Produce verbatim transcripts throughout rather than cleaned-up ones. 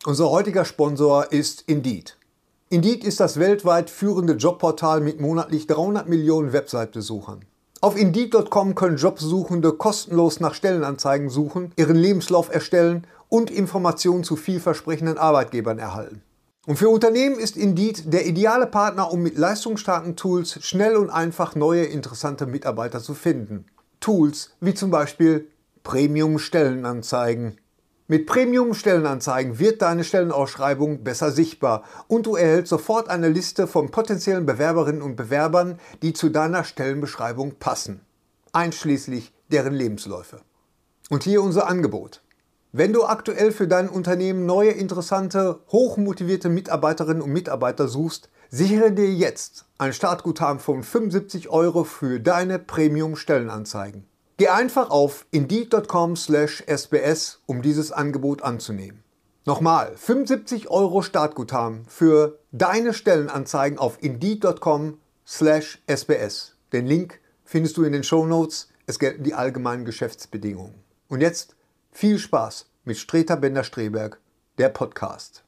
Unser heutiger Sponsor ist Indeed. Indeed ist das weltweit führende Jobportal mit monatlich dreihundert Millionen Website-Besuchern. Auf Indeed Punkt com können Jobsuchende kostenlos nach Stellenanzeigen suchen, ihren Lebenslauf erstellen und Informationen zu vielversprechenden Arbeitgebern erhalten. Und für Unternehmen ist Indeed der ideale Partner, um mit leistungsstarken Tools schnell und einfach neue, interessante Mitarbeiter zu finden. Tools wie zum Beispiel Premium-Stellenanzeigen. Mit Premium-Stellenanzeigen wird deine Stellenausschreibung besser sichtbar und du erhältst sofort eine Liste von potenziellen Bewerberinnen und Bewerbern, die zu deiner Stellenbeschreibung passen, einschließlich deren Lebensläufe. Und hier unser Angebot. Wenn du aktuell für dein Unternehmen neue, interessante, hochmotivierte Mitarbeiterinnen und Mitarbeiter suchst, sichere dir jetzt ein Startguthaben von fünfundsiebzig Euro für deine Premium-Stellenanzeigen. Geh einfach auf Indeed Punkt com slash S B S, um dieses Angebot anzunehmen. Nochmal, fünfundsiebzig Euro Startguthaben für deine Stellenanzeigen auf Indeed Punkt com slash S B S. Den Link findest du in den Shownotes. Es gelten die allgemeinen Geschäftsbedingungen. Und jetzt viel Spaß mit Streter Bender-Streberg, der Podcast.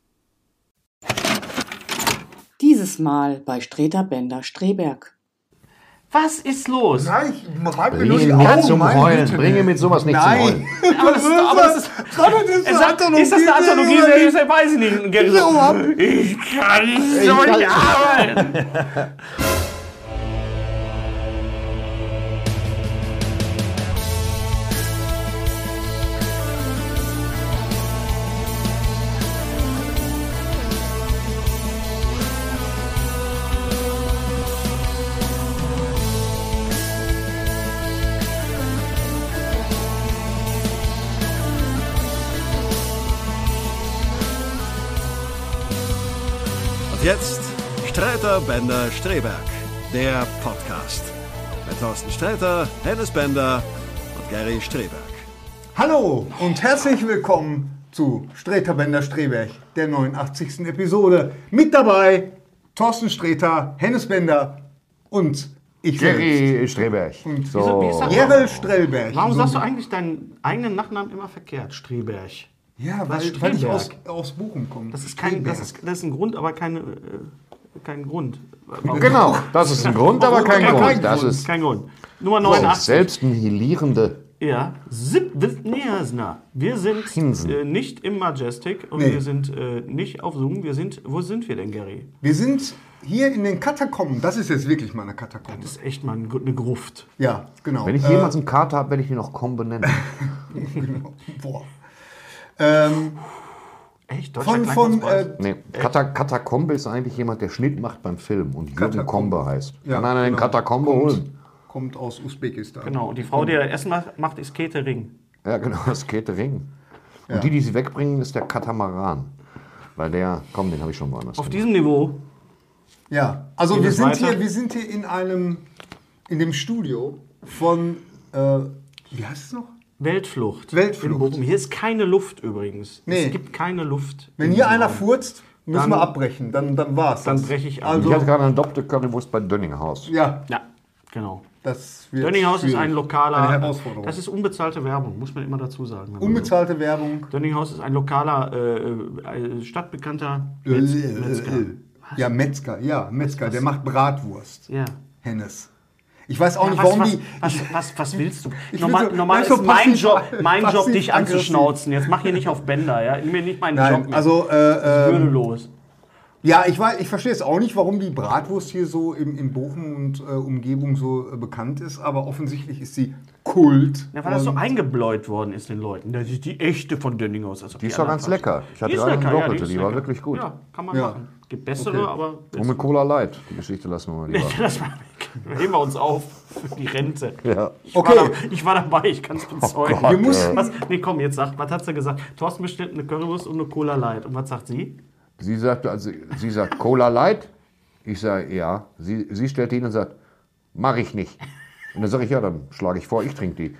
Dieses Mal bei Streter Bender-Streberg. Was ist los? Nein, ich reib mir Bring nur die ihn mit Augen, zum meine Heulen. Güte. Bring ihn mit sowas nicht Nein. zum Heulen. Aber das ist, aber das ist, Das ist es sagt, ist das eine Anthologie? Anthologie? Ich weiß ich nicht. Gary so, ich kann nicht so nicht arbeiten. Jetzt Streter Bender-Streberg, der Podcast. Mit Thorsten Sträter, Hennes Bender und Gary Streberg. Hallo und herzlich willkommen zu Streter Bender-Streberg, der neunundachtzigsten Episode. Mit dabei Thorsten Sträter, Hennes Bender und ich selbst. Gary Streberg. Und So. Wieso- wie ist das? Gerel Strellberg. Warum So- sagst du eigentlich deinen eigenen Nachnamen immer verkehrt? Streberg. Ja, Was weil, ist weil ich aus, Strellberg? aus Bochum komme. Das ist kein, das ist, das ist ein Grund, aber keine, äh, kein Grund. Warum? Genau, das ist ein Grund, aber kein Warum? Grund. Kein Das Grund. ist Kein Grund. Nummer so, neunundachtzig. selbst ein hilierende. Ja, Zip Wisniasna. Wir sind Hinsen. äh, nicht im Majestic und Nee. wir sind äh, nicht auf Zoom. Wir sind, wo sind wir denn, Gary? Wir sind hier in den Katakomben. Das ist jetzt wirklich mal eine Katakombe. Das ist echt mal eine eine Gruft. Ja, genau. Wenn ich Äh, jemals einen Kater habe, werde ich ihn noch Kombe nennen. genau. Boah. Ähm, Echt? Deutscher von, von, Kleinkunstpreis? äh, Nee, Kata Katakombe ist eigentlich jemand, der Schnitt macht beim Film und Jürgen Katakombe. Kombe heißt. Ja, Kann einer den genau. Katakombe Kommt- holen? kommt aus Usbekistan. Genau, und die Frau, die das Essen macht, macht ist Catering. Ja, genau, das Catering. Und Ja. die, die sie wegbringen, ist der Katamaran. Weil der, komm, den habe ich schon woanders. Auf gemacht. diesem Niveau. Ja, also Geht wir es sind, weiter? hier, wir sind hier in einem, in dem Studio von, äh, wie heißt es noch? Weltflucht. Weltflucht. In Bochum. Hier ist keine Luft übrigens. Nee. Es gibt keine Luft. Wenn in hier diesem einer Raum. furzt, müssen Dann- wir abbrechen, dann, dann war's Dann das. breche ich ab. Also, Ich hatte gerade eine doppelte Currywurst bei Dönninghaus. ja, Ja, genau. das wird Dönninghaus ist schwierig. ein lokaler. Eine Herausforderung. Das ist unbezahlte Werbung, muss man immer dazu sagen. Unbezahlte Werbung. Dönninghaus ist ein lokaler, äh, äh, stadtbekannter Metz Metzger. Ja, Metzger, ja, Metzger, der macht Bratwurst. Ja. Hennes. Ich weiß auch Ja, nicht, was, warum was, die. was, was, was willst du? Ich normal will so- normal weißt du, ist mein passiv- Job, mein Job passiv dich aggressiv. anzuschnauzen. Jetzt mach hier nicht auf Bänder, ja? Nimm mir nicht meinen Job Nein, mit. also, äh, äh, würdelos. ja, ich, weiß, ich verstehe es auch nicht, warum die Bratwurst hier so im, in Bochum und äh, Umgebung so äh, bekannt ist, aber offensichtlich ist sie Kult. Ja, weil das so Und- eingebläut worden ist den Leuten. Das ist die echte von Dönninghaus. Also Die ist doch ganz lecker. Ich hatte Die ist gerade eine lecker, ja, doppelte, ist die war lecker. wirklich gut. Ja, kann man Ja. machen. Gibt bessere, Okay. aber Und mit Cola Light. Die Geschichte lassen wir mal lieber. das war, heben wir uns auf für die Rente. Ja. Ich, Okay. war, da, ich war dabei, ich kann es bezeugen. Gott, Wir mussten- was, nee, komm, jetzt sag, was hat sie gesagt? Thorsten bestellt eine Currywurst und eine Cola Light. Und was sagt sie? Sie sagte, also sie sagt Cola Light. Ich sage ja. Sie, sie stellt hin und sagt, mache ich nicht. Und dann sage ich, ja, dann schlage ich vor, ich trinke die.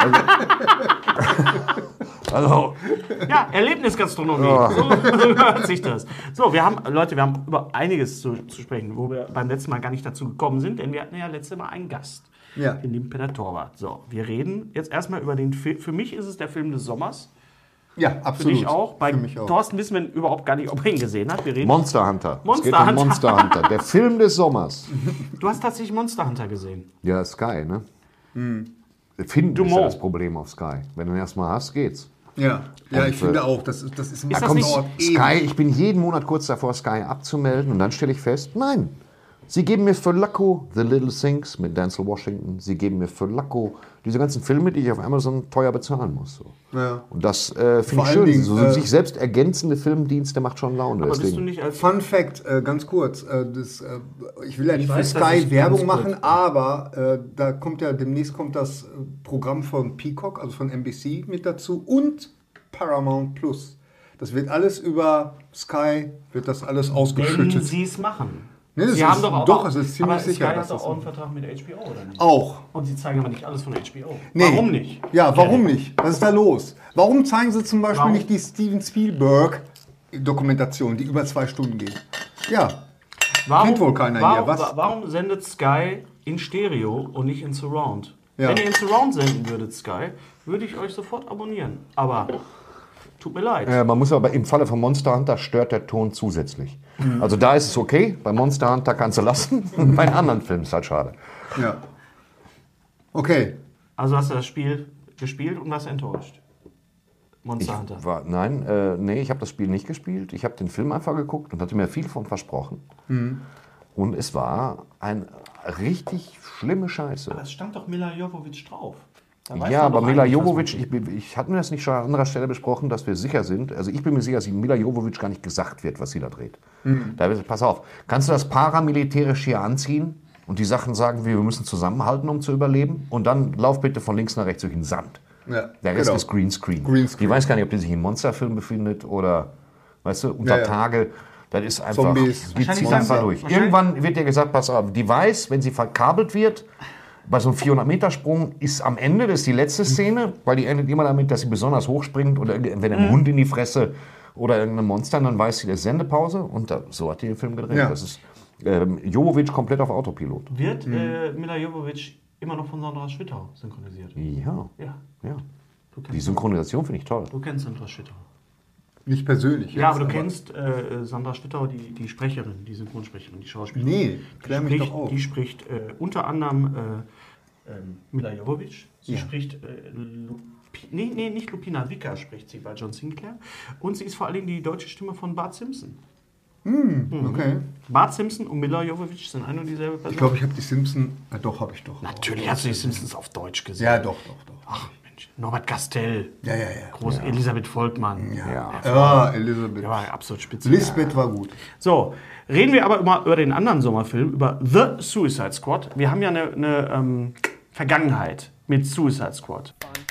Also, also Ja, Erlebnisgastronomie. Ja. So, so hört sich das. So, wir haben, Leute, wir haben über einiges zu, zu sprechen, wo wir beim letzten Mal gar nicht dazu gekommen sind, denn wir hatten ja letztes Mal einen Gast. Ja. Den lieben Peter Torwart. So, wir reden jetzt erstmal über den Film. Für mich ist es der Film des Sommers. Ja, Für absolut. dich auch. Bei Für mich auch. Thorsten wissen wir überhaupt gar nicht, ob er ihn gesehen hat. Wir reden. Monster Hunter. Monster es geht um Hunter. Monster Hunter. Der Film des Sommers. Du hast tatsächlich Monster Hunter gesehen. Ja, Sky, ne? Hm. Finden ist Dumont. ja das Problem auf Sky. Wenn du ihn erstmal hast, geht's. Ja, ja Und, ich finde äh, auch, das ist, das ist ein Ist das Kommt nicht- Ort Sky, ich bin jeden Monat kurz davor, Sky abzumelden und dann stelle ich fest, nein. Sie geben mir für Lacko The Little Things mit Denzel Washington. Sie geben mir für Lacko diese ganzen Filme, die ich auf Amazon teuer bezahlen muss. So. Ja. Und das äh, finde Vor ich allen schön. Dingen, so äh, sich selbst ergänzende Filmdienste macht schon Laune. Aber bist du deswegen. nicht als. Fun Fact, äh, ganz kurz. Äh, das, äh, ich will ja nicht weiß, für dass Sky ich Werbung ganz kurz- machen, aber äh, da kommt ja demnächst kommt das äh, Programm von Peacock, also von N B C mit dazu und Paramount Plus. Das wird alles über Sky, wird das alles Wenn ausgeschüttet. sie es machen. Nee, das sie ist- haben doch, aber, doch, es ist ziemlich aber sicher, Sky dass hat doch das auch einen so- Vertrag mit H B O, oder nicht? Auch. Und sie zeigen aber nicht alles von H B O. Nee. Warum nicht? Ja, warum nicht? Was ist da los? Warum zeigen sie zum Beispiel Warum? nicht die Steven Spielberg-Dokumentation, die über zwei Stunden geht? Ja, Warum, Kennt wohl keiner warum, hier, was? wa- Warum sendet Sky in Stereo und nicht in Surround? Ja. Wenn ihr in Surround senden würdet, Sky, würde ich euch sofort abonnieren. Aber tut mir leid. Äh, man muss aber im Falle von Monster Hunter stört der Ton zusätzlich. Also da ist es okay, bei Monster Hunter kannst du lassen, bei den anderen Filmen ist halt schade. ja. Okay. Also hast du das Spiel gespielt und warst enttäuscht. Monster Hunter. War, nein, äh, nee, ich habe das Spiel nicht gespielt. Ich habe den Film einfach geguckt und hatte mir viel von versprochen. Und es war ein richtig schlimme Scheiße. Aber es stand doch Mila Jovovich drauf. Da weiß Ja, man aber doch Mila eigentlich, was man Jovovich, ich, ich hatte mir das nicht schon an anderer Stelle besprochen, dass wir sicher sind. Also ich bin mir sicher, dass Mila Jovovich gar nicht gesagt wird, was sie da dreht. Da, pass auf, kannst du das paramilitärisch hier anziehen und die Sachen sagen, wir müssen zusammenhalten, um zu überleben? Und dann lauf bitte von links nach rechts durch den Sand. Ja, Der Rest genau. ist Greenscreen. Greenscreen. Die weiß gar nicht, ob die sich im Monsterfilm befindet oder, weißt du, unter Ja, ja. Tage. Das ist einfach, Zombies. die Wahrscheinlich zieht sagen einfach sie- durch. wahrscheinlich- Irgendwann wird dir gesagt, pass auf, die weiß, wenn sie verkabelt wird, bei so einem vierhundert-Meter-Sprung ist am Ende, das ist die letzte Szene, weil die endet immer damit, dass sie besonders hoch springt oder wenn ein Hund in die Fresse oder irgendein Monster, dann weiß sie, das ist Sendepause und da, so hat die den Film gedreht. Ja. Das ist ähm, Jovovich komplett auf Autopilot. Wird äh, Mila Jovovich immer noch von Sandra Schwittau synchronisiert? Ja, Ja. ja. Du Die kennst, Synchronisation finde ich toll. du kennst Sandra Schwittau. Nicht persönlich. Ja, jetzt, aber du kennst äh, Sandra Schwittau, die, die Sprecherin, die Synchronsprecherin, die Schauspielerin. Nee, klär die mich spricht, doch auf. Die spricht äh, unter anderem äh, ähm, Mila Jovovich. Sie Ja. spricht äh, Lupi, nee, nee, nicht Lupina Wicker spricht sie bei John Sinclair. Und sie ist vor allen Dingen die deutsche Stimme von Bart Simpson. Okay. Bart Simpson und Mila Jovovich sind eine und dieselbe Person. Ich glaube, ich habe die Simpsons. Ah, doch, habe ich doch. Natürlich hast du die Simpsons auf Deutsch gesehen. Ja, doch, doch, doch. Ach Mensch, Norbert Gastel, Ja, ja, ja. groß Elisabeth Volkmann. Ja. Ja, Elisabeth. Der war absolut spitze. Lisbeth war gut. So, reden wir aber über, über den anderen Sommerfilm, über The Suicide Squad. Wir haben ja eine, eine ähm, Vergangenheit mit Suicide Squad.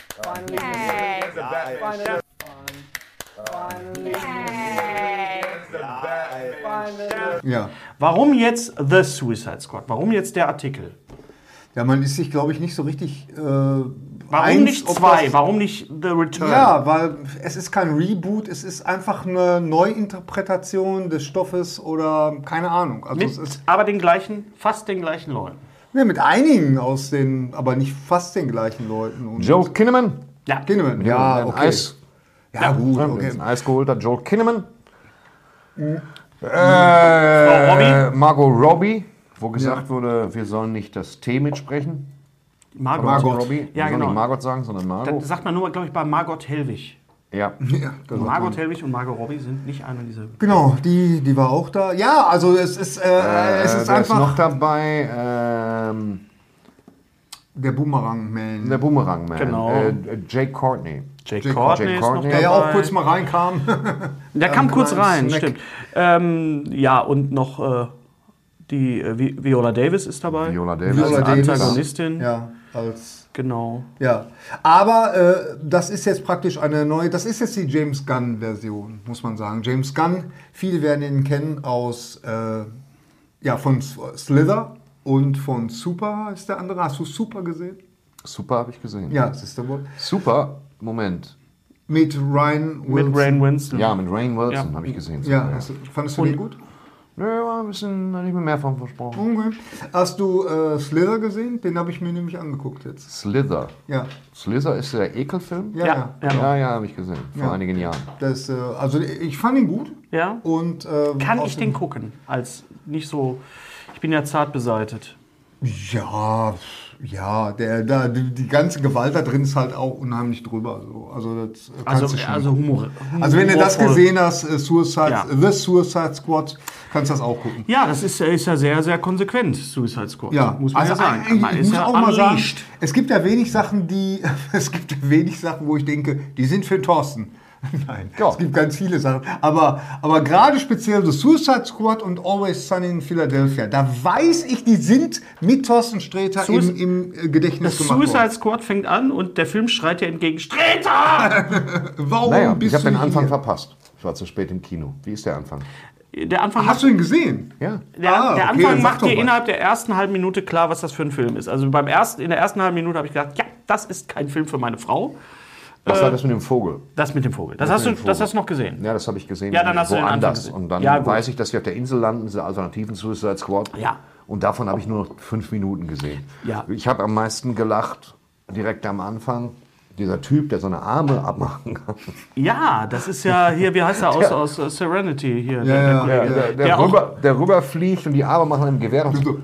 Ja. Warum jetzt The Suicide Squad? Warum jetzt der Artikel? Ja, man ist sich, glaube ich, nicht so richtig. Äh, Warum eins, nicht ob zwei? das- Warum nicht The Return? Ja, weil es ist kein Reboot, es ist einfach eine Neuinterpretation des Stoffes oder keine Ahnung. Also Mit es ist aber den gleichen, fast den gleichen Leuten. ja, mit einigen aus den, aber nicht fast den gleichen Leuten. Und Joel Kinnaman. Ja, Kinnaman, Ja, ja, ein okay. Eis, Ja, gut, okay. okay. ein Eis geholter Joel Kinnaman. Frau Äh, Robbie? Margot Robbie, wo gesagt wurde, wir sollen nicht das T mitsprechen. Margot. Margot. Robbie. Ja, wir sollen genau. nicht Margot sagen, sondern Margot. Das sagt man nur, glaube ich, bei Margot Hellwig. Ja. Ja, das war Margot toll. Hellwig und Margot Robbie sind nicht eine dieser. Genau, die, die war auch da. Ja, also es ist, äh, es ist wer ist noch einfach dabei? Ähm, der Boomerang-Man. der Boomerang Man. Genau. Äh, Jake Courtney. Jake, Jake Courtney Jake ist Courtney. noch Der ja dabei. auch kurz mal reinkam. Der kam Ähm, kurz kleinen rein, Snack. stimmt. Ähm, ja, und noch äh, die äh, Vi- Viola Davis ist dabei. Viola Davis. Viola als Davis. Antagonistin. Ja, als Genau. ja. Aber äh, das ist jetzt praktisch eine neue, das ist jetzt die James Gunn-Version, muss man sagen. James Gunn, viele werden ihn kennen aus, äh, ja, von Slither und von Super ist der andere. Hast du Super gesehen? Super, habe ich gesehen. Ja, das ist der Wort. Super, Moment. Mit Ryan Wilson. Mit Rainn Wilson. Ja, mit Rainn Wilson Ja. habe ich gesehen. Ja, Super, hast du, fandest du den gut? Nö, war ein bisschen, da nicht mehr, mehr von versprochen. Okay. Hast du äh, Slither gesehen? Den habe ich mir nämlich angeguckt jetzt. Slither. Ja. Slither ist der Ekelfilm? Ja, Ja, ja. ja. Ja, ja, habe ich gesehen. Vor Ja. einigen Jahren. Das, äh, also ich fand ihn gut. Ja. Und, ähm, Kann ich außerdem- den gucken? Als nicht so. Ich bin ja zart beseitet. Ja, ja, der, da, die, die ganze Gewalt da drin ist halt auch unheimlich drüber. So. Also, das kannst Also, du schon also gucken. Humor. Also wenn du das humorvoll. gesehen hast, äh, Suicide, Ja. The Suicide Squad, kannst du das auch gucken. Ja, das ist, ist ja sehr, sehr konsequent, Suicide Squad. Ja, muss man also ja sagen. eigentlich, Man ich ist muss ja auch mal sagen, unleashed. es gibt ja wenig Sachen, die, es gibt ja wenig Sachen, wo ich denke, die sind für Thorsten. Nein, Ja. es gibt ganz viele Sachen. Aber, aber gerade speziell The Suicide Squad und Always Sunny in Philadelphia, da weiß ich, die sind mit Thorsten Sträter Suic- im, im Gedächtnis Das gemacht Suicide worden. Squad fängt an und der Film schreit ja entgegen: Sträter! Warum Naja, bist ich habe du den Anfang hier? verpasst. Ich war zu spät im Kino. Wie ist der Anfang? Der Anfang Hast du ihn gesehen? Ja. Der, Ah, der okay, Anfang dann sag macht doch dir mal. innerhalb der ersten halben Minute klar, was das für ein Film ist. Also beim ersten, in der ersten halben Minute habe ich gedacht, ja, das ist kein Film für meine Frau. Was war das mit dem Vogel? Das mit dem Vogel. Das, hast du, mit dem das Vogel. hast du noch gesehen. Ja, das habe ich gesehen. Ja, dann hast du den Anfang woanders. gesehen. Und dann Ja, gut. weiß ich, dass wir auf der Insel landen, diese alternativen Suicide Squad. Ja. Und davon habe ich nur noch fünf Minuten gesehen. Ja. Ich habe am meisten gelacht direkt am Anfang. Dieser Typ, der so eine Arme abmachen kann. Ja, das ist ja hier, wie heißt er aus, aus äh, Serenity hier? der, ja, Kollege. Der, der, der, Der auch- rüber, der rüberfliegt und die Arme machen im Gewehr. So.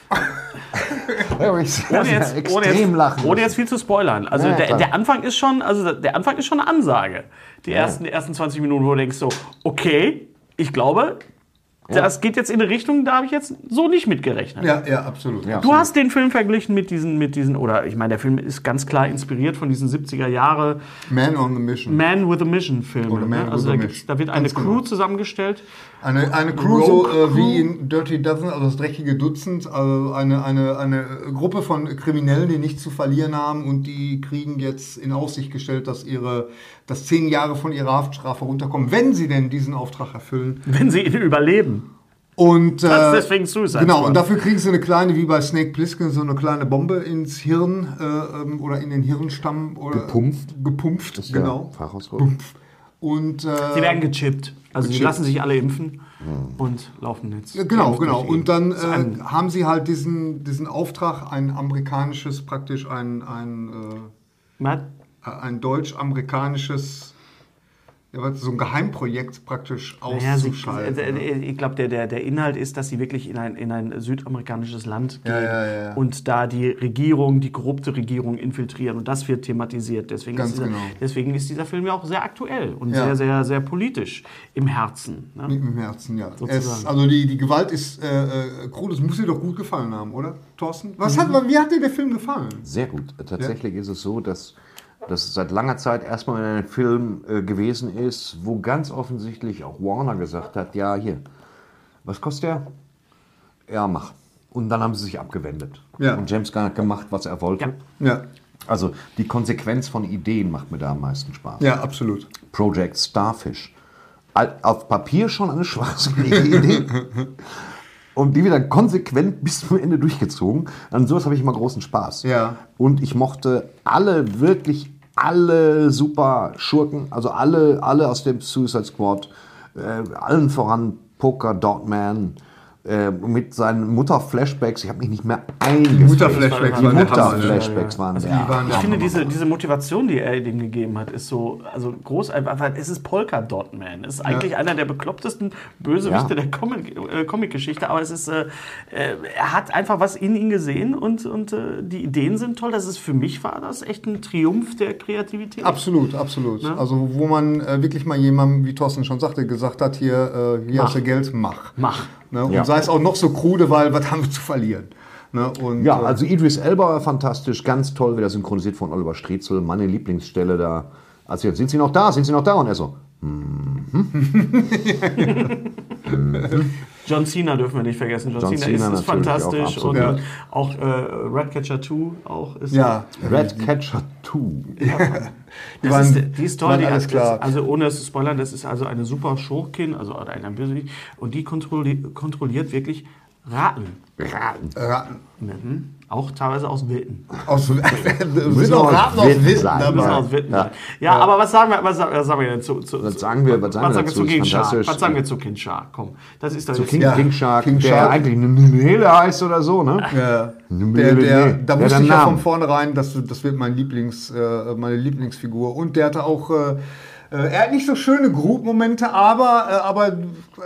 Ja, aber ich sehr, Ohne jetzt, sehr ohne, extrem jetzt, lachen. ohne jetzt viel zu spoilern. Also Ja, ja, der, klar. der Anfang ist schon, also der Anfang ist schon eine Ansage. Die ersten, die ersten zwanzig Minuten, wo du denkst so, okay, ich glaube, das geht jetzt in eine Richtung, da habe ich jetzt so nicht mitgerechnet. Ja, ja, absolut. Ja. Du hast den Film verglichen mit diesen, mit diesen, oder ich meine, der Film ist ganz klar inspiriert von diesen siebziger Jahre Man on the Mission. Man with a Mission Filmen. Oder Man Ne? with Also a da, Mission. gibt's, da wird eine Ganz Crew genau. zusammengestellt. Eine, eine Crew, so Rogue äh, wie Crew? in Dirty Dozen, also das dreckige Dutzend, also eine, eine, eine Gruppe von Kriminellen, die nichts zu verlieren haben und die kriegen jetzt in Aussicht gestellt, dass ihre, dass zehn Jahre von ihrer Haftstrafe runterkommen, wenn sie denn diesen Auftrag erfüllen. Wenn sie ihn überleben. Und, Das ist äh, deswegen Suicide Genau, Squad. und dafür kriegen sie eine kleine, wie bei Snake Plissken, so eine kleine Bombe ins Hirn äh, ähm, oder in den Hirnstamm. Oder Gepumpft. Gepumpft, Das ist der genau. Fachausdruck. Und, äh, Sie werden gechippt. Also sie gechippt. lassen sich alle impfen und laufen jetzt. Ja, genau, geimpft genau. durch ihn. Und dann Das ist ein- äh, haben sie halt diesen, diesen Auftrag, ein amerikanisches, praktisch ein, ein, Matt? äh, ein deutsch-amerikanisches, ja, was, so ein Geheimprojekt praktisch Naja, sie, auszuschalten. äh, ne? äh, ich glaube, der, der, der Inhalt ist, dass sie wirklich in ein, in ein südamerikanisches Land gehen Ja, ja, ja, ja. und da die Regierung, die korrupte Regierung infiltrieren. Und das wird thematisiert. Deswegen, Ganz ist dieser, genau. deswegen ist dieser Film ja auch sehr aktuell und Ja. sehr, sehr, sehr politisch im Herzen. Ne? Mit dem Herzen, ja. Sozusagen. Es, also die, die Gewalt ist äh, äh, krude, das muss dir doch gut gefallen haben, oder, Thorsten? Was Mhm. hat, wie hat dir der Film gefallen? Sehr gut. Tatsächlich ist es so, dass das seit langer Zeit erstmal ein Film äh, gewesen ist, wo ganz offensichtlich auch Warner gesagt hat, ja, hier, was kostet der? Ja, mach. Und dann haben sie sich abgewendet. Ja. Und James Gunn hat gemacht, was er wollte. Ja. Ja, Also die Konsequenz von Ideen macht mir da am meisten Spaß. ja, absolut. Project Starfish. Al- Auf Papier schon eine schwachsinnige Idee. Und die wieder konsequent bis zum Ende durchgezogen. An sowas habe ich immer großen Spaß. Ja. Und ich mochte alle, wirklich alle super Schurken, also alle, alle aus dem Suicide Squad, äh, allen voran Polka Dot Man, äh, mit seinen Mutter-Flashbacks. Ich habe mich nicht mehr eingefühlt. Mutter-Flashbacks Die waren der Hammer, Mutter-Flashbacks waren der die waren Ich Ja, finde, Hammer. diese, diese Motivation, die er dem gegeben hat, ist so also groß. Einfach, es ist Polka Dot Man. Es ist eigentlich einer der beklopptesten Bösewichte Ja. der Comic- äh, Comic-Geschichte. Aber es ist, äh, äh, er hat einfach was in ihn gesehen und, und äh, die Ideen sind toll. Das ist für mich war das echt ein Triumph der Kreativität. Absolut, absolut. Also wo man äh, wirklich mal jemandem, wie Thorsten schon sagte, gesagt hat, hier, äh, hier Mach. hast du Geld, mach. Mach. Ne? Und Ja. sei es auch noch so krude, weil was haben wir zu verlieren? Ne? Und, Ja, äh, also Idris Elba war fantastisch, ganz toll, wieder synchronisiert von Oliver Strezel. Meine Lieblingsstelle da. Also jetzt sind Sie noch da, sind Sie noch da? Und er so, John Cena dürfen wir nicht vergessen. John, John Cena, Cena ist, ist natürlich fantastisch. auch, absolut. und Ja. auch äh, Ratcatcher zwei auch ist ja, Redcatcher zwei. Das waren- ist, die ist toll, waren die alles hat, klar. das, also ohne es zu spoilern, das ist also eine super Schurkin, also oder eine Bösewicht, und die kontrolli kontrolliert wirklich Raten. Raten. Raten. Mhm. Auch teilweise aus Witten. Aus, sind Müssen auch aus Raten aus Witten Witten sein. Müssen dabei. aus Witten Ja. sein. Ja, aber was sagen wir, was, sagen- was sagen wir denn zu, zu Was sagen wir- was sagen wir sagen dazu? zu King Ist Shark? fantastisch. Was sagen wir zu King Shark? Komm, das ist doch Zu jetzt... King, Ja, King Shark, King der Shark. eigentlich eine Nele heißt oder so, ne? Ja. Nee, Der, nee, der, nee. da Der wusste hat ich ja einen von Namen. vornherein, dass das wird mein Lieblings, äh, meine Lieblingsfigur. Und der hatte auch, äh, äh, er hat nicht so schöne Group-Momente, aber, äh, aber äh,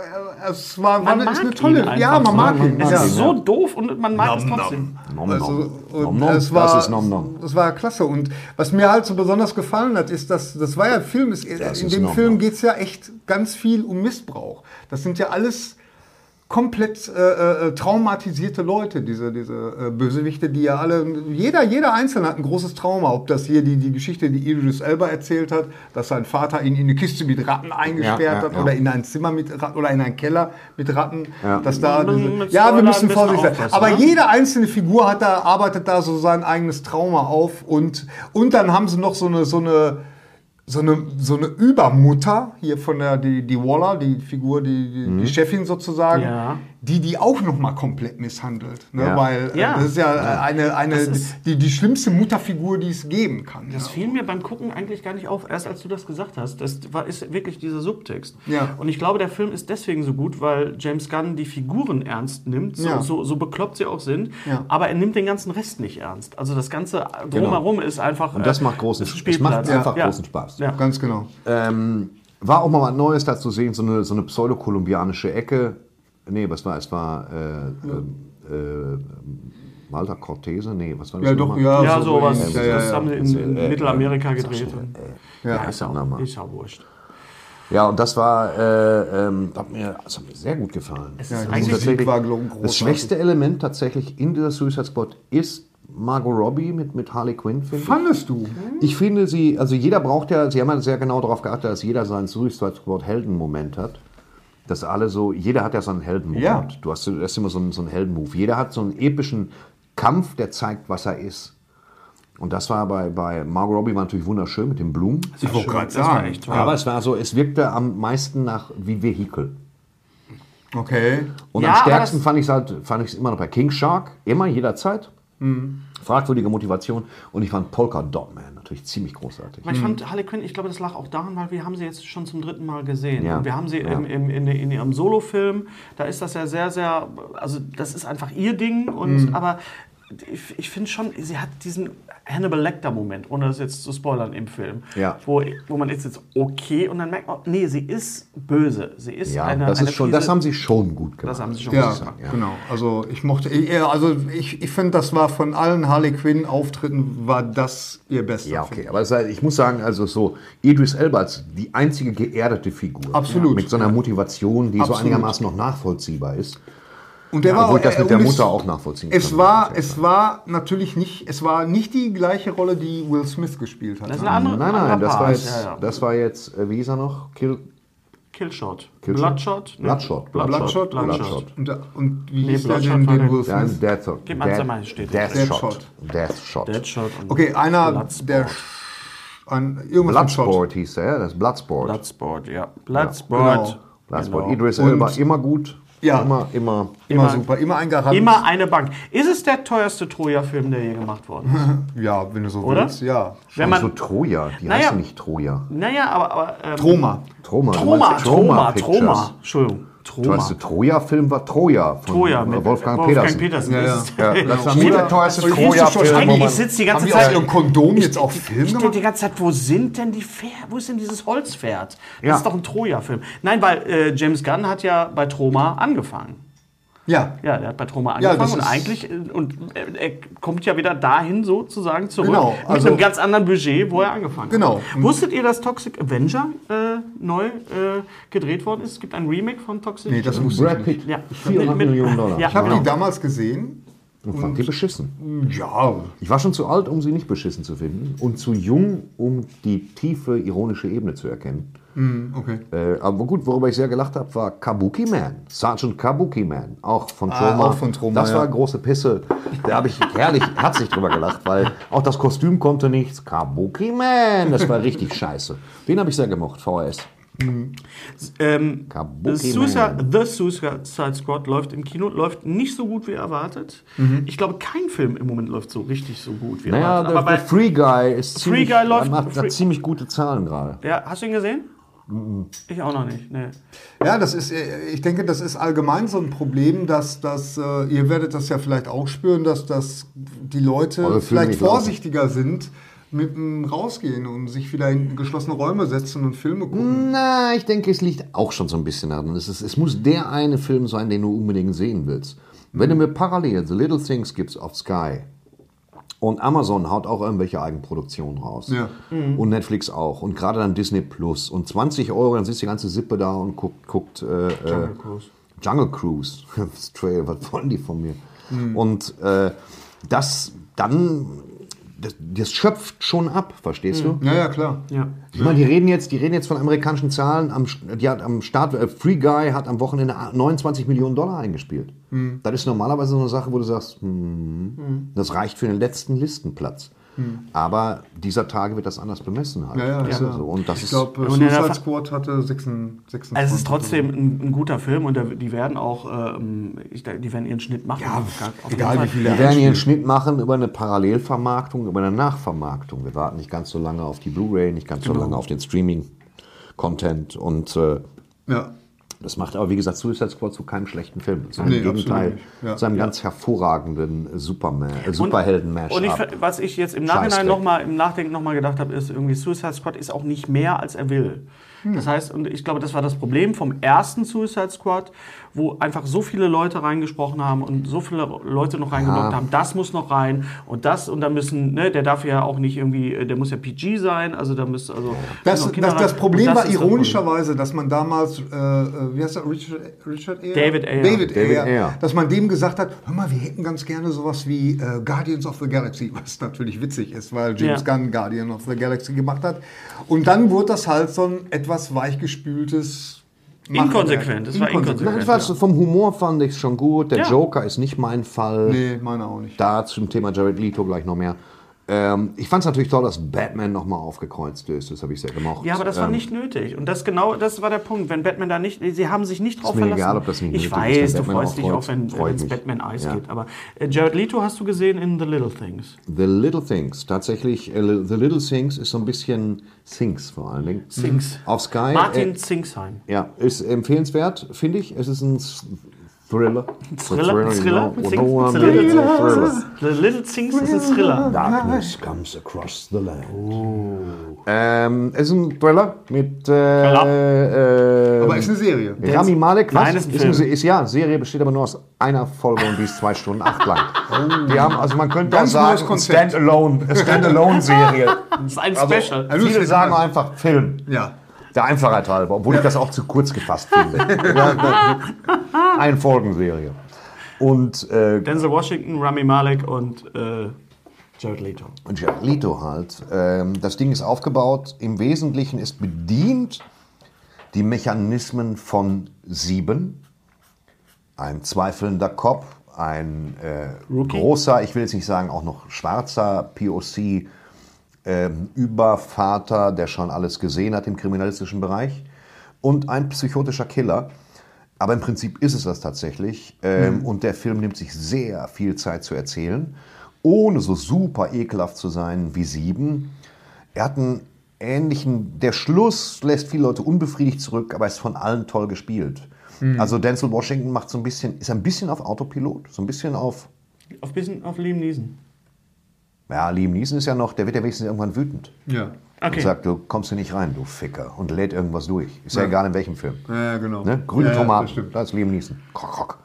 es war, Man war mag ist eine ihn tolle, einfach ja, man so. mag Man ihn. mag Es ja. ist so doof und man mag es trotzdem. Nom, Also, nom. und Nom, nom. es war, Das ist Nom Nom. das war klasse. Und was mir halt so besonders gefallen hat, ist, dass das war ja ein Film, ist, Das in ist dem Nom Film Nom. geht es ja echt ganz viel um Missbrauch. Das sind ja alles komplett äh, äh, traumatisierte Leute, diese, diese äh, Bösewichte, die ja alle, jeder, jeder Einzelne hat ein großes Trauma. Ob das hier die, die Geschichte, die Idris Elba erzählt hat, dass sein Vater ihn in eine Kiste mit Ratten eingesperrt Ja, ja, hat ja. oder in ein Zimmer mit Ratten oder in einen Keller mit Ratten, Ja. dass da diese, Mit ja, wir Spoiler müssen ein bisschen vorsichtig sein. aufpassen, Aber ne? jede einzelne Figur hat da, arbeitet da so sein eigenes Trauma auf und, und dann haben sie noch so eine, so eine So eine, so eine Übermutter hier von der, die, die Waller, die Figur, die, die, Mhm. die Chefin sozusagen, Ja. die die auch noch mal komplett misshandelt. Ne? Ja. Weil äh, Ja. das ist ja, äh, eine, eine Das ist- die, die schlimmste Mutterfigur, die es geben kann. Das ja. fiel mir beim Gucken eigentlich gar nicht auf, erst als du das gesagt hast. Das war, ist wirklich dieser Subtext. Ja. Und ich glaube, der Film ist deswegen so gut, weil James Gunn die Figuren ernst nimmt, so, Ja. so, so bekloppt sie auch sind, Ja. aber er nimmt den ganzen Rest nicht ernst. Also das Ganze drumherum ist einfach... Genau. Und das äh, macht großen ist ein Spaß. Es macht Spielplatz. einfach Ja. großen Spaß. Ja. Ganz genau. Ähm, war auch mal was Neues da zu sehen, so eine, so eine pseudo-kolumbianische Ecke. Nee, was war es? war äh, äh, äh, Walter Cortese? Nee, was war das Ja, doch, nochmal? ja. Ja, so sowas. ähnlich. Das Ja, ja, ja. haben sie in, in Äh, Mittelamerika äh, gedreht. sag Und, Ja. ja, ist ja Sag mal. auch, ist ja wurscht. Ja, und das war, äh, ähm, hat, mir, das hat mir sehr gut gefallen. Es Ja, ist die eigentlich Musik war glo- großartig. Das schwächste Element tatsächlich in dieser Suicide Squad ist Margot Robbie mit, mit Harley Quinn, finde ich. Fandest du? Ich finde sie, also jeder braucht ja, sie haben ja sehr genau darauf geachtet, dass jeder seinen Suicide Squad Heldenmoment hat. Dass alle so, jeder hat ja so einen Heldenmoment. Ja. Du hast, du hast immer so einen, so einen Heldenmove. Jeder hat so einen epischen Kampf, der zeigt, was er ist. Und das war bei, bei Margot Robbie war natürlich wunderschön mit den Blumen. Ich wollte gerade Das war sagen. echt toll. Aber es war so, es wirkte am meisten nach wie Vehikel. Okay. Und Ja, am aber stärksten das- fand ich es halt, fand ich es immer noch bei King Shark, immer, jederzeit. Fragwürdige Motivation. Und ich fand Polka Dot Man natürlich ziemlich großartig. Aber ich fand Harley Quinn, ich glaube, das lag auch daran, weil wir haben sie jetzt schon zum dritten Mal gesehen. Ja. Und wir haben sie Ja. im, im, in, in ihrem Solofilm, da ist das ja sehr, sehr, also das ist einfach ihr Ding. Und, aber ich, ich finde schon, sie hat diesen Hannibal Lecter-Moment, ohne das jetzt zu spoilern im Film, Ja. wo, wo man jetzt, jetzt okay und dann merkt man, nee, sie ist böse. Sie ist Ja, eine das eine ist schon, fiese- das haben sie schon gut gemacht. das haben sie schon Ja, gesagt. genau. Also ich mochte, eher, also ich, ich finde, das war von allen Harley Quinn Auftritten war das ihr Bester. Ja, okay, aber es ist halt, ich muss sagen, also so Idris Elba als die einzige geerdete Figur. Absolut. Mit so einer Motivation, die so Absolut. einigermaßen noch nachvollziehbar ist. Und der Ja, obwohl ich das äh, mit der und Mutter es, auch nachvollziehen Es kann. war, es war natürlich nicht, es war nicht die gleiche Rolle, die Will Smith gespielt hat. Das ist eine andere, Nein, nein, anderer das war Part. jetzt, Ja, ja. das war jetzt, äh, wie hieß er noch? Kill, Killshot. Killshot? Bloodshot? Nee. Bloodshot. Bloodshot. Bloodshot, Bloodshot. Und, und wie Nee, hieß der Bloodshot denn, war den der- Will ja, Smith? Death, Gib mal einmal, hier steht Death, Death Shot. Shot. Death Shot. Deadshot. und Okay, einer Bloodsport. der ein, irgendwas mit Shot. Bloodsport hieß er, ja, das ist Bloodsport. Bloodsport, ja. Bloodsport. genau. Bloodsport. Genau. Idris Und- Elba, immer gut. Ja. Immer, immer. Immer, Immer- super, immer ein Garant. Immer eine Bank. Ist es der teuerste Troja-Film, der je gemacht worden ist? Ja, wenn du so Oder? willst, ja. Wenn so man, Troja, die Naja. heißen nicht Troja. naja, aber... aber ähm, Troma. Troma. du Troma, meinst Troma, Pictures. Troma. Entschuldigung. Du Troma. weißt, der Troja-Film war Troja von Troja äh, mit Wolfgang, Wolfgang Petersen. Petersen. Ja, ja. Das ist- Ja, das war Stimmt. mit der teuerste Aber ich wusste schon, Troja-Film. Heidi, wo ich man- sitze die Haben ganze die aus Zeit... ihrem Kondom jetzt auch Film Ich stehe gemacht? die ganze Zeit, wo sind denn die Pferde? Wo ist denn dieses Holzpferd? Das Ja. ist doch ein Troja-Film. Nein, weil äh, James Gunn hat ja bei Troma angefangen. Ja. Ja, der hat bei Troma Ja, angefangen das und ist- eigentlich, äh, und er, er kommt ja wieder dahin sozusagen zurück, Genau, mit also- einem ganz anderen Budget, wo er angefangen Genau. hat. Wusstet ihr, dass Toxic Avenger äh, neu äh, gedreht worden ist? Es gibt ein Remake von Toxic Nee, das Avenger. wusste ich Brad nicht. Pitt, Ja. vierhundert Mit- mit- Millionen Dollar. Ja. Ich habe Genau. die damals gesehen. Und fand die beschissen. Ja, Ich war schon zu alt, um sie nicht beschissen zu finden und zu jung, um die tiefe, ironische Ebene zu erkennen. okay. Äh, aber gut, worüber ich sehr gelacht habe, war Kabuki Man. Sergeant Kabuki Man, auch von Ah, Troma. auch von Troma, Das ja. war große Pisse. Da habe ich herrlich, herzlich drüber gelacht, weil auch das Kostüm konnte nichts. Kabuki Man, das war richtig scheiße. Den habe ich sehr gemocht, V H S. Mhm. Ähm, Kabuki Suicide, Man. The Suicide Squad läuft im Kino, läuft nicht so gut wie erwartet. Mhm. Ich glaube, kein Film im Moment läuft so richtig so gut wie Naja, erwartet. der, Aber bei der Free Guy ist Free ziemlich, Guy läuft- macht, Free- hat ziemlich gute Zahlen gerade. ja, hast du ihn gesehen? Ich auch noch nicht. Nee. Ja, das ist, ich denke, das ist allgemein so ein Problem, dass, dass äh, ihr werdet das ja vielleicht auch spüren, dass, dass die Leute Eure Filme vielleicht nicht laufen. vorsichtiger sind mit dem Rausgehen und sich wieder in geschlossene Räume setzen und Filme gucken. Na, ich denke, es liegt auch schon so ein bisschen daran. Es, ist, es muss der eine Film sein, den du unbedingt sehen willst. Wenn du mir parallel The Little Things gibst auf Sky und Amazon haut auch irgendwelche Eigenproduktionen raus Ja. und Netflix auch und gerade dann Disney Plus und zwanzig Euro, dann sitzt die ganze Sippe da und guckt, guckt äh, Jungle Cruise. Jungle Cruise. Das Trail, was wollen die von mir? Und äh, das dann, das, das schöpft schon ab, verstehst du? Ja, ja, klar. Ja. Ich meine, die reden jetzt, die reden jetzt von amerikanischen Zahlen. Am, die hat am Start, äh, Free Guy hat am Wochenende neunundzwanzig Millionen Dollar eingespielt. Hm. Das ist normalerweise so eine Sache, wo du sagst, hm, das reicht für den letzten Listenplatz. Aber dieser Tage wird das anders bemessen halt. Ja, ja, Das ja. ist so. Und das Ich ist, glaube, Und in der Suicide Fa- Squad hatte sechsundzwanzig. Also es ist trotzdem ein, ein guter Film und der, die werden auch, ähm, ich, die werden ihren Schnitt machen. Ja, Auf jeden egal Fall. wie viele wir werden hier einen Schnitt machen über eine Parallelvermarktung, über eine Nachvermarktung. Wir warten nicht ganz so lange auf die Blu-ray, nicht ganz Genau. so lange auf den Streaming-Content. Und äh, Ja. das macht aber, wie gesagt, Suicide Squad zu keinem schlechten Film. Zu einem Nee, Gegenteil, absolut nicht. Ja. zu einem ganz hervorragenden Superman, äh, Superhelden-Mash-up. Und ich, was ich jetzt im Nachhinein Scheißdreck. noch mal, im Nachdenken nochmal gedacht habe, ist irgendwie Suicide Squad ist auch nicht mehr, als er will. Das heißt, und ich glaube, das war das Problem vom ersten Suicide Squad, wo einfach so viele Leute reingesprochen haben und so viele Leute noch reingeloggt Ja. haben, das muss noch rein und das und da müssen, ne, der darf ja auch nicht irgendwie, der muss ja P G sein, also da müsste, also Das, noch Kinder das, das rein. Problem Und das war ist das Problem. ironischerweise, dass man damals, äh, äh, wie heißt er, Richard, Richard Ayer? David Ayer. David, David Ayer, Ayer. dass man dem gesagt hat, hör mal, wir hätten ganz gerne sowas wie äh, Guardians of the Galaxy, was natürlich witzig ist, weil James Ja. Gunn Guardian of the Galaxy gemacht hat. Und dann wurde das halt so ein etwas weichgespültes Machwerk. Inkonsequent, es war inkonsequent. Ich weiß, vom Humor fand ich es schon gut. Der Ja. Joker ist nicht mein Fall. Nee, meine auch nicht. Da zum Thema Jared Leto gleich noch mehr. Ähm, ich fand es natürlich toll, dass Batman nochmal aufgekreuzt ist. Das habe ich sehr gemocht. Ja, aber das war Ähm, nicht nötig. Und das genau, das war der Punkt. Wenn Batman da nicht, sie haben sich nicht drauf mir verlassen. egal, ob das nicht ich nötig ist, weiß, wenn du Batman freust dich auch, aufkreuzt, wenn freu ich es mich. Batman Eis Ja. gibt. Aber äh, Jared Leto hast du gesehen in The Little Things. The Little Things. Tatsächlich, äh, The Little Things ist so ein bisschen Things vor allen Dingen. Sings. Auf Sky. Martin äh, Zingsheim. Ja, ist empfehlenswert, finde ich. Es ist ein S- Thriller. Thriller? Thriller? Thriller? You know, Zing- no, Thriller? it's a Thriller. The Little Things ist ein Thriller. Darkness comes across the land. Ähm, es ist ein Thriller mit äh, äh, Aber ist eine Serie. Rami Malek. Was? Nein, ist ein ist, Film. eine, ist ja, Serie besteht aber nur aus einer Folge und die ist zwei Stunden acht lang. Die haben, also man könnte Ganz auch sagen, neues Konzept. Standalone, Standalone-Serie. Das ist ein Also, Special. Also, viele das- sagen einfach Film. Ja. Der Einfachheit halber, obwohl ich das auch zu kurz gefasst finde. Eine Folgenserie. Und äh, Denzel Washington, Rami Malek und äh, Jared Leto. Und Jared Leto halt. Ähm, das Ding ist aufgebaut. Im Wesentlichen ist bedient die Mechanismen von Sieben. Ein zweifelnder Cop, ein äh, Rookie? großer, ich will jetzt nicht sagen auch noch schwarzer P O C, ähm, Übervater, der schon alles gesehen hat im kriminalistischen Bereich. Und ein psychotischer Killer. Aber im Prinzip ist es das tatsächlich. Ähm, Mhm. Und der Film nimmt sich sehr viel Zeit zu erzählen, ohne so super ekelhaft zu sein wie Sieben. Er hat einen ähnlichen, der Schluss lässt viele Leute unbefriedigt zurück, aber ist von allen toll gespielt. Mhm. Also Denzel Washington macht so ein bisschen, ist ein bisschen auf Autopilot, so ein bisschen auf, Auf, bisschen, auf Liam Neeson. ja, Liam Neeson ist ja noch, der wird ja wenigstens irgendwann wütend. Ja. Okay. Und sagt, du kommst hier nicht rein, du Ficker, und lädt irgendwas durch. Ist ja, Ja. egal in welchem Film. Ja, genau. Ne? Grüne Ja, ja, das Tomaten, stimmt. da ist Liam Neeson. Krock, krock.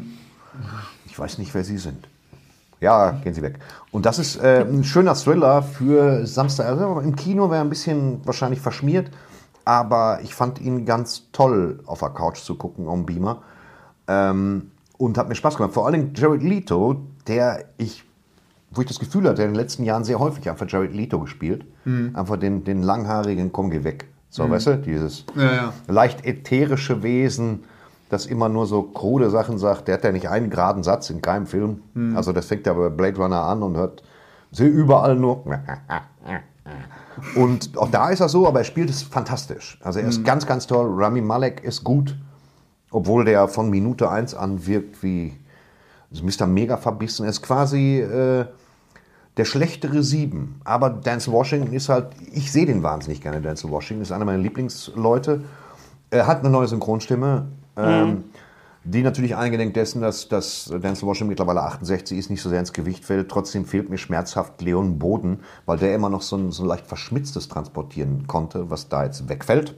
Ich weiß nicht, wer Sie sind. Ja, gehen Sie weg. Und das ist äh, ein schöner Thriller für Samstag. Also im Kino wäre ein bisschen wahrscheinlich verschmiert, aber ich fand ihn ganz toll auf der Couch zu gucken, am Beamer. Ähm, und hat mir Spaß gemacht. Vor allem Jared Leto, der ich, wo ich das Gefühl hatte, in den letzten Jahren sehr häufig einfach Jared Leto gespielt. Einfach den, den langhaarigen, komm, geh weg. So, weißt du, dieses Ja, ja. leicht ätherische Wesen, das immer nur so krude Sachen sagt. Der hat ja nicht einen geraden Satz in keinem Film. Also das fängt ja bei Blade Runner an und hört sie überall nur. Und auch da ist er so, aber er spielt es fantastisch. Also er ist mhm. ganz, ganz toll. Rami Malek ist gut, obwohl der von Minute eins an wirkt wie also Mister Mega verbissen. Er ist quasi äh, der schlechtere Sieben. Aber Denzel Washington ist halt, ich sehe den wahnsinnig gerne, Denzel Washington ist einer meiner Lieblingsleute. Er hat eine neue Synchronstimme, mhm. ähm, die natürlich eingedenk dessen, dass, dass Denzel Washington mittlerweile achtundsechzig ist, nicht so sehr ins Gewicht fällt. Trotzdem fehlt mir schmerzhaft Leon Boden, weil der immer noch so ein, so ein leicht verschmitztes transportieren konnte, was da jetzt wegfällt.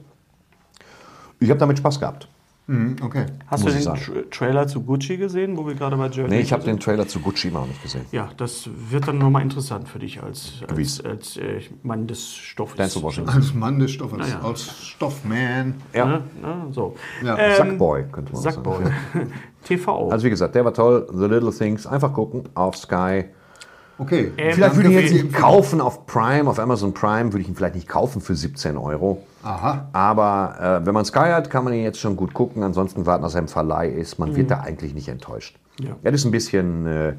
Ich habe damit Spaß gehabt. Okay. Hast du den Tra- Trailer zu Gucci gesehen, wo wir gerade bei Journey Nee, ich habe sind? den Trailer zu Gucci immer noch nicht gesehen. Ja, das wird dann nochmal interessant für dich als, als, als äh, Mann des Stoffes. Denzel Washington. Als Mann des Stoffes, Naja. als Stoffman. Ja. Ne? Ne? So. Ja. Ähm, Sackboy könnte man Sackboy. sagen. T V. Also wie gesagt, der war toll. The Little Things, einfach gucken auf Sky. Okay. Ähm, Vielleicht würde ich Danke ihn für jetzt die kaufen auf Prime, auf Amazon Prime, würde ich ihn vielleicht nicht kaufen für siebzehn Euro. Aha. Aber äh, wenn man Sky hat, kann man ihn jetzt schon gut gucken. Ansonsten warten, dass er im Verleih ist. Man wird da eigentlich nicht enttäuscht. Ja. Er ist ein bisschen, äh,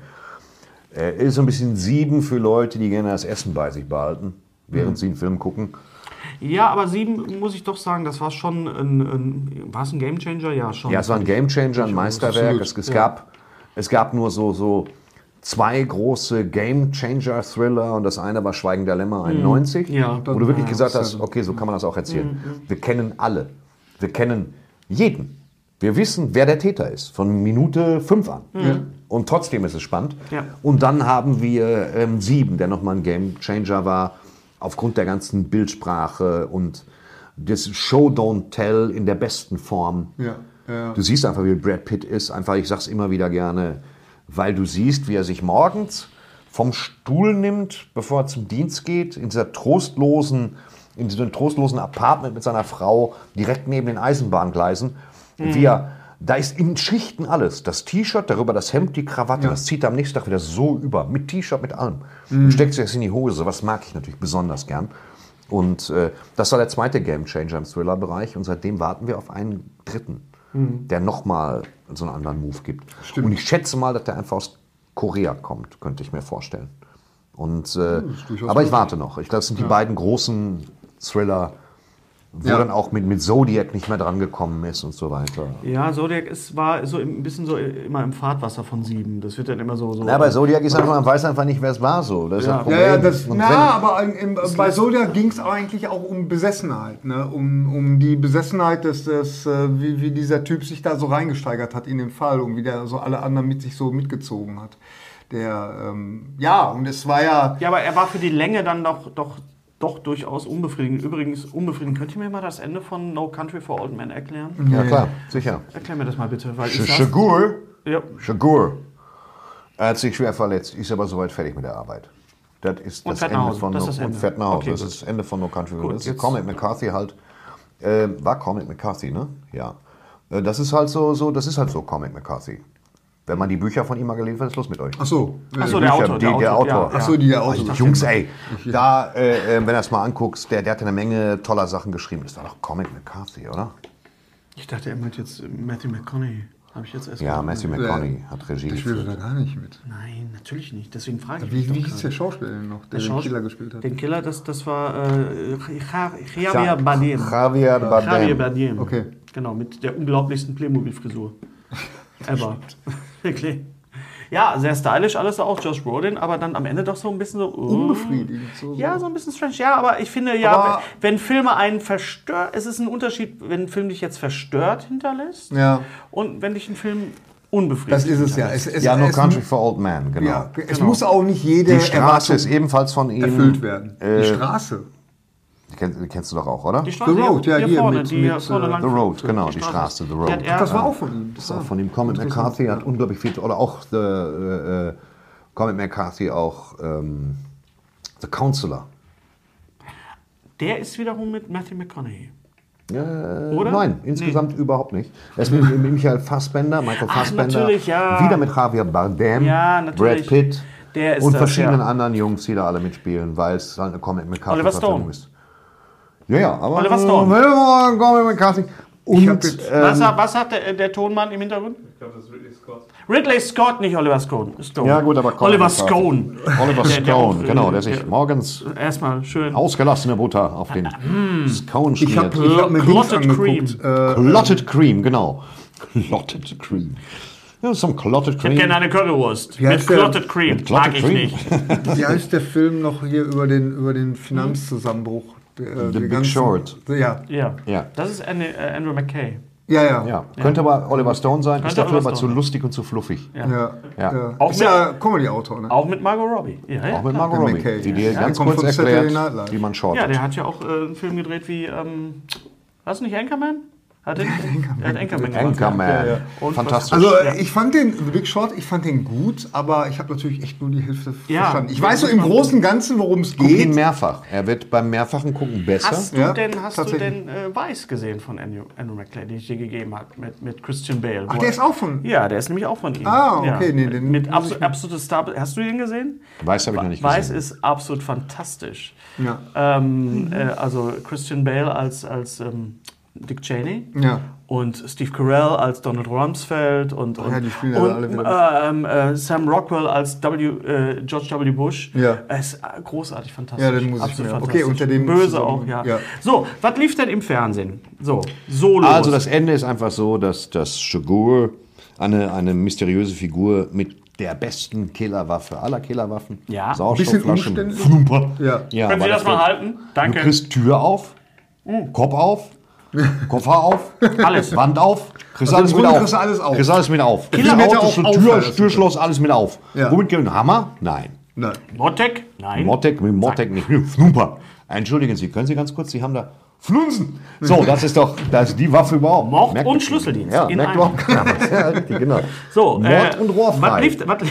er ist so ein bisschen Sieben für Leute, die gerne das Essen bei sich behalten, während sie einen Film gucken. Ja, aber sieben, muss ich doch sagen, das war schon ein, ein war es ein Gamechanger? Ja, schon. Ja, es war ein Gamechanger, ein Meisterwerk. Es, es, Ja. gab, es gab nur so, so zwei große Gamechanger-Thriller und das eine war Schweigen der Lämmer einundneunzig, Ja. wo du wirklich Ja, gesagt das hast, ist- okay, so kann man das auch erzählen. Wir kennen alle. Wir kennen jeden. Wir wissen, wer der Täter ist, von Minute fünf an. Und trotzdem ist es spannend. Ja. Und dann haben wir ähm, Sieben, der nochmal ein Gamechanger war, aufgrund der ganzen Bildsprache und des Show Don't Tell in der besten Form. Ja. Ja. Du siehst einfach, wie Brad Pitt ist. Einfach, ich sag's immer wieder gerne, weil du siehst, wie er sich morgens vom Stuhl nimmt, bevor er zum Dienst geht, in dieser trostlosen, in diesem trostlosen Apartment mit seiner Frau, direkt neben den Eisenbahngleisen. Mhm. Wie er, da ist in Schichten alles. Das T-Shirt, darüber das Hemd, die Krawatte, Ja. das zieht er am nächsten Tag wieder so über. Mit T-Shirt, mit allem. Mhm. Und steckt sich das in die Hose. Was mag ich natürlich besonders gern. Und äh, das war der zweite Gamechanger im Thriller-Bereich. Und seitdem warten wir auf einen dritten, Mhm. der nochmal so einen anderen Move gibt. Und ich schätze mal, dass der einfach aus Korea kommt, könnte ich mir vorstellen. Und, äh, durchaus aber ich möglich. warte noch. Ich glaube, das sind die beiden großen Thriller, wo Ja. dann auch mit, mit Zodiac nicht mehr dran gekommen ist und so weiter. Ja, Zodiac ist, war so ein bisschen so immer im Fahrtwasser von sieben. Das wird dann immer so. so Ja, bei Zodiac ist einfach, man weiß einfach nicht, wer es war so. Das ist Ja. das Problem. Ja, ja, das, Und na, wenn- aber im, im, bei Zodiac ging es eigentlich auch um Besessenheit, ne? um, um die Besessenheit, des, des, äh, wie, wie dieser Typ sich da so reingesteigert hat in den Fall und wie der so alle anderen mit sich so mitgezogen hat. Der, ähm, ja, und es war ja, Ja, aber er war für die Länge dann doch, doch, doch durchaus unbefriedigend. Übrigens, unbefriedigend. Könnt ihr mir mal das Ende von No Country for Old Men erklären? ja, klar, sicher. Erklär mir das mal bitte. Weil ich saß- Shagur, ja. Shagur. Er hat sich schwer verletzt, ist aber soweit fertig mit der Arbeit. Das ist Und das fährt nach Ende Hause. von Das No, ist das und Ende. fährt nach Hause. Okay, das gut. ist das Ende von No Country for Gut, Old Men. Das ist jetzt- Cormac McCarthy halt. Äh, war Cormac McCarthy, ne? Ja. Äh, das ist halt so, so, das ist halt so Cormac McCarthy. Wenn man die Bücher von ihm mal gelesen hat, ist los mit euch. ach so, Ach so, äh, der Bücher, Autor. die- der Autor. Ja, ach so, die der Autor. Also, Jungs, ey, da, äh, äh, wenn du das mal anguckst, der, der hat eine Menge toller Sachen geschrieben. Das war doch Cormac McCarthy, oder? Ich dachte, er meint jetzt Matthew McConaughey. Habe ich jetzt erst Ja, mal- Matthew McConaughey hat Regie Ich will da geführt. gar nicht mit. Nein, natürlich nicht. Deswegen frage ich Wie, mich doch wie hieß gerade. der Schauspieler denn noch, der, den Schauspiel- Killer gespielt hat? Den Killer, das, das war äh, Javier Bardem. Javier Bardem. Javier Bardem. Okay. Genau, mit der unglaublichsten Playmobil-Frisur ever. Wirklich. Ja, sehr stylisch alles auch, Josh Brolin, aber dann am Ende doch so ein bisschen so... uh, Unbefriedigend. So, Ja, so ein bisschen strange. Ja, aber ich finde ja, Aber- wenn Filme einen verstört, es ist ein Unterschied, wenn ein Film dich jetzt verstört hinterlässt Ja, und wenn dich ein Film unbefriedigt das ist es ja. hinterlässt. Es, es, Ja, No es, Country for Old Men, genau. ja, es Genau. muss auch nicht jede Die Straße Erwartung ist ebenfalls von ihm. erfüllt werden. Äh, Die Straße. Die kennst, die kennst du doch auch, oder? Die Straße, The Road, ja, hier, hier vorne, mit- die hier mit, vorne äh, lang The Road, führt. genau, die Straße, The Road. Die hat er, Das war auch von ihm. Das ist auch von ihm. Cormac McCarthy hat unglaublich viel, oder auch the, äh, äh, Cormac McCarthy auch ähm, The Counselor. Der ist wiederum mit Matthew McConaughey. Äh, Oder? Nein, insgesamt überhaupt nicht. Er ist mit, mit Michael Fassbender, Michael Ach, Fassbender, natürlich, ja. wieder mit Javier Bardem, Ja, natürlich. Brad Pitt Der ist und das, verschiedenen ja. anderen Jungs, die da alle mitspielen, weil es halt eine Cormac Oliver McCarthy-Verfilmung Stone. ist. Ja, ja, aber Oliver Stone. Cormac McCarthy. Und, hab jetzt- ähm, Was, hat- was hat der, der Tonmann im Hintergrund? Ich glaube, das ist Ridley Scott. Ridley Scott, nicht Oliver Stone. Stone. Ja gut, aber Oliver Stone. Oliver Der- der Stone, auch, genau, äh, der sich der- morgens Erstmal schön. ausgelassene Butter auf den Scone Ich habe schmiert. hab mir Dings Clotted angeguckt. Äh, Clotted Cream, genau. Clotted Cream. Ja, some Clotted Ich Cream. hätte gerne eine Currywurst. Wie Mit heißt der? Clotted Cream. Mit Clotted Mag ich Cream? nicht. wie heißt der Film noch hier über den, über den Finanzzusammenbruch? Der, äh, The die Big ganzen- Short. Ja, Ja. Ja. Das ist Andy, äh, Andrew McKay. ja, ja. Ja, könnte aber Oliver Stone sein, ist Könnte dafür Oliver aber zu Stone. lustig und zu fluffig. Ja. ja. Ja. ja. Auch Ist mit- ja Comedy-Autor, ne? Auch mit Margot Robbie. Ja, ja, Auch mit klar. Margot Robbie, McKay, die dir ja. ganz Der kommt kurz von Saturday erklärt, Night Live. wie man shortet. Ja, der hat ja auch äh, einen Film gedreht wie, ähm, was nicht, Anchorman? Hat den, der hat Anchorman gemacht. Anchorman. Ja, ja. Und Fantastisch. was- Also Ja. ich fand den The Big Short, ich fand den gut, aber ich habe natürlich echt nur die Hälfte Ja. verstanden. Ich weiß so im Großen und Ganzen, worum es Guck ihn geht. mehrfach. Er wird beim mehrfachen Gucken besser. Hast du Ja, denn, hast du tatsächlich. denn äh, Weiß gesehen von Andrew, Andrew McKay, den ich dir gegeben habe, mit, mit Christian Bale? Ach, Wo der er- ist auch von... Ja, der ist nämlich auch von ihm. Ah, okay, ja. nee, den Mit muss abso ich- absolutes Star. Hast du den gesehen? Weiß habe ich noch nicht Weiß gesehen. ist absolut fantastisch. Ja. Ähm, äh, also Christian Bale als, als ähm, Dick Cheney. Ja. Und Steve Carell als Donald Rumsfeld und, und, ja, die spielen ja und alle wieder ähm, äh, Sam Rockwell als w, äh, George W. Bush. Ja. Es ist äh, großartig, fantastisch. Ja, den muss ich Absolut mir- okay, fantastisch. unter dem Böse zusammen- auch, ja. ja. So, was lief denn im Fernsehen? So, Solo. Also das Ende ist einfach so, dass das Shogur, eine, eine mysteriöse Figur mit der besten Killerwaffe aller Killerwaffen, Ja. Sauerstoffflaschen, Bisschen umständlich. Flumper. Ja. Ja, Können Sie aber das mal wird- halten? Danke. Du kriegst Tür auf, Kopf auf, Koffer auf, Alles. Wand auf, kriegst Also alles im mit Grunde auf. kriegst du alles auf. Kriegst alles mit auf. Killermeter Autos, auf Tür, Auffall, Türschloss, alles mit auf. Ja. Womit geht ein Hammer? Nein. Nein. Mottek? Nein. Mottek, mit Mottek nicht. Flumper. Entschuldigen Sie, können Sie ganz kurz, Sie haben da Flunsen. So, das ist doch das ist die Waffe überhaupt. Mord Merkt- und Schlüsseldienst Ja, in merkt einem. überhaupt keiner. Ja, richtig, genau. So, Mord äh, und Was rohrfrei. lief, was,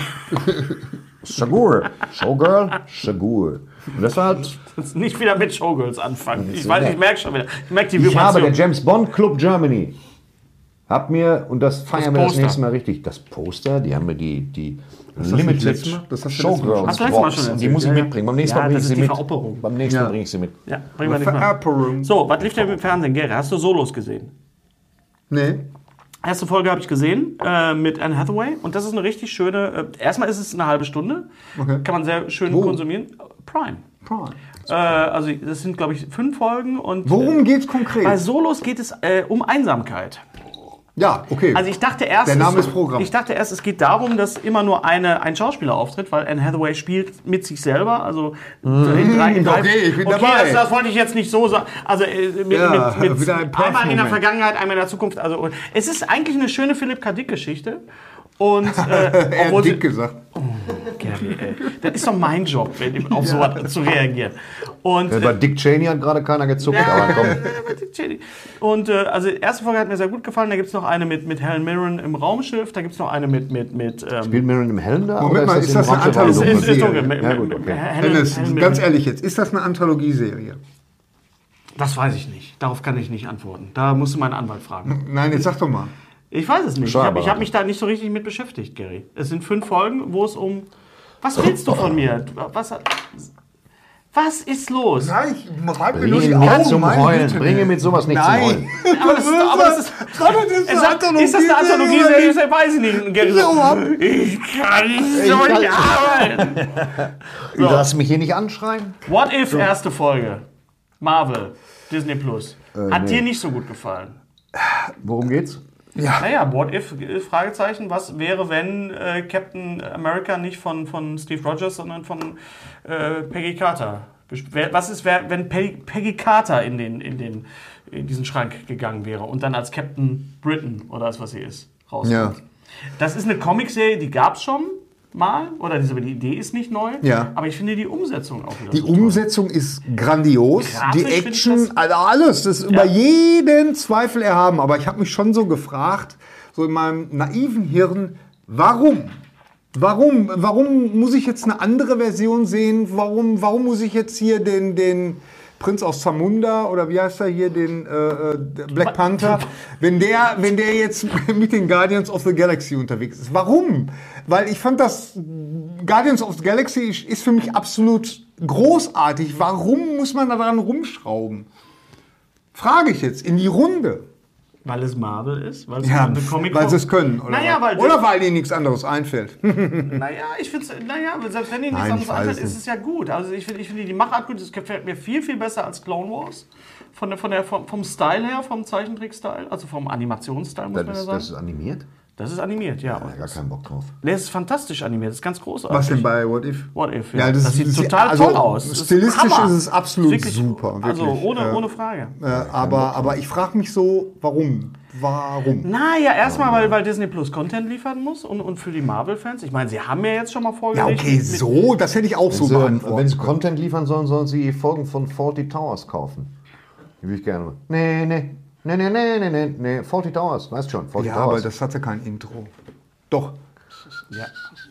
Shagur. Showgirl, Shagur. Und das war halt, Jetzt nicht wieder mit Showgirls anfangen. Ich weiß, ich merke schon wieder. Ich merke die ich habe der Vibration. James Bond Club Germany. Hab mir, und das feiern wir das Poster. nächste Mal richtig, das Poster, die haben mir die, die hast du Limited letztes Mal- das hast du letztes Mal schon- Showgirls Hast du letztes Mal schon Box. Die erzählt, muss ich ja, ja. mitbringen. Beim nächsten Ja, Mal bringe das ich sie ist die mit. Veropperung. Beim nächsten Ja. Mal bringe ich sie mit. Ja, bringen wir nicht mal. Verapperung. So, was lief denn im Fernsehen, Gary? Hast du Solos gesehen? Nee. Erste Folge habe ich gesehen äh, mit Anne Hathaway und das ist eine richtig schöne. Äh, erstmal ist es eine halbe Stunde, Okay. kann man sehr schön Wo? konsumieren. Prime. Prime. Äh, also das sind glaube ich fünf Folgen und Worum geht's bei konkret? Solos geht es äh, um Einsamkeit. Ja, okay. Also ich dachte erst, Der Name es, ist Programm. ich dachte erst, es geht darum, dass immer nur eine, ein Schauspieler auftritt, weil Anne Hathaway spielt mit sich selber. Also in drei, in drei, okay, ich bin okay, dabei. Das, das wollte ich jetzt nicht so sagen. Also äh, mit, Ja, mit, mit wieder ein einmal in der Puff-Moment. Vergangenheit, einmal in der Zukunft. Also es ist eigentlich eine schöne Philipp K. Dick-Geschichte. Und äh, er obwohl hat sie, dick gesagt. Gary, ey, das ist doch mein Job, wenn, auf sowas zu reagieren. Und Bei Dick Cheney hat gerade keiner gezuckt, aber komm. Und äh, also die erste Folge hat mir sehr gut gefallen. Da gibt es noch eine mit, mit Helen Mirren im Raumschiff. Da gibt es noch eine mit... mit, mit ähm, Spielt Mirren im Helm da? Moment oder mal, das ist im das eine Raumschiff Anthologie? auch ist, so? ist dunkel. Ja, gut, okay. Helen, Dennis, Helen ganz Mirren. ehrlich jetzt, ist das eine Anthologieserie? Das weiß ich nicht. Darauf kann ich nicht antworten. Da musst du meinen Anwalt fragen. Nein, jetzt sag doch mal. Ich weiß es nicht. Ich habe Steuerberater. hab mich da nicht so richtig mit beschäftigt, Gary. Es sind fünf Folgen, wo es um... Was willst du von mir? Was, was ist los? Nein, ich reib mir Bring nur die ihn her Augen. zum meine Heulen. Güte, Bring ihn ey. mit sowas nicht zum Nein. Heulen. Aber das ist, aber das ist, Das ist er sagt, ist das eine Anthologieserie? Ich weiß ich nicht. Gary so, ich kann nicht so kann- nicht arbeiten. Du darfst mich hier nicht anschreien. What If, erste Folge. Marvel, Disney Plus. Hat dir nicht so gut gefallen? Worum geht's? Naja, What If, äh, Fragezeichen, was wäre, wenn äh, Captain America nicht von, von Steve Rogers, sondern von äh, Peggy Carter gesp- wer- Was ist, wer, wenn Peggy, Peggy Carter in, den, in, den, in diesen Schrank gegangen wäre und dann als Captain Britain oder als was sie ist, rauskommt? Ja. Das ist eine Comicserie, die gab es schon mal, oder diese, die Idee ist nicht neu, Ja. aber ich finde die Umsetzung auch wieder Die so toll. Umsetzung ist grandios. Grafisch Die finde ich Action, das- also alles, das ist über jeden Zweifel erhaben. Aber ich habe mich schon so gefragt, so in meinem naiven Hirn, warum? Warum? Warum muss ich jetzt eine andere Version sehen? Warum, warum muss ich jetzt hier den, den Prinz aus Zamunda oder wie heißt er hier, den äh, äh, Black Panther, wenn der, wenn der jetzt mit den Guardians of the Galaxy unterwegs ist? Warum? Weil ich fand das Guardians of the Galaxy ist ist für mich absolut großartig. Warum muss man daran rumschrauben? Frage ich jetzt in die Runde. Weil es Marvel ist? Weil es Ja, eine Comic weil sie es können. Oder, Naja, was? weil oder weil ihnen nichts anderes einfällt. Naja, ich finde es, naja, selbst wenn ihnen nichts Nein, anderes ich weiß einfällt, es ist es ja gut. Also ich finde ich find die Machart gut, es gefällt mir viel, viel besser als Clone Wars. Von der, von der, vom, vom Style her, vom Zeichentrick-Style, also vom Animationsstyle, muss Das man ja ist, sagen. das ist animiert? Das ist animiert, ja. Ja, gar keinen Bock drauf. Nee, es ist fantastisch animiert, das ist ganz großartig. Was denn bei What If? What If, ja. Ja, das, das sieht ist- total also toll aus. Das stilistisch Hammer. ist es absolut Wirklich, super, Also wirklich. ohne, Ja. ohne Frage. Äh, aber, aber ich frage mich so, warum? Warum? Naja, erstmal, weil, weil Disney Plus Content liefern muss und, und für die Marvel-Fans. Ich meine, sie haben ja jetzt schon mal Ja, vorgelegt. okay, mit- so, das hätte ich auch so Wenn sie, beantwortet. wenn sie Content liefern sollen, sollen sie Folgen von Fawlty Towers kaufen. Die will ich gerne. Nee, nee. Nee, nee, nee, nee, nee, nee. Fawlty Towers, weißt schon. Fawlty Ja, aber Towers. das hatte kein Intro. Doch. Ja.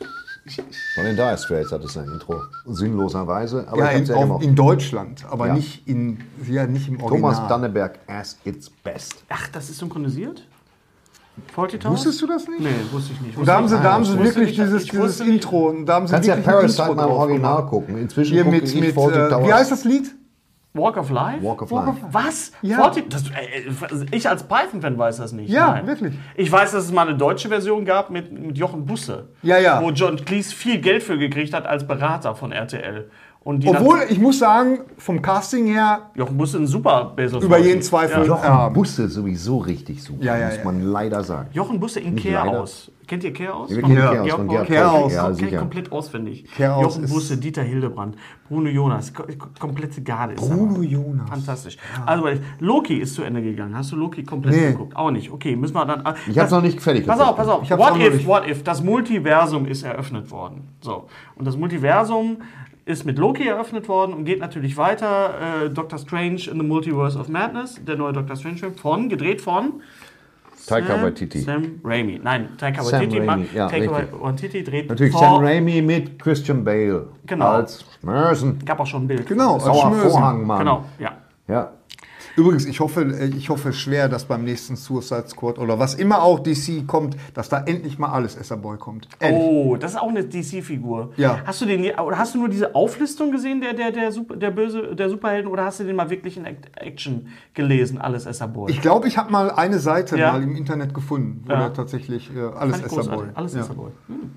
Von den Dire Straits hat es ein Intro. Sinnloserweise. Aber Ja, ich hab's in, ja auf, gemocht. in Deutschland, aber Ja. nicht, in, ja, nicht im Original. Thomas Danneberg as its best. Ach, das ist synchronisiert? Fawlty Towers? Wusstest du das nicht? Nee, wusste ich nicht. Und da haben sie, da haben sie Ich wusste wirklich nicht, dieses, ich dieses wusste nicht. Intro. Und da haben sie Kannst ja wirklich ein Parasite Intro mal im drauf Original gemacht. gucken. Inzwischen Hier gucke mit, ich mit Fawlty äh, Towers. wie heißt das Lied? Walk of Life? Walk of Walk Life. of- Was? Ja. Fawlty, das, äh, ich als Python-Fan weiß das nicht. Ja, Nein. wirklich. Ich weiß, dass es mal eine deutsche Version gab mit, mit Jochen Busse. Ja, ja. Wo John Cleese viel Geld für gekriegt hat als Berater von R T L. Und die dann- Obwohl, ich muss sagen, vom Casting her Jochen Busse ein super Bezos. über jeden Zweifel. Ja. Jochen Ja. Busse sowieso richtig super, Ja, ja, muss ja. man leider sagen. Jochen Busse in Nicht Care leider. aus. Kennt ihr Care aus? Wir kennen Ja. Chaos Georg von Paul. Gerd Care Koch. aus. Ja, Kenn sicher. komplett auswendig. Care aus Jochen ist- Busse, Dieter Hildebrand, Bruno Jonas, ko- ko- komplette Garde. Ist Bruno aber Jonas. Fantastisch. Also, Loki ist zu Ende gegangen. Hast du Loki komplett Nee. geguckt? Auch nicht. Okay, müssen wir dann. Ich hab's noch nicht fertig Pass geguckt. auf, pass auf. Ich hab's auch What noch if, nicht. what if? Das Multiversum ist eröffnet worden. So. Und das Multiversum ist mit Loki eröffnet worden und geht natürlich weiter. Äh, Doctor Strange in the Multiverse of Madness, der neue Doctor Strange-Film, von, gedreht von Taika Sam- Waititi. Sam Raimi. Nein, Taika Sam Waititi, Raimi, ma- ja, Taika richtig. Waititi dreht Natürlich vor, Sam Raimi mit Christian Bale. Genau. Als Schmörsen. gab auch schon ein Bild. Genau, als Sauer Schmösen. Vorhangmann. Genau, ja. Ja. Übrigens, ich hoffe, äh, ich hoffe schwer, dass beim nächsten Suicide Squad oder was immer auch D C kommt, dass da endlich mal alles Esserboy kommt. Endlich. Oh, das ist auch eine D C-Figur. Ja. Hast du den, oder hast du nur diese Auflistung gesehen der der der, Super, der böse der Superhelden oder hast du den mal wirklich in Act- Action gelesen, alles Esserboy? Ich glaube, ich habe mal eine Seite Ja. mal im Internet gefunden, wo Ja. da tatsächlich äh, alles Fand ich Esserboy. großartig. Alles ja. Esserboy. Hm.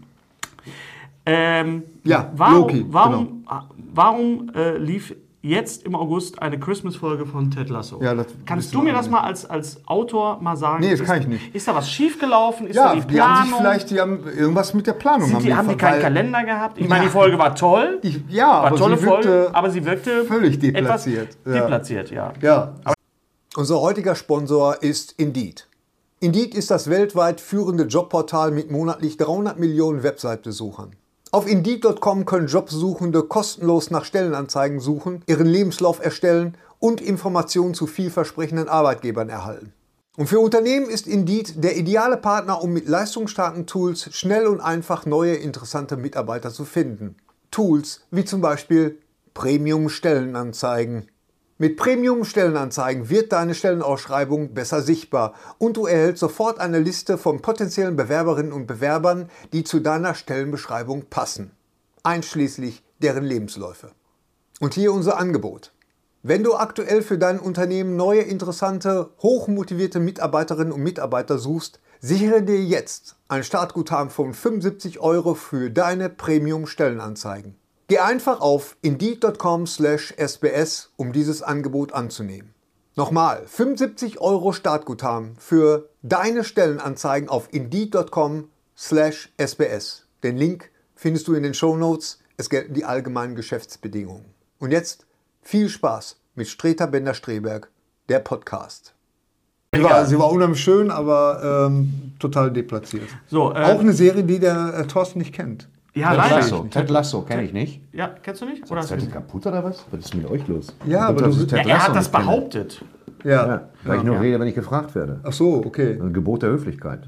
Ähm, Ja, warum, Loki, genau. warum, warum äh, lief jetzt im August eine Christmas-Folge von Ted Lasso? Ja, das Kannst wissen du mir alle das mal als, als Autor mal sagen? Nee, das ist, kann ich nicht. Ist da was schiefgelaufen? Ist Ja, da die die haben sich Planung? vielleicht, die haben irgendwas mit der Planung. Sind die, haben die ver- keinen weil- Kalender gehabt? Ich meine, Ja. die Folge war toll. Ich, ja, war aber tolle sie wirkte, Folge, aber sie wirkte völlig etwas deplatziert. Ja. deplatziert, ja. Ja. Unser heutiger Sponsor ist Indeed. Indeed ist das weltweit führende Jobportal mit monatlich dreihundert Millionen Website-Besuchern. Auf Indeed Punkt com können Jobsuchende kostenlos nach Stellenanzeigen suchen, ihren Lebenslauf erstellen und Informationen zu vielversprechenden Arbeitgebern erhalten. Und für Unternehmen ist Indeed der ideale Partner, um mit leistungsstarken Tools schnell und einfach neue interessante Mitarbeiter zu finden. Tools wie zum Beispiel Premium-Stellenanzeigen. Mit Premium-Stellenanzeigen wird deine Stellenausschreibung besser sichtbar und du erhältst sofort eine Liste von potenziellen Bewerberinnen und Bewerbern, die zu deiner Stellenbeschreibung passen, einschließlich deren Lebensläufe. Und hier unser Angebot. Wenn du aktuell für dein Unternehmen neue, interessante, hochmotivierte Mitarbeiterinnen und Mitarbeiter suchst, sichere dir jetzt ein Startguthaben von fünfundsiebzig Euro für deine Premium-Stellenanzeigen. Geh einfach auf Indeed Punkt com slash S B S, um dieses Angebot anzunehmen. Nochmal, fünfundsiebzig Euro Startguthaben für deine Stellenanzeigen auf Indeed Punkt com slash S B S. Den Link findest du in den Shownotes. Es gelten die allgemeinen Geschäftsbedingungen. Und jetzt viel Spaß mit Streter Bender-Streberg, der Podcast. Sie war, sie war unheimlich schön, aber ähm, total deplatziert. So, äh, Auch eine Serie, die der äh, Thorsten nicht kennt. ja, Ted leider. Lasso. Ted Lasso kenne ich nicht. Ja, kennst du nicht? Oder hast du Seid ihr kaputt oder was? Was ist mit euch los? Ja, aber Gut, dass du- ich Ted ja, er Lasso hat das nicht kenne. behauptet. Ja. Ja, weil ich nur rede, wenn ich gefragt werde. Ach so, okay. Ein Gebot der Höflichkeit.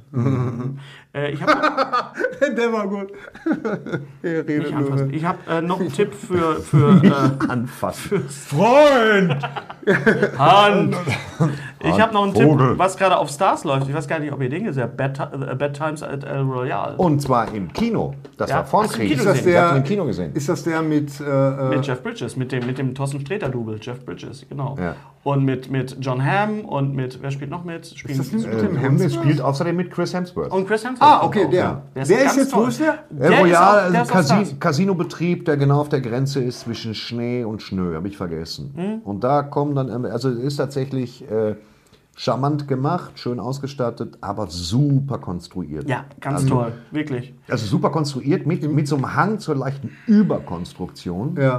Äh, ich habe Der war gut. Er redet nicht nur. anfassen. Ich habe äh, noch einen Tipp für für äh, Anfassen. Freund! Hand. Ich habe noch einen Vogel. Tipp, was gerade auf Stars läuft. Ich weiß gar nicht, ob ihr den gesehen habt. Bad, Ti- äh, Bad Times at El Royale. Und zwar im Kino. Das Ja, war vor dem hast du im Krieg. Kino Ist das gesehen? Ich habe der, im Kino gesehen. ist das der mit... Äh, Mit Jeff Bridges, mit dem, mit dem Thorsten Sträter-Double, Jeff Bridges, genau. Ja. Und mit, mit John Hamm und mit, wer spielt noch mit? Spielen, das nicht mit Äh, dem Hemsworth Hemsworth? spielt außerdem mit Chris Hemsworth. und Chris Hemsworth. Ah, kommt okay, auch. der. Der ist Der ist ganz jetzt, wo toll. ist der? Der El ist Royal, auch- der also ist auf Casi Stars. Casino-Betrieb, der genau auf der Grenze ist zwischen Schnee und Schnö, habe ich vergessen. Hm? Und da kommen dann, also ist tatsächlich äh, charmant gemacht, schön ausgestattet, aber super konstruiert. Ja, ganz also, toll, wirklich. Also super konstruiert, mit, mit so einem Hang zur leichten Überkonstruktion. Ja.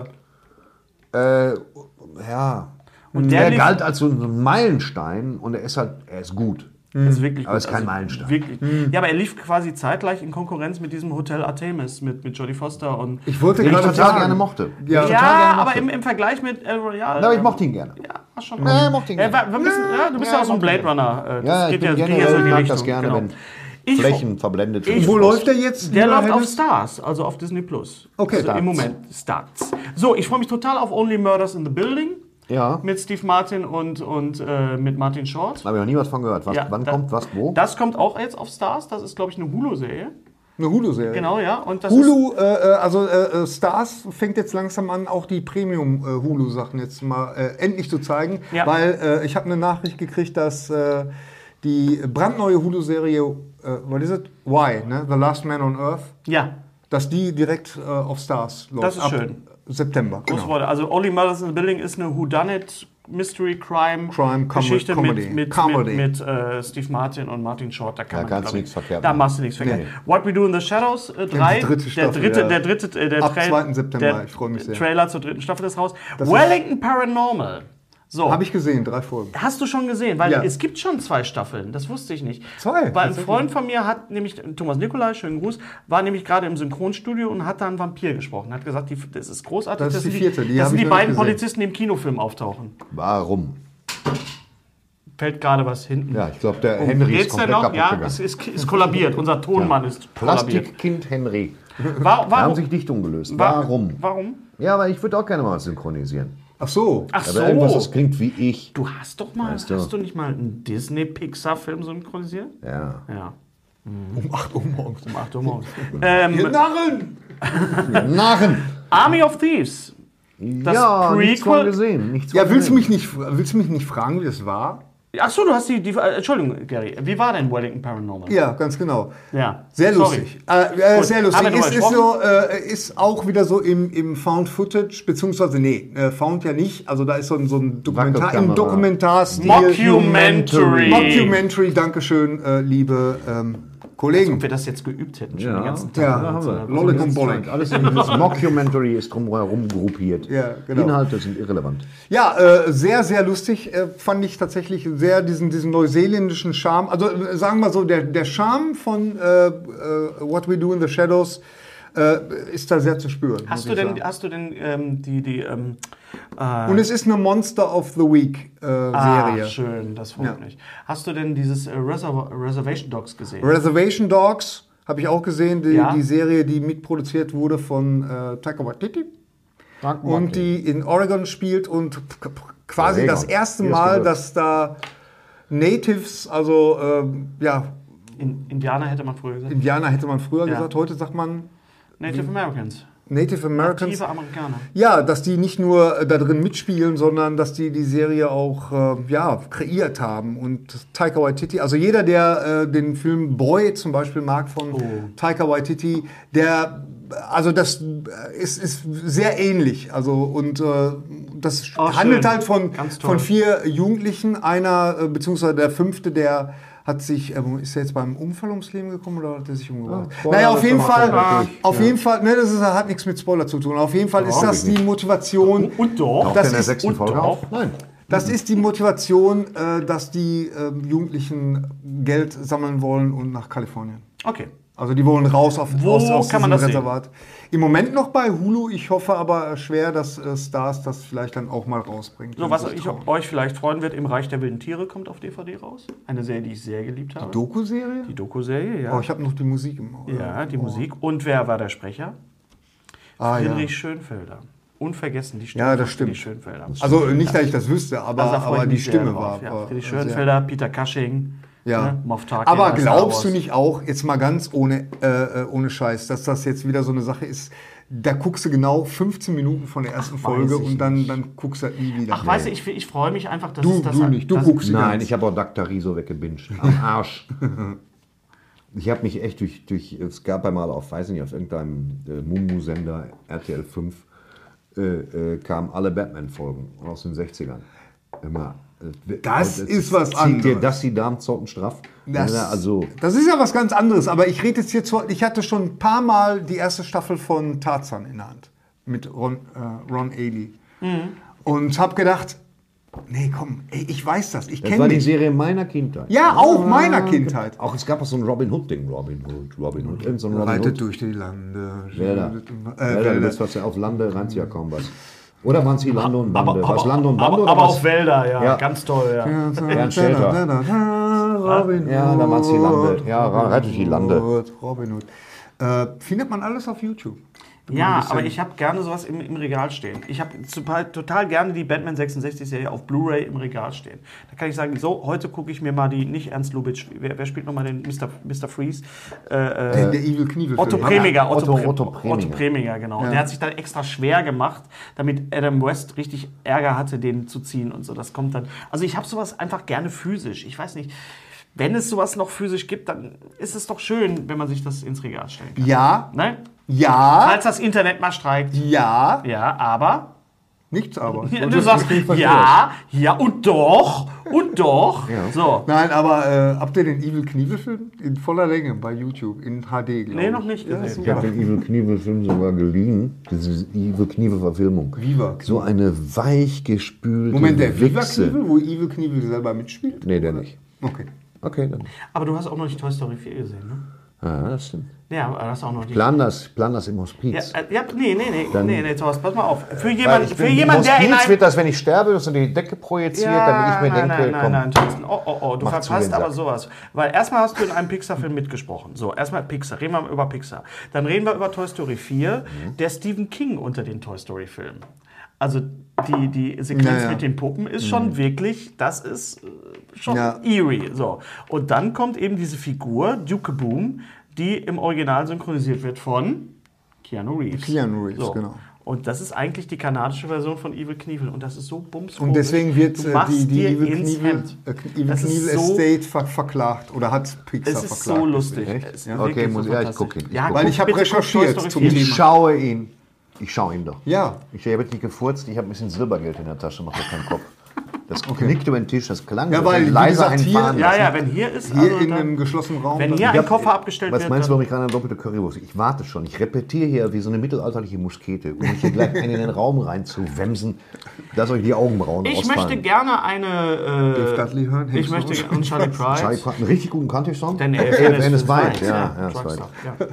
Äh, ja. Und der der lief- galt als so ein Meilenstein und er ist halt, er ist gut. Das ist wirklich Aber gut. ist kein Meilenstein. Wirklich. Ja, aber er lief quasi zeitgleich in Konkurrenz mit diesem Hotel Artemis, mit, mit Jodie Foster und... Ich wollte Den ich gerade total sagen, gerne mochte. Ja. Den ich ja, total gerne aber mochte. im, im Vergleich mit El Royale... Ja, aber ich mochte ihn gerne. Ja, war schon Ja, gut. ich mochte ihn Ja, gerne. wir müssen, ja, du bist ja, Ja, auch so ein mochte Blade ihn. Runner. äh, Das Ja, ich geht bin ja, gerne, ging ja so in die mag Richtung. das gerne, genau. wenn Ich- Flächen verblendet ich- sind. Wo läuft der jetzt? Der lieber läuft auf Hennes? Stars, also auf Disney Plus. Okay. Also im Stars. Moment Stars. So, ich freue mich total auf Only Murders in the Building Ja, mit Steve Martin und, und äh, mit Martin Short. habe ich noch nie was von gehört. Was, Ja, wann da- kommt was, wo? Das kommt auch jetzt auf Stars. Das ist, glaube ich, eine Hulu-Serie. Eine Hulu-Serie. Genau, ja. Und das ist, Hulu, äh, äh, also äh, äh, Stars fängt jetzt langsam an, auch die Premium-Hulu-Sachen jetzt mal äh, endlich zu zeigen. Ja. Weil äh, ich habe eine Nachricht gekriegt, dass äh, die brandneue Hulu-Serie, äh, what is it? Why, ne? The Last Man on Earth, ja, dass die direkt äh, auf Stars läuft. Das ist ab schön. September. große Genau. Freude. Also Only Murders in the Building ist eine Whodunit Mystery Crime, Crime, Com- Geschichte Comedy. mit, mit, Comedy. mit, mit äh, Steve Martin und Martin Short. Da kann Da man, kannst glaub du ich, nichts verkehrt Da machen. machst du nichts verkehrt. Nee. What We Do in the Shadows äh, drei, dritte der Staffel, dritte, ja. der dritte, äh, der Ab Trail- zweiten September, der ich freu mich sehr. Trailer zur dritten Staffel ist raus. Das ist- Wellington Paranormal. So. Habe ich gesehen, drei Folgen. Hast du schon gesehen? Weil Ja. es gibt schon zwei Staffeln. Das wusste ich nicht. Zwei, Weil ein tatsächlich. Freund von mir hat nämlich, Thomas Nikolai, schönen Gruß, war nämlich gerade im Synchronstudio und hat da einen Vampir gesprochen. Hat gesagt, die, das ist großartig. Das ist die sind vierte, die das hab sind ich die noch nicht beiden gesehen. Polizisten, die im Kinofilm auftauchen. Warum? Fällt gerade was hinten. Ja, ich glaube, der Henry ist Geht's denn komplett noch? kaputt Ja, gegangen. es ist, ist kollabiert. Unser Tonmann ist kollabiert. Plastikkind Henry. War, Da haben warum? sich Dichtungen gelöst. Wa- Warum? Warum? Ja, aber ich würde auch gerne mal was synchronisieren. Ach so. Ach Aber irgendwas, das so. klingt wie ich. Du hast doch mal, Weißt du. hast du nicht mal einen Disney-Pixar-Film synchronisiert? Ja. Ja. Um acht Uhr morgens. Um acht Uhr morgens. ähm, Ihr Narren! Narren! Army of Thieves. Das ja, nichts Prequel- von gesehen. Nichts Ja, von willst du, gesehen. mich nicht, willst du mich nicht fragen, wie das war? Ach so, du hast die, die äh, Entschuldigung, Gary. Wie war denn Wellington Paranormal? Ja, ganz genau. Ja. Sehr Sorry. lustig. Äh, äh, Gut, sehr haben lustig. wir drüber Ist, ist, so, äh, ist auch wieder so im, im Found Footage, beziehungsweise, nee, äh, Found ja nicht. Also da ist so ein, so ein Dokumentar, im Wackelkamera. Dokumentarstil. Mockumentary. Mockumentary, Dankeschön, äh, liebe ähm, Kollegen. Ob wir das jetzt geübt hätten, schon Ja, den ganzen Tag. ja, Also, haben wir. also, Lollig das und ist Bollig. fein. Alles in dieses Mockumentary ist drumherum gruppiert. Ja, genau. Inhalte sind irrelevant. Ja, äh, sehr, sehr lustig. Äh, fand ich tatsächlich sehr diesen, diesen neuseeländischen Charme. Also äh, sagen wir mal so, der, der Charme von äh, äh, What We Do in the Shadows äh, ist da sehr zu spüren. muss Hast du ich denn, sagen. hast du denn ähm, die, die ähm, äh, Und es ist eine Monster of the Week äh, ah, Serie. schön, das freut Ja. mich. Hast du denn dieses äh, Reserv Reservation Dogs gesehen? Reservation Dogs habe ich auch gesehen, die, Ja. die Serie, die mitproduziert wurde von äh, Taika Waititi und die in Oregon spielt und k- quasi Oregon. das erste Hier ist Mal, gehört. dass da Natives, also ähm, ja, In, Indianer hätte man früher gesagt. Indianer hätte man früher Ja. gesagt, heute sagt man Native Americans. Native Americans. Native Amerikaner. Ja, dass die nicht nur äh, da drin mitspielen, sondern dass die die Serie auch äh, ja, kreiert haben. Und Taika Waititi, also jeder, der äh, den Film Boy zum Beispiel mag von Oh. Taika Waititi, der, also das äh, ist, ist sehr ähnlich. Also und äh, das Oh, handelt schön. halt von, Ganz toll. von vier Jugendlichen. Einer, äh, beziehungsweise der fünfte, der hat sich, äh, ist er jetzt beim Unfall ums Leben gekommen oder hat er sich umgebracht? Ja, naja, auf Spoiler, jeden das Fall, macht er durch. auf Ja. jeden Fall, ne, das ist, hat nichts mit Spoiler zu tun. Auf jeden Fall ist Überhaupt das nicht. die Motivation. Und doch. Taucht Das der in der ist- sechsten und Folge doch. auf? Nein. Das ist die Motivation, äh, dass die äh, Jugendlichen Geld sammeln wollen und nach Kalifornien. Okay. Also die wollen raus auf, Wo aus, aus kann man diesem das sehen? Reservat. Im Moment noch bei Hulu. Ich hoffe aber schwer, dass äh, Stars das vielleicht dann auch mal rausbringt. So, wenn was sie sich ich, trauen. euch vielleicht freuen wird, Im Reich der wilden Tiere kommt auf D V D raus. Eine Serie, die ich sehr geliebt habe. Doku-Serie? Die Doku-Serie, ja. Oh, ich habe noch die Musik im Ohr. ja, die Oh. Musik. Und wer war der Sprecher? Ah, ja. Friedrich Schönfelder. unvergessen, die Stimme Ja, das von Friedrich stimmt. Schönfelder. Also nicht, dass ich das wüsste, aber, Also da freue aber ich die mich sehr Stimme drauf, war, ja. war Friedrich sehr- Schönfelder, Peter Cushing, Ja. ne, Moff Tarkin. Aber bei Star glaubst du Wars. nicht auch, jetzt mal ganz ohne, äh, ohne Scheiß, dass das jetzt wieder so eine Sache ist, da guckst du genau fünfzehn Minuten von der ersten Ach, Folge weiß ich und dann, dann guckst du das nie wieder. Ach, weißt du, ich, ich freue mich einfach, dass Du- es das... du nicht, du das, guckst. Nein, ganz. ich habe auch Doktor Riso weggebinged. Am Arsch. Ich habe mich echt durch, durch, es gab einmal auf, weiß nicht, auf irgendeinem äh, Mumu-Sender, R T L fünf, äh, äh, kamen alle Batman-Folgen aus den sechzigern. Immer. äh, Das äh, ist was Zieht anderes. dir das die Damen zocken straff? Das, Ja, also, das ist ja was ganz anderes, aber ich rede jetzt hier zu, ich hatte schon ein paar Mal die erste Staffel von Tarzan in der Hand mit Ron, äh, Ron Ailey und habe gedacht, nee, komm, ey, ich weiß das, ich das kenne war die mich. Serie meiner Kindheit. Ja, auch meiner Kindheit. Auch es gab auch so ein Robin Hood-Ding. Robin Hood, Robin Hood, irgend so ein Robin Reitet Hood. durch die Lande. Wälder. Äh, Wälder, Wälder. das was ja auf Lande reimt sie ja kaum was. Oder waren sie Lande und Bande? aber, was aber, Lande und Bande aber, oder aber was? auf Wälder, ja, Ja. ganz toll, ja. Bernd Stelter. Robin Ja, da waren sie Lande. Ja, reitet durch die Lande. Hood, Robin Hood. Äh, findet man alles auf YouTube. Ja, aber ich habe gerne sowas im, im Regal stehen. Ich habe total, total gerne die Batman sechsundsechzig-Serie auf Blu-ray im Regal stehen. Da kann ich sagen, so, heute gucke ich mir mal die, nicht Ernst Lubitsch, wer, wer spielt nochmal den Mister Mister Freeze? Äh, Der, äh, der Evil Knievel. Otto Preminger, Otto, Otto- Pre- Otto Otto Preminger. Preminger, genau. Ja. Der hat sich dann extra schwer gemacht, damit Adam West richtig Ärger hatte, den zu ziehen und so. Das kommt dann. Also ich habe sowas einfach gerne physisch. Ich weiß nicht, wenn es sowas noch physisch gibt, dann ist es doch schön, wenn man sich das ins Regal stellen kann. Ja, Ne? ja, Falls das Internet mal streikt. ja, Ja, aber. nichts aber. Ich Ja, wollte du das sagst, nicht verstehen. ja, ja und doch, und doch. So. Nein, aber äh, habt ihr den Evil Knievel-Film? In voller Länge bei YouTube, in H D, glaube Nee, ich. noch nicht Ja, gesehen. Ich habe super. den Evil Knievel-Film sogar geliehen. Diese Evil Knievel-Verfilmung. Viva Knievel. So eine weichgespülte Moment, der Viva Wichse. Knievel, wo Evil Knievel selber mitspielt? Nee, der nicht. Okay. Okay, dann. Aber du hast auch noch nicht Toy Story vier gesehen, ne? Ja, das stimmt. Ja, aber hast auch noch nicht. Plan das, plan das im Ja, Hospiz. äh, ja, nee, nee, nee, Dann- nee, nee, Thorsten, pass mal auf. Für Weil jemand, ich für bin- jemand im der in Hospiz einem... wird das, wenn ich sterbe, das in die Decke projiziert, damit ich mir nein, denke, nein, komm. nein, nein, Thorsten, oh, oh, oh, du mach zu verpasst den aber Sack. sowas. Weil erstmal hast du in einem Pixar-Film mitgesprochen. So, erstmal Pixar, reden wir mal über Pixar. Dann reden wir über Toy Story vier, Mhm. der Stephen King unter den Toy Story-Filmen. Also die, die Sequenz Ja, ja. mit den Puppen ist schon wirklich, das ist äh, schon Ja. eerie. So. Und dann kommt eben diese Figur, Duke Boom, die im Original synchronisiert wird von Keanu Reeves. Keanu Reeves, genau. Und das ist eigentlich die kanadische Version von Evil Knievel. Und das ist so bums. Und deswegen wird Du äh, machst die, die dir Evil ins Knievel, Hemd. äh, Evil Das ist Knievel so- Estate ver verklagt oder hat Pixar Es ist verklagt. so lustig. Echt? Es ist Ja. wirklich Okay, muss so ich- ja, ich fantastisch. guck ihn. Ich Ja, guck Weil guck ich hab bitte, guck recherchiert Toy Story zum vier. Thema. Ich schaue ihn. Ich schaue ihn doch. Ja. Ich habe nicht gefurzt, ich habe ein bisschen Silbergeld in der Tasche, macht doch keinen Kopf. Das knickte über den Tisch, das klang Ja, so, weil, als wie leise gesagt, ein hier- Fahren Ja, lassen. ja, wenn hier ist. Hier also in dann- einem geschlossenen Raum. Wenn dann- hier Ich ein hab- Koffer abgestellt Was wird. meinst du, dann- warum ich gerade eine doppelte Currywurst? Ich warte schon. Ich repetiere hier wie so eine mittelalterliche Muskete, um mich hier gleich einen in den Raum reinzuwemsen, dass euch die Augenbrauen Ich ausfallen. möchte gerne eine. Dave Äh, Dudley hören. ich möchte Hengst und Charlie Price. Charlie Pratt, einen richtig guten Country-Song? Denn A A F F N N ist weit. Ja, ja, ja, ist weit. Truckstar, ja.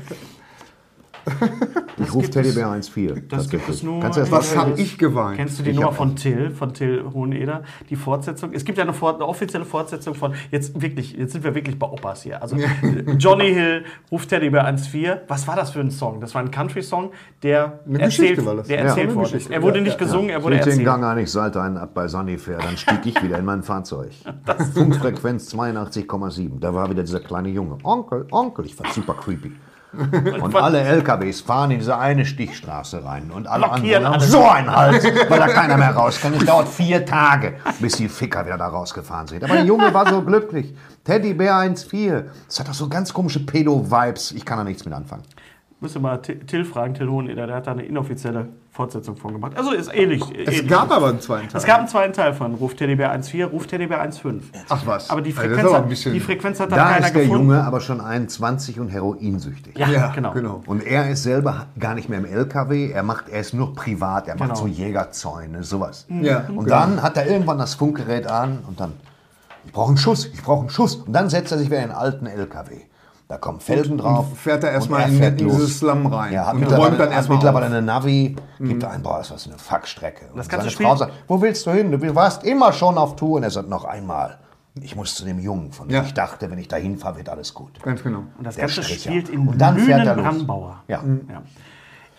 Ich rufe gibt Teddybär es- eins vier. Das gibt es nur. Kannst du das in Was der- habe ich geweint? Kennst du die Ich Nummer hab von auch. Till, von Till Hoheneder? Die Fortsetzung. Es gibt ja eine, Fort, eine offizielle Fortsetzung von, jetzt wirklich, jetzt sind wir wirklich bei Opas hier. Also Johnny Hill ruft Teddybär eins vier. Was war das für ein Song? Das war ein Country-Song, der Eine erzählt, Geschichte war das. der Ja, erzählt eine worden ist. Geschichte. Er wurde Ja, nicht ja, gesungen, er wurde Hielt den erzählt. Gang ein, ich salte einen ab bei Sunnyfair. Dann stieg ich wieder in mein Fahrzeug. Funkfrequenz zweiundachtzig Komma sieben. Da war wieder dieser kleine Junge. Onkel, Onkel. Ich war super creepy. Und alle L K Ws fahren in diese eine Stichstraße rein. Und alle Blockieren anderen haben alles. so einen Hals, weil da keiner mehr raus kann. Es dauert vier Tage, bis die Ficker wieder da rausgefahren sind. Aber der Junge war so glücklich. Teddybär eins vier. Das hat doch so ganz komische Pedo-Vibes. Ich kann da nichts mit anfangen. Müsste mal Till Till fragen, Till Hoheneder, der hat da eine inoffizielle Fortsetzung von gemacht. Also ist ähnlich. Es ähnlich. gab aber einen zweiten Teil. Es gab einen zweiten Teil von Ruf Teddybär eins vier, Ruf Teddybär eins fünf. Ach was. Aber die Also das ist Frequenz, aber ein hat, bisschen- die Frequenz hat dann Da keiner ist der gefunden. Junge aber schon einundzwanzig und heroinsüchtig. Ja, Ja, genau. genau. Und er ist selber gar nicht mehr im L K W, er, macht, er ist nur privat, er macht Genau. so Jägerzäune, sowas. Ja, Und genau. dann hat er irgendwann das Funkgerät an und dann, ich brauche einen Schuss, ich brauche einen Schuss. Und dann setzt er sich wieder in einen alten L K W. Da kommen Felgen drauf. Und fährt er erstmal und in, fährt in los. dieses Slum rein. Ja, hat und mittlerweile, räumt dann hat erstmal mittlerweile auf. eine Navi, gibt ein, boah, das war so eine Fuckstrecke. Und Das ganze seine Spiel- Frau sagt, wo willst du hin? Du warst immer schon auf Tour. Und er sagt, noch einmal, ich muss zu dem Jungen, von dem Ja. ich dachte, wenn ich da hinfahre, wird alles gut. Ganz genau. Und das Der Ganze Stricher. spielt in Und dann fährt er los. Lünen-Brandbauer. Ja. Ja.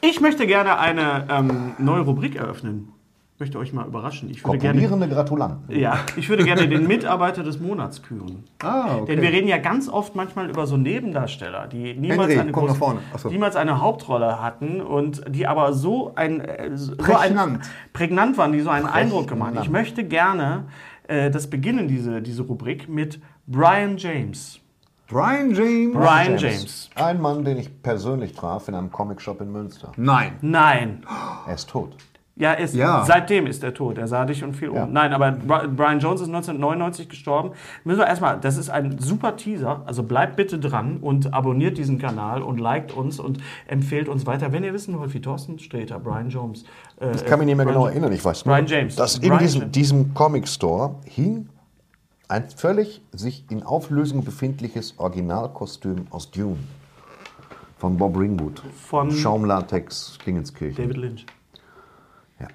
Ich möchte gerne eine ähm, neue Rubrik eröffnen. Ich möchte euch mal überraschen. Ich würde gerne, Kopulierende Gratulanten. ja, ich würde gerne den Mitarbeiter des Monats küren. Ah, okay. Denn wir reden ja ganz oft manchmal über so Nebendarsteller, die niemals, Henry, eine, komm nach große, vorne. Ach so. niemals eine Hauptrolle hatten und die aber so ein, äh, so Prägnant. ein prägnant waren, die so einen Eindruck gemacht haben. Ich möchte gerne äh, das beginnen, diese, diese Rubrik, mit Brian James. Brian James? Brian James. Ein Mann, den ich persönlich traf in einem Comicshop in Münster. Nein. Nein. Er ist tot. Ja, er ist, Ja. seitdem ist er tot. Er sah dich und fiel Ja. um. Nein, aber Bri- Brian Jones ist neunzehnhundertneunundneunzig gestorben. Müssen wir erstmal, das ist ein super Teaser. Also bleibt bitte dran und abonniert diesen Kanal und liked uns und empfehlt uns weiter. Wenn ihr wissen wollt, wie Thorsten Sträter, Brian Jones. Äh, Ich kann mich nicht mehr Brian genau Jo- erinnern. Ich weiß nur, Brian James. dass in Brian diesem, James. diesem Comic-Store hing ein völlig sich in Auflösung befindliches Originalkostüm aus Dune. Von Bob Ringwood. Von Schaumlatex, Dingenskirchen. David Lynch. Ja.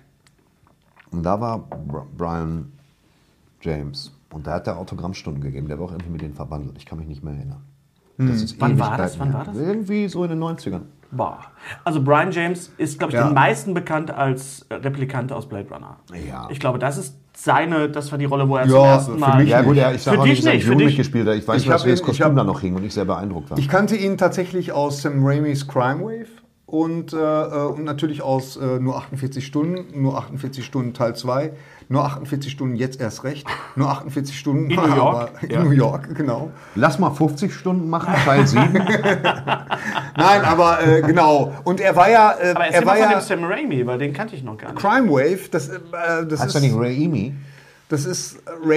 Und da war Br- Brian James. Und da hat er Autogrammstunden gegeben. Der war auch irgendwie mit denen verwandelt. Ich kann mich nicht mehr erinnern. Das ist Wann war das? Ewigkeiten Wann war her. das? Irgendwie so in den neunzigern. Boah. Also Brian James ist, glaube ich, Ja. den meisten bekannt als äh, Replikant aus Blade Runner. Ja. Ich glaube, das ist seine, das war die Rolle, wo er zum Ja, ersten für Mal... mich Ja gut, ja, ich sage Für auch dich nicht, dass nicht, ich für Dune dich- mitgespielt habe. Ich weiß Ich nur, dass hab mir das ihn- ich Kostüm hab- da noch hing und ich sehr beeindruckt war. Ich kannte ihn tatsächlich aus Sam Raimis Crime Wave und, äh, und natürlich aus äh, Nur achtundvierzig Stunden, Nur achtundvierzig Stunden Teil zwei, Nur achtundvierzig Stunden jetzt erst recht, Nur achtundvierzig Stunden In New York, aber in ja. New York, genau. Lass mal fünfzig Stunden machen, Teil sieben. Nein, aber äh, genau. Und er war ja, äh, Aber er erzähl war mal von ja dem Sam Raimi, weil den kannte ich noch gar nicht. Crime Wave. Das, äh, das Heißt ist er nicht Raimi? Das ist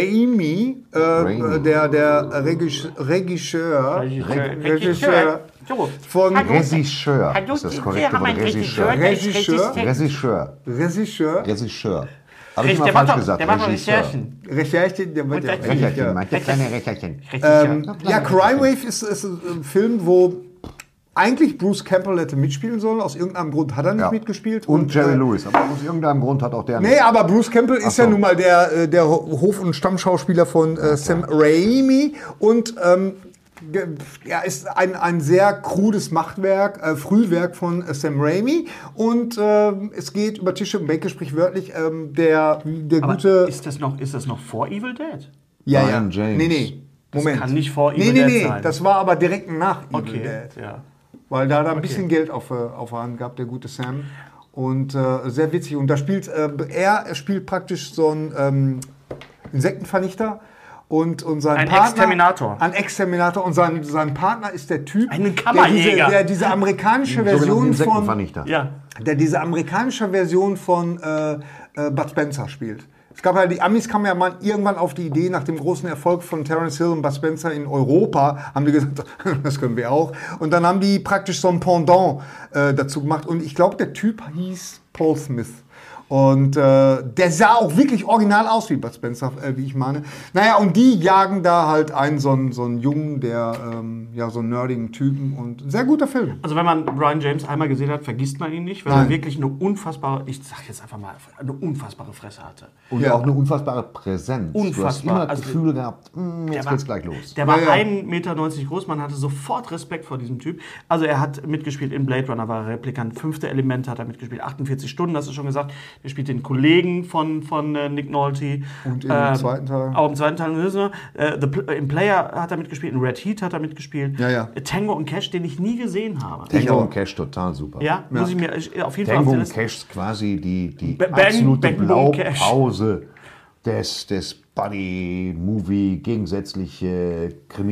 Raimi, äh, Raimi. der, der Regis, Regisseur, Regisseur von Regisseur. Hallo, Ist das wir korrekte haben Wort? einen Regisseur, Regisseur. der ist Regisseur? Resistent. Regisseur. Regisseur, Regisseur. Habe ich Der mal macht falsch doch- gesagt. der macht doch Regisseur. Recherchen. Recherche, der wird ja Und Recherchen, meinte kleine Recherchen. ähm, ja, Crime Wave ist, ist ein Film, wo eigentlich Bruce Campbell hätte mitspielen sollen. Aus irgendeinem Grund hat er nicht Ja. mitgespielt. Und Jerry äh, Lewis. Aber aus irgendeinem Grund hat auch der Nee, aber Bruce Campbell ist so. ja nun mal der, äh, der Hof- und Stammschauspieler von äh, Sam Raimi und ähm, ge- ja, ist ein, ein sehr krudes Machtwerk, äh, Frühwerk von äh, Sam Raimi und ähm, es geht über Tische und Bänke, sprichwörtlich. Ähm, der der Aber gute... ist das, noch, ist das noch vor Evil Dead? ja, Brian ja. James. Nee, nee. Das Moment. kann nicht vor nee, Evil nee, Dead nee, sein. das war aber direkt nach Evil Okay, Dead. ja. Weil da hat er ein bisschen Geld auf, äh, auf der Hand gehabt, der gute Sam. Und äh, sehr witzig. Und da spielt äh, er, er spielt praktisch so einen ähm, Insektenvernichter. Und, und sein Ein Partner, Exterminator. Ein Exterminator. Und sein, sein Partner ist der Typ, Ein der diese, Kammerjäger. der diese amerikanische sogenannten Version von, Insektenvernichter. Ja. der diese amerikanische Version von äh, äh, Bud Spencer spielt. Es gab ja, die Amis kamen ja mal irgendwann auf die Idee, nach dem großen Erfolg von Terence Hill und Bud Spencer in Europa, haben die gesagt, das können wir auch. Und dann haben die praktisch so ein Pendant äh, dazu gemacht. Und ich glaube, der Typ hieß Paul Smith. Und äh, der sah auch wirklich original aus wie Bud Spencer, äh, wie ich meine. Naja, und die jagen da halt einen, so einen, so einen Jungen, der, ähm, ja, so einen nerdigen Typen. Und ein sehr guter Film. Also wenn man Brian James einmal gesehen hat, vergisst man ihn nicht, weil Nein. er wirklich eine unfassbare, ich sag jetzt einfach mal, eine unfassbare Fresse hatte. Und Ja. auch eine unfassbare Präsenz. Du hast Unfassbar. immer das Also, Gefühl gehabt, hm, jetzt war- geht's gleich los. Der war Ja, ja. ein Meter neunzig groß, man hatte sofort Respekt vor diesem Typ. Also er hat mitgespielt in Blade Runner, war er Replikant. Fünfte Element hat er mitgespielt, achtundvierzig Stunden, hast du schon gesagt. Er spielt den Kollegen von, von äh, Nick Nolte. Und im zweiten Teil? Auch im zweiten Teil. Äh, The, Pl- Im Player hat er mitgespielt, in Red Heat hat er mitgespielt. Ja, ja. Äh, Tango und Cash, den ich nie gesehen habe. Tango und Cash total super. Ja, muss ich mir ich, auf jeden Fall Tango auf die und Liste- Cash ist quasi die, die Bang- absolute Bang Boom Cash. Blaupause des, des Buddy-Movie, gegensätzliche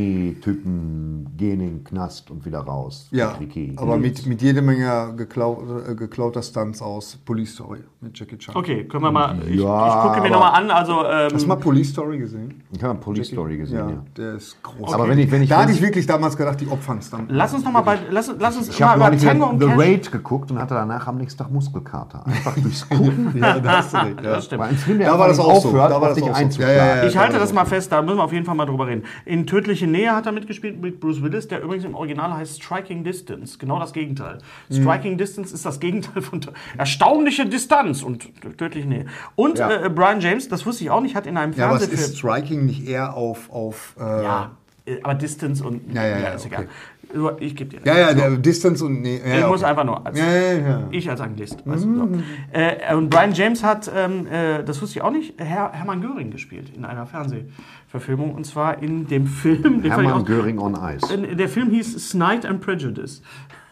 Krimi-Typen gehen in den Knast und wieder raus. Ja, Kriki. aber mit, mit jede Menge geklau, äh, geklauter Stunts aus Police Story mit Jackie Chan. Okay, können wir mal. Ich, Ja, ich gucke mir aber- nochmal an. Also, ähm, Hast du mal Police Story gesehen? Ich habe Police Story gesehen, ja. Ja, der ist groß. Aber wenn ich, wenn ich, Da wenn hatte ich ich, wirklich damals gedacht, die opfern es dann. lass uns nochmal bei. Lass, lass uns ich mal habe über neulich Tango und The Cash. Raid geguckt und hatte danach am nächsten Tag Muskelkater. Einfach durchs Gucken. Ja, da hast du recht. Ja. Das stimmt. Weil ein Film, der Da war einfach das nicht auch so. aufhört, Da war auf das dich auch so. einzuschlagen. Ja, ja, ja. Ich halte das mal fest, da müssen wir auf jeden Fall mal drüber reden. In Tödliche Nähe hat er mitgespielt mit Bruce Willis, der übrigens im Original heißt Striking Distance. Genau das Gegenteil. Mhm. Striking Distance ist das Gegenteil von erstaunliche Distanz und tödliche Nähe. Und Ja. äh, Brian James, das wusste ich auch nicht, hat in einem Ja, aber es Fernsehfilm. ist Striking nicht eher auf, auf äh, Ja, aber Distance und Ja, ja, ja, ist okay. egal. Ich gebe dir. Ja, ja, der Distance und... Nee, ja, Ich muss okay. einfach nur als Ja, ja, ja. ich als Anglist. Weißt du, so. äh, und Brian James hat, ähm, äh, das wusste ich auch nicht, Herr, Hermann Göring gespielt in einer Fernsehverfilmung. Und zwar in dem Film... Den fand ich Hermann auch- Göring on Ice. in- Der Film hieß Snide and Prejudice.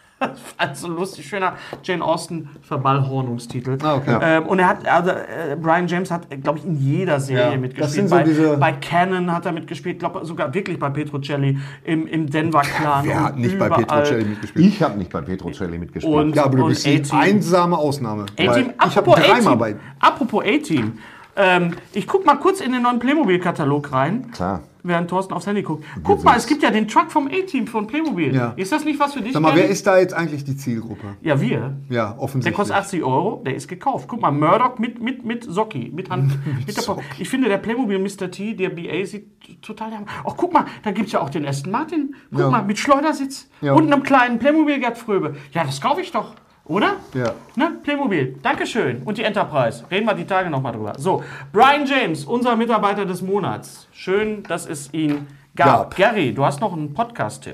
Also lustig, schöner Jane Austen-Verballhornungstitel. Ah, okay. ähm, und er hat, also, äh, Brian James hat, glaube ich, in jeder Serie Ja, mitgespielt. das sind so bei, diese- bei Cannon hat er mitgespielt, glaube sogar wirklich bei Petrocelli im, im Denver-Clan. Wer und hat nicht bei überall. Petrocelli mitgespielt? Ich habe nicht bei Petrocelli mitgespielt. Und- Ja, aber du und bist die A-Team. einsame Ausnahme. Weil A-Team, ich habe apropos dreimal A-Team, bei... apropos A-Team. Ähm, ich guck mal kurz in den neuen Playmobil-Katalog rein. Klar. Während Thorsten aufs Handy guckt. Guck mal, es gibt ja den Truck vom A-Team von Playmobil. Ja. Ist das nicht was für dich? Sag mal, Gary? wer ist da jetzt eigentlich die Zielgruppe? Ja, wir. Ja, Der offensichtlich. kostet achtzig Euro, der ist gekauft. Guck mal, Murdoch mit, mit, mit Socki, mit Hand. mit der Pop- ich finde, der Playmobil Mister T, der B A, sieht total... Ach, guck mal, da gibt es ja auch den Aston Martin. Guck Ja. mal, mit Schleudersitz Ja. und einem kleinen Playmobil Gerd Fröbe. Ja, das kaufe ich doch, oder? Ja. Ne? Playmobil, Dankeschön. Und die Enterprise. Reden wir die Tage nochmal drüber. So, Brian James, unser Mitarbeiter des Monats. Schön, dass es ihn gab. Gab. Gary, du hast noch einen Podcast-Tipp.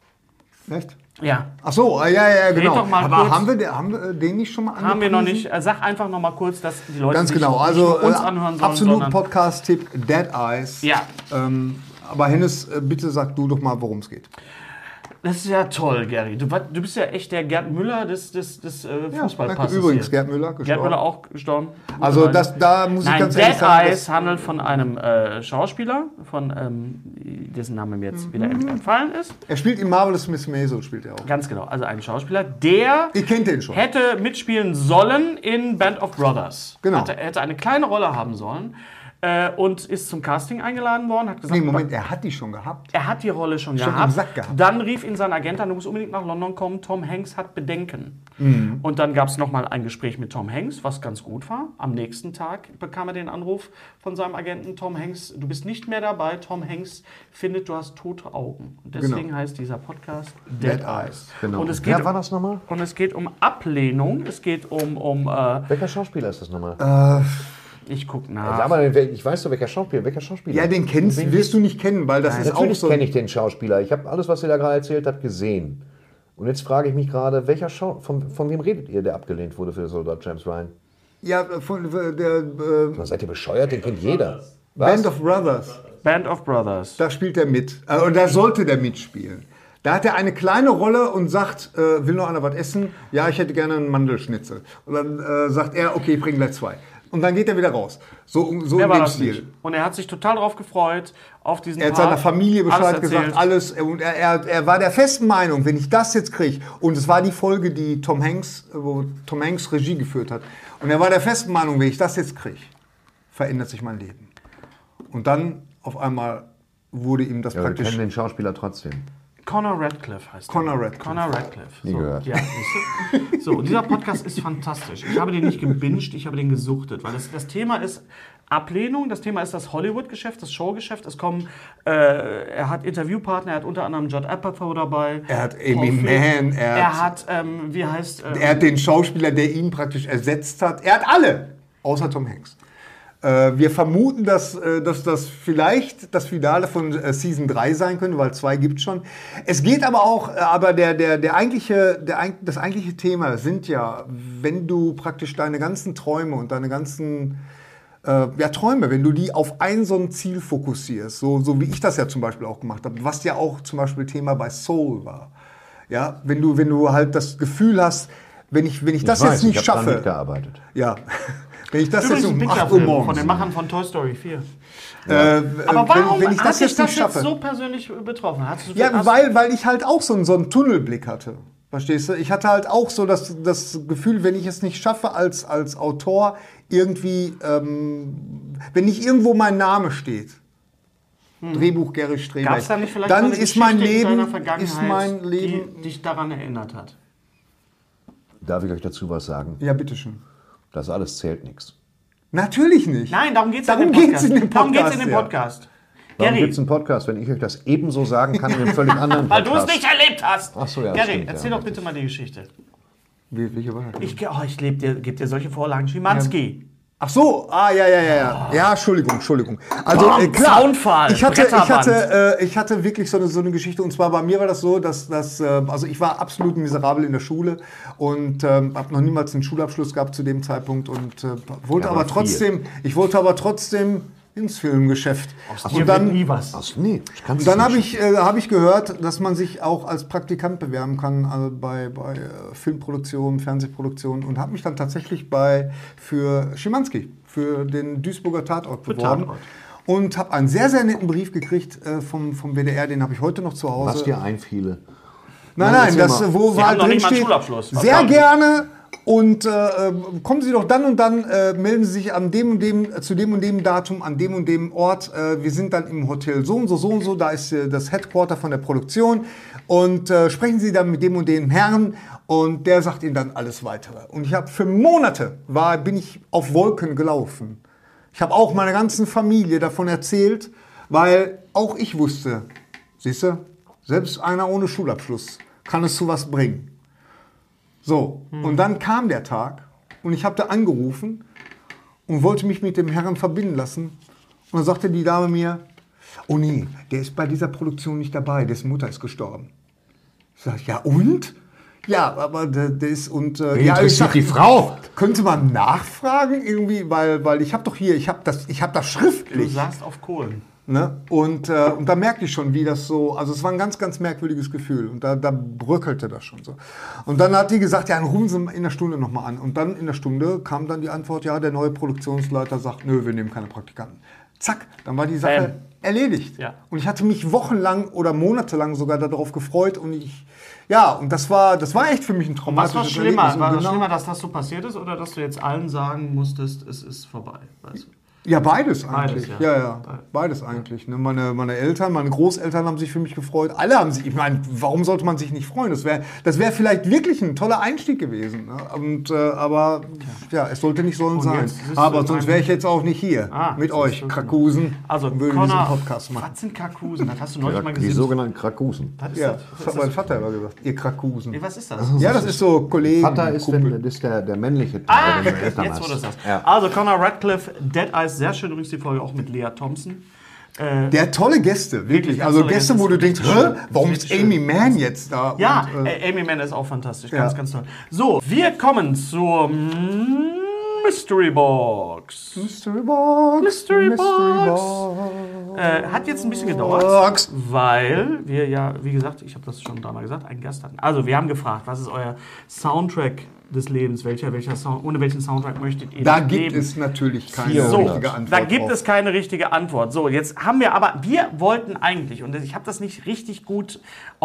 Echt? Ja. Ach so, ja, ja, genau. doch mal Aber kurz. haben wir, den- haben wir den nicht schon mal angepriesen? Haben wir noch nicht. Äh, Sag einfach noch mal kurz, dass die Leute Ganz sich genau. nicht Also nur uns äh, anhören sollen, absolut sondern Podcast-Tipp Dead Eyes. Ja. Ähm, aber Hennes, äh, bitte sag du doch mal, worum es geht. das ist ja toll, Gary. Du, wa- du bist ja echt der Gerd Müller des, des, des äh, Fußballpasses. Übrigens, hier. Gerd Müller gestorben. Gerd Müller auch gestorben. Also das, da muss ich Nein, ganz Dead ehrlich sagen, Eyes dass, handelt von einem äh, Schauspieler, von ähm, dessen Name mir jetzt wieder Mhm. entfallen ist. er spielt in Marvelous Miss Maisel, spielt er auch. Ganz genau, also ein Schauspieler, der Ihr kennt den schon. hätte mitspielen sollen in Band of Brothers. Genau. Hatte, er hätte eine kleine Rolle haben sollen äh, und ist zum Casting eingeladen worden. Hat gesagt, Nee, Moment, er hat die schon gehabt. er hat die Rolle schon, Schon gehabt. im Sack gehabt. Dann rief ihn sein Agent an, du musst unbedingt nach London kommen. Tom Hanks hat Bedenken. Mhm. Und dann gab es nochmal ein Gespräch mit Tom Hanks, was ganz gut war. Am nächsten Tag bekam er den Anruf von seinem Agenten, Tom Hanks, du bist nicht mehr dabei. Tom Hanks findet, du hast tote Augen. Und deswegen Genau. heißt dieser Podcast Dead, Dead Eyes. Eyes. Genau. Und es geht, Wer war das nochmal? und es geht um Ablehnung, es geht um, um äh, Welcher Schauspieler ist das nochmal? ich guck Sag nach. mal, ich weiß doch, welcher Schauspieler. Welcher Schauspieler? Ja, den kennst, wirst du nicht kennen, weil das ist auch Natürlich so. kenne ich den Schauspieler. Ich habe alles, was ihr da gerade erzählt habt, gesehen. Und jetzt frage ich mich gerade, welcher Schau von, von wem redet ihr, der abgelehnt wurde für Soldat James Ryan? Ja, von der äh, Na, seid ihr bescheuert? Den kennt jeder. Band of Brothers. Band of Brothers. Da spielt er mit. Äh, und da sollte der mitspielen. Da hat er eine kleine Rolle und sagt, äh, will noch einer was essen? Ja, ich hätte gerne einen Mandelschnitzel. Und dann äh, sagt er, okay, ich bring gleich zwei. Und dann geht er wieder raus. So, so Wer in war dem das Stil. nicht? Und er hat sich total darauf gefreut, auf diesen Er hat Part. seiner Familie Bescheid Alles gesagt, erzählt. alles. Und er, er, er war der festen Meinung, wenn ich das jetzt kriege, und es war die Folge, die Tom Hanks, wo Tom Hanks Regie geführt hat, und er war der festen Meinung, wenn ich das jetzt kriege, verändert sich mein Leben. Und dann auf einmal wurde ihm das Ja, wir praktisch... kennen den Schauspieler trotzdem. Connor Radcliffe heißt Connor er. Radcliffe. Connor Radcliffe. Nie So, gehört. ja, siehst du? So, und dieser Podcast ist fantastisch. Ich habe den nicht gebinged, ich habe den gesuchtet, weil das, das Thema ist Ablehnung, das Thema ist das Hollywood-Geschäft, das Showgeschäft. Es kommen, äh, er hat Interviewpartner, er hat unter anderem Judd Apatow dabei. Er hat Paul Amy Flynn. Mann, er Er hat- hat, ähm, wie heißt... Ähm, Er hat den Schauspieler, der ihn praktisch ersetzt hat. Er hat alle, außer Tom Hanks. Äh, wir vermuten, dass, äh, dass das vielleicht das Finale von äh, Season drei sein könnte, weil zwei gibt es schon. Es geht aber auch, äh, aber der, der, der eigentliche, der, eig- das eigentliche Thema sind ja, wenn du praktisch deine ganzen Träume und deine ganzen äh, ja, Träume, wenn du die auf ein so ein Ziel fokussierst, so, so wie ich das ja zum Beispiel auch gemacht habe, was ja auch zum Beispiel Thema bei Soul war. Ja, wenn du, wenn du halt das Gefühl hast, wenn ich, wenn ich das ich weiß, jetzt nicht ich habe schaffe, mitgearbeitet. ja, wenn ich das Übrigens jetzt ein um acht Uhr Pixar-Film morgens, von den Machern von Toy Story vier. äh, Aber warum wenn, wenn ich hat das dich jetzt das nicht jetzt schaffe, so persönlich betroffen? Hast du ja, hast- weil, weil ich halt auch so, einen- so einen Tunnelblick hatte. Verstehst du? Ich hatte halt auch so das, das Gefühl, wenn ich es nicht schaffe als, als Autor, irgendwie, ähm, wenn nicht irgendwo mein Name steht, Drehbuch Gary Streberg, Gab es da nicht vielleicht dann mal eine ist mein Geschichte in deiner Leben, Vergangenheit, ist mein Leben, die dich daran erinnert hat? Darf ich euch dazu was sagen? ja, bitteschön. Das alles zählt nichts. Natürlich nicht. Nein, darum geht es Darum in dem geht's Podcast. in dem Darum geht's in Podcast, dem ja. Podcast. Warum Gary, gibt es einen Podcast, wenn ich euch das ebenso sagen kann in einem völlig anderen weil Podcast? du es nicht erlebt hast. Ach so, ja, Gary, stimmt, ja, erzähl doch richtig. bitte mal die Geschichte. Wie, welche war das? Ich, oh, ich lebe dir, gebe dir solche Vorlagen. Schimanski. Ach so, ah, ja, ja, ja, ja. Ja, Entschuldigung, Entschuldigung. Also, Bam, äh, klar, Soundfall, ich hatte, ich Bretterband. hatte, äh, ich hatte wirklich so eine, so eine Geschichte. Und zwar bei mir war das so, dass, dass äh, also ich war absolut miserabel in der Schule und ähm, habe noch niemals einen Schulabschluss gehabt zu dem Zeitpunkt und äh, wollte Ja, aber aber trotzdem, ich wollte aber trotzdem ins Filmgeschäft. Aus dir Und dann, wird nie was. Ach, nee, ich kann's Und dann nicht. habe ich, äh, hab ich gehört, dass man sich auch als Praktikant bewerben kann also bei, bei äh, Filmproduktion, Fernsehproduktion und habe mich dann tatsächlich bei, für Schimanski, für den Duisburger Tatort beworben. Tatort. Und habe einen sehr, sehr netten Brief gekriegt äh, vom, vom W D R, den habe ich heute noch zu Hause. Was dir einfiele. Nein, Nein, nein, erzähl das, mal. wo Sie war haben noch drin nicht mal einen steht, Schulabschluss. Was sehr haben Sie? gerne und äh, kommen Sie doch dann und dann, äh, melden Sie sich an dem und dem, äh, zu dem und dem Datum, an dem und dem Ort. Äh, wir sind dann im Hotel so und so, so und so, da ist äh, das Headquarter von der Produktion und äh, sprechen Sie dann mit dem und dem Herrn und der sagt Ihnen dann alles Weitere. Und ich habe für Monate, war, bin ich auf Wolken gelaufen. Ich habe auch meiner ganzen Familie davon erzählt, weil auch ich wusste, siehst du, selbst einer ohne Schulabschluss kann es zu was bringen. So, und dann kam der Tag und ich habe da angerufen und wollte mich mit dem Herrn verbinden lassen. Und dann sagte die Dame mir, oh nee, der ist bei dieser Produktion nicht dabei, dessen Mutter ist gestorben. Ich sage, ja und? Ja, aber der, der ist und... Äh, Wen ja, ich interessiert sag, die Frau? Können Sie mal nachfragen irgendwie, weil, weil ich habe doch hier, ich habe das, ich habe das Du schriftlich. saßt auf Kohlen. Ne? Und, äh, und da merkte ich schon, wie das so, also es war ein ganz, ganz merkwürdiges Gefühl und da, da bröckelte das schon so. Und dann hat die gesagt, ja, dann rufen Sie in der Stunde nochmal an. Und dann in der Stunde kam dann die Antwort, ja, der neue Produktionsleiter sagt, nö, wir nehmen keine Praktikanten. Zack, dann war die Sache Bam. erledigt. Ja. Und ich hatte mich wochenlang oder monatelang sogar darauf gefreut und ich, ja, und das war, das war echt für mich ein Was traumatisches war schlimmer? Erlebnis. Und War das genau- schlimmer, dass das so passiert ist oder dass du jetzt allen sagen musstest, es ist vorbei? Weißt du? Ja, beides eigentlich. Beides, ja. ja. ja, Beides eigentlich. Ne? Meine, meine Eltern, meine Großeltern haben sich für mich gefreut. Alle haben sich, ich meine, warum sollte man sich nicht freuen? Das wäre das wär vielleicht wirklich ein toller Einstieg gewesen. Ne? Und, äh, aber ja, es sollte nicht sollen Und sein. jetzt siehst du Aber in sonst einem- wäre ich jetzt auch nicht hier Ah, mit siehst euch, du. Krakusen, Also, und würde diesen Connor, Podcast machen. was sind Krakusen? Das hast du neulich mal Die gesehen. sogenannten Krakusen. Was ist Ja, das? das hat mein Vater immer gesagt. Ihr Krakusen. Nee, was ist das? Ja, das ist so Kollegen. Vater ist, Kumpel. wenn, das ist der, der männliche Teil, Ah, den du Eltern jetzt wurde es hast. das. Ja. Also Connor Radcliffe, Dead Eyes, sehr schön übrigens die Folge auch mit Lea Thompson. Äh, Der hat tolle Gäste, wirklich. ganz Also tolle Gäste, Gäste. wo du denkst, Richtig hä, schön. warum Richtig ist Amy Mann jetzt da? ja, Und, äh, äh, Amy Mann ist auch fantastisch, ganz, Ja. ganz toll. So, wir kommen zur mm, Mystery Box. Mystery Box. Mystery Box. Box. Äh, hat jetzt ein bisschen gedauert, Box. weil wir ja, wie gesagt, ich habe das schon dreimal gesagt, einen Gast hatten. Also, wir haben gefragt, was ist euer Soundtrack des Lebens? Welcher, welcher Sound, ohne welchen Soundtrack möchtet ihr Da leben? gibt es natürlich keine vierhundert. So, richtige Antwort. da gibt drauf. es keine richtige Antwort. So, jetzt haben wir aber, wir wollten eigentlich, und ich habe das nicht richtig gut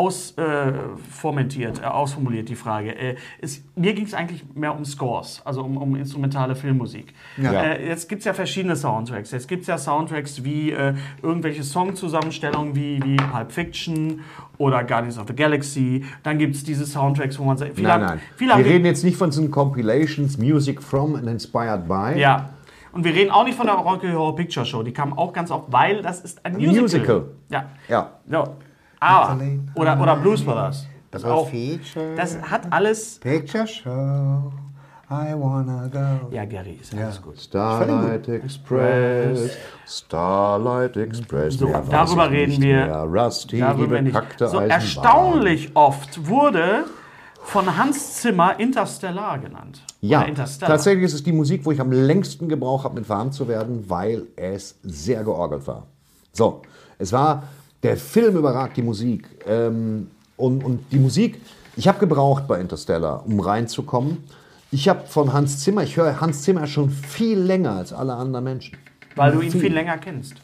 ausformentiert, äh, ausformuliert, die Frage. Äh, es, mir ging es eigentlich mehr um Scores, also um, um instrumentale Filmmusik. Ja. Äh, jetzt gibt es ja verschiedene Soundtracks. Jetzt gibt es ja Soundtracks wie äh, irgendwelche Songzusammenstellungen wie, wie Pulp Fiction oder Guardians of the Galaxy. Dann gibt es diese Soundtracks, wo man sagt, viele Nein, haben- nein. viele Wir haben- reden jetzt nicht von diesen Compilations, Music from and inspired by. Ja. Und wir reden auch nicht von der Rocky Horror Picture Show. Die kam auch ganz oft, weil das ist ein Musical. Musical. Ja. Ja. So. Aber, oder, oder Blues Brothers. Das The auch. feature Das hat alles. Picture Show, I wanna go. Ja, Gary, ist alles gut. Starlight Express, Starlight Express. So, Wer weiß darüber es reden nicht wir. mehr. Rusty, Darüber die nicht. bekackte So Eisenbahn. erstaunlich oft wurde von Hans Zimmer Interstellar genannt. Ja, Oder Interstellar. tatsächlich ist es die Musik, wo ich am längsten gebraucht habe, mit warm zu werden, weil es sehr georgelt war. So, es war, der Film überragt die Musik. Ähm, und, und die Musik, ich habe gebraucht bei Interstellar, um reinzukommen. Ich habe von Hans Zimmer, ich höre Hans Zimmer schon viel länger als alle anderen Menschen. Weil du ihn viel länger kennst.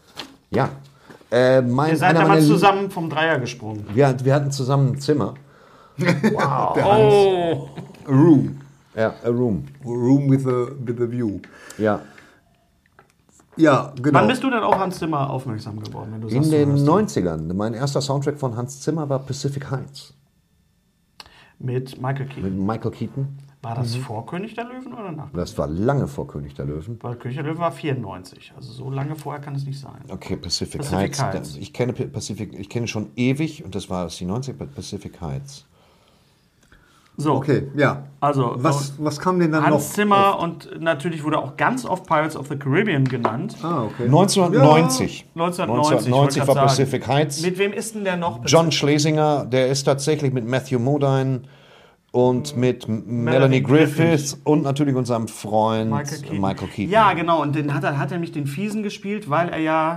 Ja. Äh, mein, Ihr seid einer damals meiner- zusammen vom Dreier gesprungen. Wir, wir hatten zusammen ein Zimmer. Oh. A room. Ja, a room. A room with a, with a view. Ja. Ja, genau. Wann bist du denn auch Hans Zimmer aufmerksam geworden? Wenn du In sagst, du den hörst ihn? neunzigern. Mein erster Soundtrack von Hans Zimmer war Pacific Heights. Mit Michael Keaton. Mit Michael Keaton. War das vor König der Löwen oder nach? Das war lange vor König der Löwen. Weil König der Löwen war vierundneunzig. Also so lange vorher kann es nicht sein. Okay, Pacific, Pacific Heights. Heights. Das- Ich kenne Pacific, ich kenne schon ewig und das war aus die neunziger, Pacific Heights. So, Okay, ja. also Was, was kam denn dann noch? Hans Zimmer oft? und natürlich wurde auch ganz oft Pirates of the Caribbean genannt. Ah, okay. neunzehnhundertneunzig. neunzehnhundertneunzig, neunzehnhundertneunzig war wollte ich grad Pacific Heights. Mit wem ist denn der noch? John Schlesinger, der ist tatsächlich mit Matthew Modine und mit M- Melanie Griffith und natürlich unserem Freund Michael Keaton. Michael Keaton. Ja, genau. Und den hat er, hat er nämlich den Fiesen gespielt, weil er ja...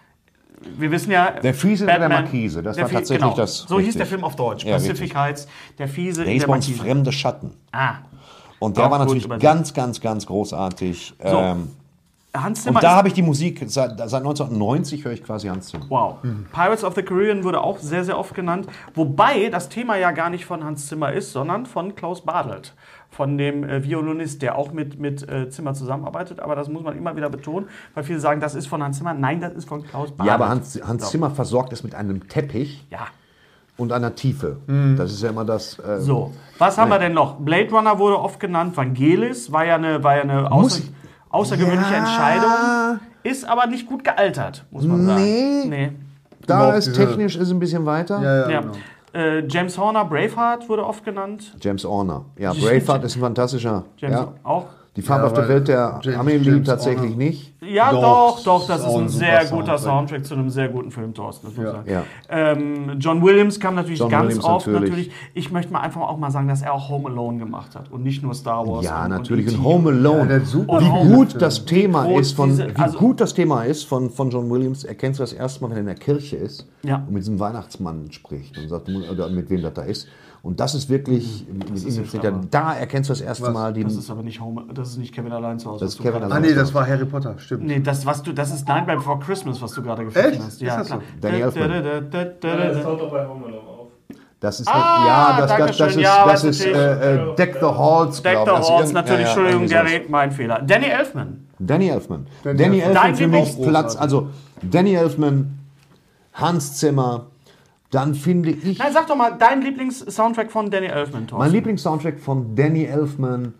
Wir wissen ja... Der Fiese oder der Batman- Markise, das der war Fi- tatsächlich genau. das. So hieß richtig. der Film auf Deutsch. Ja, Pacific richtig. Heights, der Fiese Der in hieß der bei uns Markise. Fremde Schatten. Ah. Und der Auch war gut natürlich übersetzt. ganz, ganz, ganz großartig. So. Ähm, Hans Zimmer und da ist- habe ich die Musik, seit, seit neunzehnhundertneunzig höre ich quasi Hans Zimmer. Wow. Pirates of the Caribbean wurde auch sehr, sehr oft genannt. Wobei das Thema ja gar nicht von Hans Zimmer ist, sondern von Klaus Badelt. Von dem äh, Violinist, der auch mit, mit äh, Zimmer zusammenarbeitet. Aber das muss man immer wieder betonen, weil viele sagen, das ist von Hans Zimmer. Nein, das ist von Klaus Badelt. Ja, aber Hans, Hans So. Zimmer versorgt es mit einem Teppich Ja. und einer Tiefe. Das ist ja immer das. Äh, So, was haben wir denn noch? Blade Runner wurde oft genannt. Vangelis war ja eine, war ja eine außer, ich- außergewöhnliche Ja. Entscheidung. Ist aber nicht gut gealtert, muss man sagen. Nee. Nee. Da Überhaupt ist diese- technisch ist ein bisschen weiter. Ja, ja, Ja. genau. Äh, James Horner, Braveheart wurde oft genannt. James Horner. Ja, Braveheart ist ein fantastischer. James Ja. auch. Die Farbe Ja, auf der aber Welt der James- Amelie James tatsächlich Horner. nicht. Ja, Doch, doch, doch, das ist ist auch ein ein sehr super guter Soundtrack. Soundtrack zu einem sehr guten Film, Thorsten. Das muss ich sagen. Ja. Ähm, John Williams kam natürlich John ganz Williams oft. natürlich. Natürlich. Ich möchte mal einfach auch mal sagen, dass er auch Home Alone gemacht hat und nicht nur Star Wars. Ja, und, natürlich. Und Und E T. Home Ja, Alone. der super wie Film. gut das Thema Groß ist von, diese- wie also- gut das Thema ist von, von John Williams, erkennst du das erste Mal, wenn er in der Kirche ist Ja. und mit diesem Weihnachtsmann spricht und sagt, oder mit wem das da ist. Und das ist wirklich, mit ihm ist steht der er- Hammer. da erkennst du das erste Mal die. Das ist aber nicht Home, das ist nicht Kevin allein zu Hause. Das was ist du Kevin gerade Ah, allein nee, das war Harry Potter, stimmt. Nee, das, was du, das ist Nightmare Before Christmas, was du gerade gefunden Echt? hast. Ist Ja, das klar. so? Danny Elfman. Da, da, da, da, da, Das da. taucht doch bei Home Alone auf. Das ist Ah, halt, ja, das, das, das Dankeschön. ist, Ja, das weiß ist ich. äh, äh, Deck the Halls, Deck glaub the ich. Das ist Halls, irgend- natürlich, ja, ja, Entschuldigung, irgendwie sowas. Gary, mein Fehler. Danny Elfman. Danny Elfman. Danny Danny Elfman. Elfman Dein für mich Lieblings- Platz, also Danny Elfman, Hans Zimmer, dann finde ich, Nein, sag doch mal, dein Lieblings-Soundtrack von Danny Elfman, Thorsten. mein Lieblingssoundtrack von Danny Elfman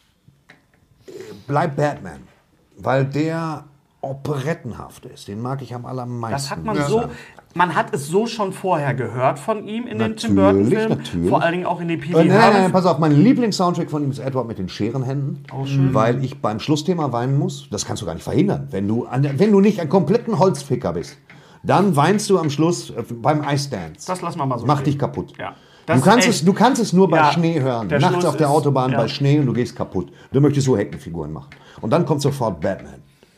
äh, bleibt Batman, weil der operettenhaft ist. Den mag ich am allermeisten. Das hat man muss ich so, sagen. man hat es so schon vorher gehört von ihm in den Tim Natürlich, Burton-Filmen. natürlich. Vor allen Dingen auch in den P Äh, V nein, nein, nein, Harvey. pass auf, mein Lieblingssoundtrack von ihm ist Edward mit den Scherenhänden, weil ich beim Schlussthema weinen muss. Das kannst du gar nicht verhindern. Wenn du, an, wenn du nicht ein kompletten Holzficker bist, dann weinst du am Schluss äh, beim Ice Dance. Das lassen wir mal so Mach stehen. dich kaputt. Ja. Du Das ist kannst, echt- es, du kannst es nur bei Ja, Schnee hören. der Nachts Schluss auf der ist- Autobahn ja. bei Schnee und du gehst kaputt. Du möchtest so Heckenfiguren machen. Und dann kommt sofort Batman.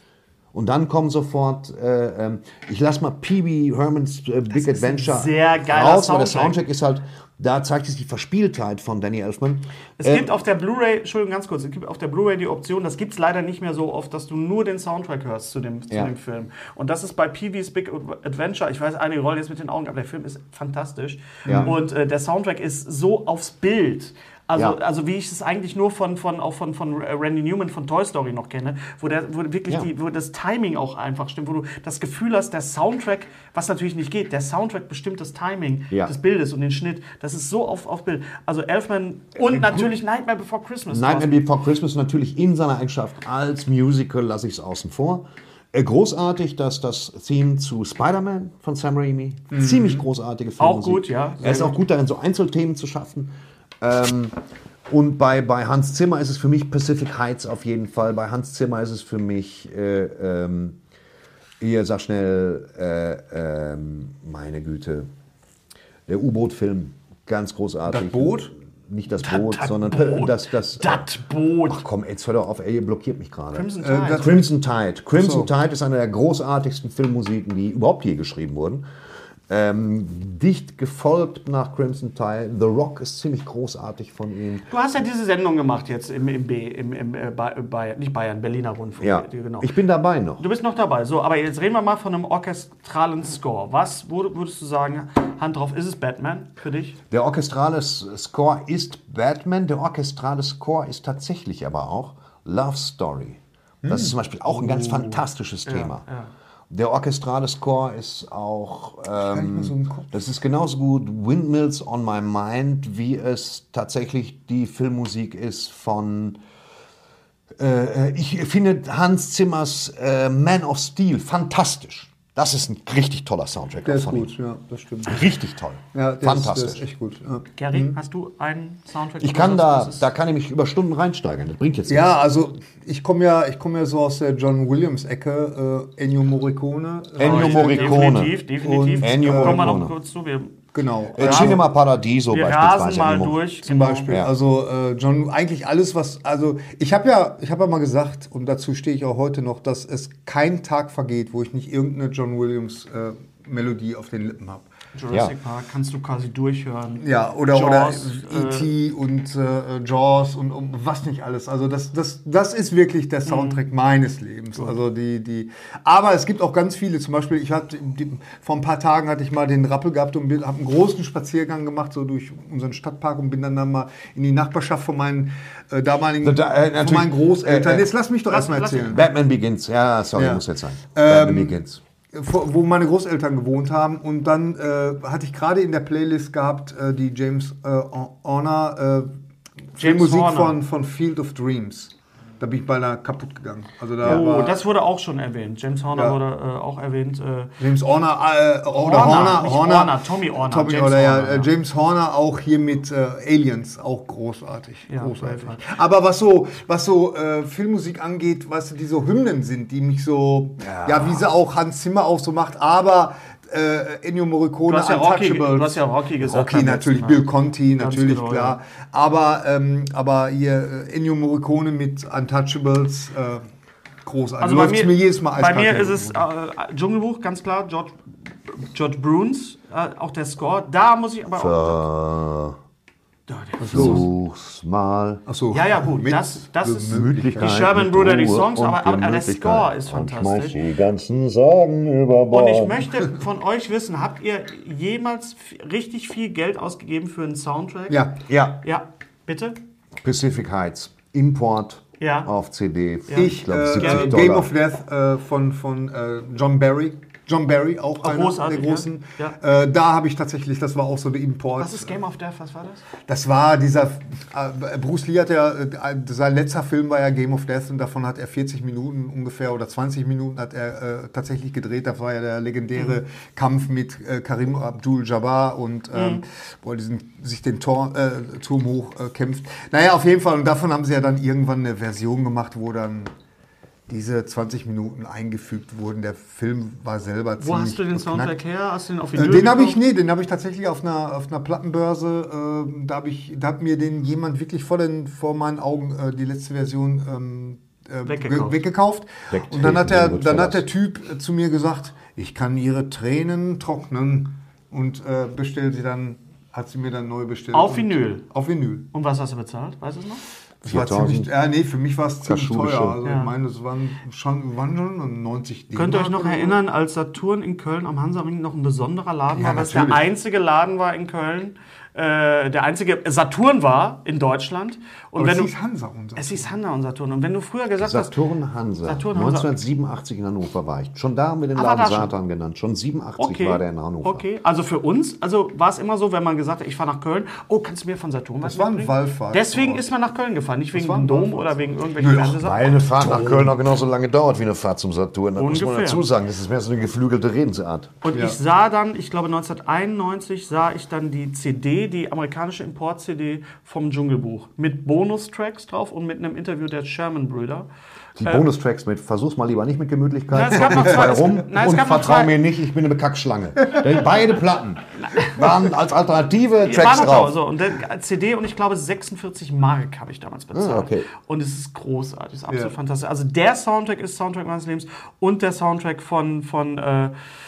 Und dann kommt sofort, äh, ähm, ich lass mal Pee Wee Herman's äh, Big ist ein Adventure sehr geiler raus, weil der Soundtrack. Soundtrack ist halt, da zeigt sich die Verspieltheit von Danny Elfman. Es Ähm, gibt auf der Blu-ray, Entschuldigung, ganz kurz, es gibt auf der Blu-ray die Option, das gibt es leider nicht mehr so oft, dass du nur den Soundtrack hörst zu dem, zu Ja. dem Film. Und das ist bei Pee Wee's Big Adventure, ich weiß, einige rollen jetzt mit den Augen, aber der Film ist fantastisch. Ja. Und äh, der Soundtrack ist so aufs Bild. Also, Ja. also wie ich es eigentlich nur von, von, auch von, von Randy Newman von Toy Story noch kenne, wo, der, wo wirklich Ja. die, wo das Timing auch einfach stimmt, wo du das Gefühl hast, der Soundtrack, was natürlich nicht geht, der Soundtrack bestimmt das Timing Ja. des Bildes und den Schnitt. Das ist so auf, auf Bild. Also Elfman und natürlich Nightmare Before Christmas. Nightmare Before Christmas natürlich in seiner Eigenschaft als Musical lasse ich es außen vor. Äh, Großartig, dass das Theme zu Spider-Man von Sam Raimi, ziemlich großartige Filmmusik. Auch gut, ja, sehr Er ist auch gut. gut darin, so Einzelthemen zu schaffen. Ähm, und bei, bei Hans Zimmer ist es für mich Pacific Heights auf jeden Fall. Bei Hans Zimmer ist es für mich, äh, ähm, hier sag schnell, äh, ähm, meine Güte, der U-Boot-Film, ganz großartig. Das Boot? Nicht das Boot, Das sondern Boot. das, das, Das Boot. Ach komm, jetzt hör doch auf, ey, ihr blockiert mich gerade. Crimson Äh, Tide. das- Crimson Tide. Crimson So. Tide ist eine der großartigsten Filmmusiken, die überhaupt je geschrieben wurden. Ähm, dicht gefolgt nach Crimson Tide. The Rock ist ziemlich großartig von ihm. Du hast ja diese Sendung gemacht jetzt im, im B, im, im äh, Ba- Bayern, nicht Bayern, Berliner Rundfunk. Ja, Die- Genau. ich bin dabei noch. Du bist noch dabei. So, aber jetzt reden wir mal von einem orchestralen Score. Was wür- würdest du sagen, Hand drauf, ist es Batman für dich? Der orchestrale S- Score ist Batman. Der orchestrale Score ist tatsächlich aber auch Love Story. Das ist zum Beispiel auch ein ganz fantastisches Thema. ja. Der orchestrale Score ist auch, gar nicht ähm, mehr so im Kopf. das ist genauso gut Windmills on My Mind, wie es tatsächlich die Filmmusik ist von, äh, ich finde Hans Zimmers äh, Man of Steel fantastisch. Das ist ein richtig toller Soundtrack. Der ist von ihm. gut, ja, das stimmt. Richtig toll. Ja, der Fantastisch. Ist, der ist echt gut. Ja. Gary, mhm. hast du einen Soundtrack? Ich kann da, da kann ich mich über Stunden reinsteigern. Das bringt jetzt nichts. Ja, also ich komme ja, ich komme ja so aus der John Williams-Ecke, äh, Ennio Morricone. Ennio Morricone. Definitiv, definitiv. Und, Ennio äh, Kommen wir noch Morricone. kurz zu. Wir, Genau. Äh, Cinema Paradiso wir beispielsweise. rasen mal Ennio. durch. Zum genau. Beispiel, Ja. also äh, John, eigentlich alles, was, also ich habe ja, ich habe ja mal gesagt, und dazu stehe ich auch heute noch, dass es kein Tag vergeht, wo ich nicht irgendeine John Williams äh, Melodie auf den Lippen habe. Jurassic Ja. Park kannst du quasi durchhören. Ja, oder, Jaws, oder E T und äh, Jaws und, und was nicht alles. Also das, das, das ist wirklich der Soundtrack Mhm. meines Lebens. Also die, die, aber es gibt auch ganz viele. Zum Beispiel, ich hatte die, vor ein paar Tagen hatte ich mal den Rappel gehabt und habe einen großen Spaziergang gemacht, so durch unseren Stadtpark und bin dann, dann mal in die Nachbarschaft von meinen äh, damaligen Da- äh, von natürlich, meinen Großeltern. äh, äh, Jetzt lass mich doch lass- erstmal lass- erzählen. Batman Begins. Ja, sorry, Ja. muss jetzt sein. Ähm, Batman Begins. Wo meine Großeltern gewohnt haben. Und dann äh, hatte ich gerade in der Playlist gehabt, äh, die James äh, Horner, äh, Musik Horner. von, von Field of Dreams. Da bin ich beinahe kaputt gegangen. Also da Oh, war das wurde auch schon erwähnt. James Horner Ja. wurde äh, auch erwähnt. Äh, James Horner, äh, oder Horner, Horner, nicht Horner, Horner, Tommy Horner, Tommy James oder, ja, Horner, äh, ja. James Horner auch hier mit äh, Aliens, auch großartig. Ja, großartig. auf jeden Aber was so, was so äh, Filmmusik angeht, weißt du, die so Hymnen sind, die mich so, ja, wie sie auch Hans Zimmer auch so macht, aber äh, Ennio Morricone, Du hast ja Rocky- Untouchables. du hast ja Rocky gesagt Rocky beim natürlich, letzten Mal. Bill Conti, Ganz natürlich, genau, klar. Aber, ähm, aber hier äh, Ennio Morricone mit Untouchables, äh, großartig. also bei Läuft's mir, mir jedes Mal bei eiskalt mir in ist den es Mund. äh, Dschungelbuch, ganz klar. George, George Bruns, äh, auch der Score. Da muss ich aber auch. Da, der Versuch's mal. Ach so. Ja, ja, gut. Mit Das, das ist die Gemütlichkeit Sherman mit Brother, die Ruhe Songs, und aber, aber der Gemütlichkeit. Score ist Und fantastisch. schmeiß die ganzen Sorgen über Bord. Und ich möchte von euch wissen, habt ihr jemals f- richtig viel Geld ausgegeben für einen Soundtrack? Ja. Ja, Ja, bitte? Pacific Heights. Import Ja. auf C D. Ich, glaub, äh, siebzig Game Dollar. of Death äh, von, von äh, John Barry. John Barry, auch einer großartig, der großen. ja. Äh, da habe ich tatsächlich, das war auch so der Import. Was ist Game of Death? Was war das? Das war dieser, äh, Bruce Lee hat ja, äh, sein letzter Film war ja Game of Death und davon hat er vierzig Minuten ungefähr oder zwanzig Minuten hat er äh, tatsächlich gedreht. Das war ja der legendäre Mhm. Kampf mit äh, Karim Abdul-Jabbar und ähm, Mhm. wo er diesen, sich den Tor, äh, Turm hoch äh, kämpft. Naja, auf jeden Fall. Und davon haben sie ja dann irgendwann eine Version gemacht, wo dann diese zwanzig Minuten eingefügt wurden. Der Film war selber Wo ziemlich hast du den beknackt. Soundtrack her? Hast du den auf Äh, Vinyl Den habe ich, gekauft? nee, den habe ich tatsächlich auf einer, auf einer Plattenbörse, ähm, da habe ich, da hat mir den jemand wirklich vor, den, vor meinen Augen äh, die letzte Version ähm, äh, Weggekauft. ge- weggekauft. Wegtreten, Und dann hat, der, den wird dann hat der verlassen. Typ äh, zu mir gesagt, ich kann ihre Tränen trocknen und äh, bestell sie dann, hat sie mir dann neu bestellt. Auf Und- Vinyl? Auf Vinyl. Und was hast du bezahlt? Weißt du es noch? Das war viertausend. ziemlich, ja, nee, für mich war es ziemlich Kaschulische. teuer. Also Ja. ich meine, es waren schon, waren schon neunzig D-Mark. Könnt ihr euch noch oder so. erinnern, als Saturn in Köln am Hansaring noch ein besonderer Laden Ja, war, weil es der natürlich. einzige Laden war in Köln, äh, der einzige Saturn war in Deutschland. Und Aber wenn es du, hieß Hansa und so. es hieß Hansa und Saturn. Und wenn du früher gesagt Saturn Hansa. Saturn Hansa. neunzehnhundertsiebenundachtzig in Hannover war ich. Schon da haben wir den Ah, war Laden da schon? Satan genannt. Schon siebenundachtzig hast, okay, war der in Hannover. okay, also für uns, also war es immer so, wenn man gesagt hat, ich fahre nach Köln, oh, kannst du mir von Saturn was Das war ein mitbringen? Wallfahrt. Deswegen ist man nach Köln gefahren, nicht wegen war dem ein Dom Wallfahrt. oder wegen irgendwelchen Nö, Fernsehsachen. Weil eine Fahrt nach Köln auch genauso lange dauert wie eine Fahrt zum Saturn. Da muss man Ungefähr. dazu sagen, das ist mehr so eine geflügelte Redensart. Und Ja. ich sah dann, ich glaube neunzehnhunderteinundneunzig, sah ich dann die C D, die amerikanische Import-C D vom Dschungelbuch. Mit Bonustracks drauf und mit einem Interview der Sherman-Brüder. Die Bonustracks mit Versuch's mal lieber nicht mit Gemütlichkeit. Na, es gab noch Zwei zwei- es- rum nein, es und gab noch vertrau zwei- mir nicht, ich bin eine Bekackschlange. Denn beide Platten waren als Alternative Die Tracks war noch drauf. da, so. Und der C D und ich glaube sechsundvierzig Mark habe ich damals bezahlt. Ah, okay. Und es ist großartig, es ist absolut Ja. fantastisch. Also der Soundtrack ist Soundtrack meines Lebens und der Soundtrack von, von äh,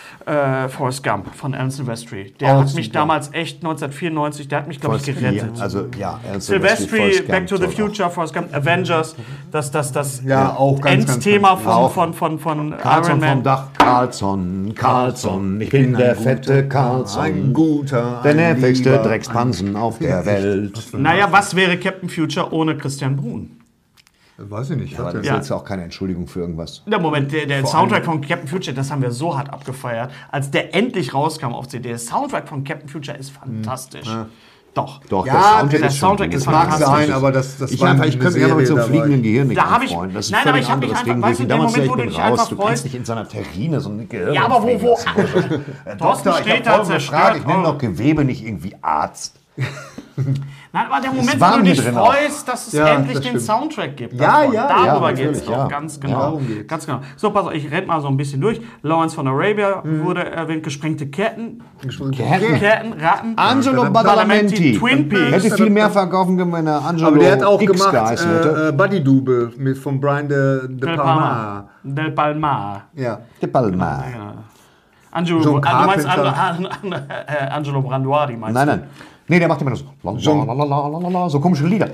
äh, Forrest Gump von Alan Silvestri. Der Oh, hat mich super. damals echt neunzehnhundertvierundneunzig, der hat mich, glaube ich, Forrest- gerettet. Ja, also, ja, Ernst Silvestri, Forrest Back Gump to the soll auch. Future, Forrest Gump, Avengers, das, das, das Ja, auch ganz, Endthema ganz, ganz von, Auch. von, von, von Iron Carlson Man. vom Dach. Carlson, Carlson, ich bin der fette Carlson. Ein guter, Der ein nervigste lieber, Dreckspansen auf der Welt. Naja, was wäre Captain Future ohne Christian Brun? ein- Weiß ich nicht. Aber hat das der- Ja. ist jetzt auch keine Entschuldigung für irgendwas. Der Moment, der, der Vor Soundtrack allem- von Captain Future, das haben wir so hart abgefeiert, als der endlich rauskam auf C D. Der Soundtrack von Captain Future ist fantastisch. Doch. Doch, Ja, der Soundtrack der ist schon Soundtrack gut. ist Das mag fantastisch. sein, aber das, das Ich, war einfach, ich eine könnte mir aber mit so einem Serie fliegenden Gehirn nicht Da hab ich- anfreunden. Das ist Nein, ein aber völlig ich hab mich anderes einfach- Ding. weißt Wie du, damals in dem ich Moment, bin wo du dich raus. einfach Du kannst freust- nicht in so einer Terrine so ein Gehirn Ja, aber wo- wo- anfliegen lassen. Thorsten Doktor, ich steht habe da folgende zerstört. Frage. Ich nenne Oh. doch Gewebe nicht irgendwie Arzt. Nein, aber der Moment, warm wo du hier dich drin auch. freust, dass es Ja, endlich das den stimmt. Soundtrack gibt. Ja, davon. ja, Darüber ja, geht es natürlich, doch, ja. ganz Ja, genau. darum geht's. Ganz genau. So, pass auf, ich renn mal so ein bisschen durch. Lawrence von Arabia wurde erwähnt, gesprengte Ketten, Ketten. Ketten, Ratten. Angelo Badalamenti, Badalamenti. Twin Peaks. Hätte viel mehr verkaufen können, wenn er Angelo Aber der hat auch X gemacht geheißen hätte. äh, äh, Buddy Double mit von Brian De, De Del Palma. Palma. Del Palma. Ja. De Palma. Angelo, John ah, du meinst Carpenter. An, An, An, äh, Angelo Branduardi, meinst Nein, du? nein. Nee, der macht immer nur so. John- Lalalala, so komische Lieder.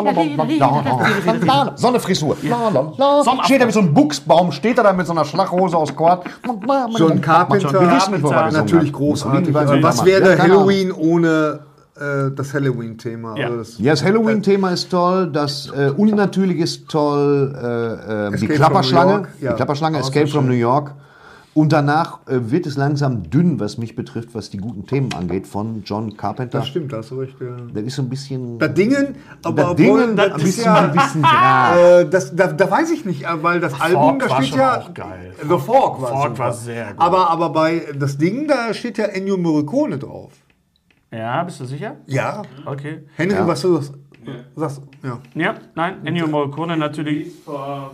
Sonnefrisur. Lalalala. Steht er mit so einem Buchsbaum, steht er da mit so einer Schlaghose aus Quad. John Carpenter, Wir wissen nicht, wo wir gesungen natürlich haben. großartig. Mussolini weiß, Aber wie was damals. wäre Ja, keine Ahnung. Halloween ohne äh, das Halloween-Thema? Ja. Also das- Ja, das Halloween-Thema ist toll, das äh, Unnatürliche ist toll, äh, äh, die Escape from Klapperschlange, New York, ja. die Klapperschlange, Auch Escape so from schön. New York. Und danach äh, wird es langsam dünn, was mich betrifft, was die guten Themen angeht, von John Carpenter. Das stimmt, da hast du recht. Ja. Das ist so ein bisschen... Das Dingen, aber das obwohl, Dingen, das ein ist bisschen, ja, ein bisschen Draht. äh, das, da, da weiß ich nicht, äh, weil das Album, da war steht schon ja, auch geil. The Fork war, Fork super. war sehr gut. Aber, aber bei das Ding, da steht ja Ennio Morricone drauf. Ja, bist du sicher? Ja. Okay. Henry, Ja. was du das sagst? Ja. Ja, nein, Ennio Morricone natürlich. Von,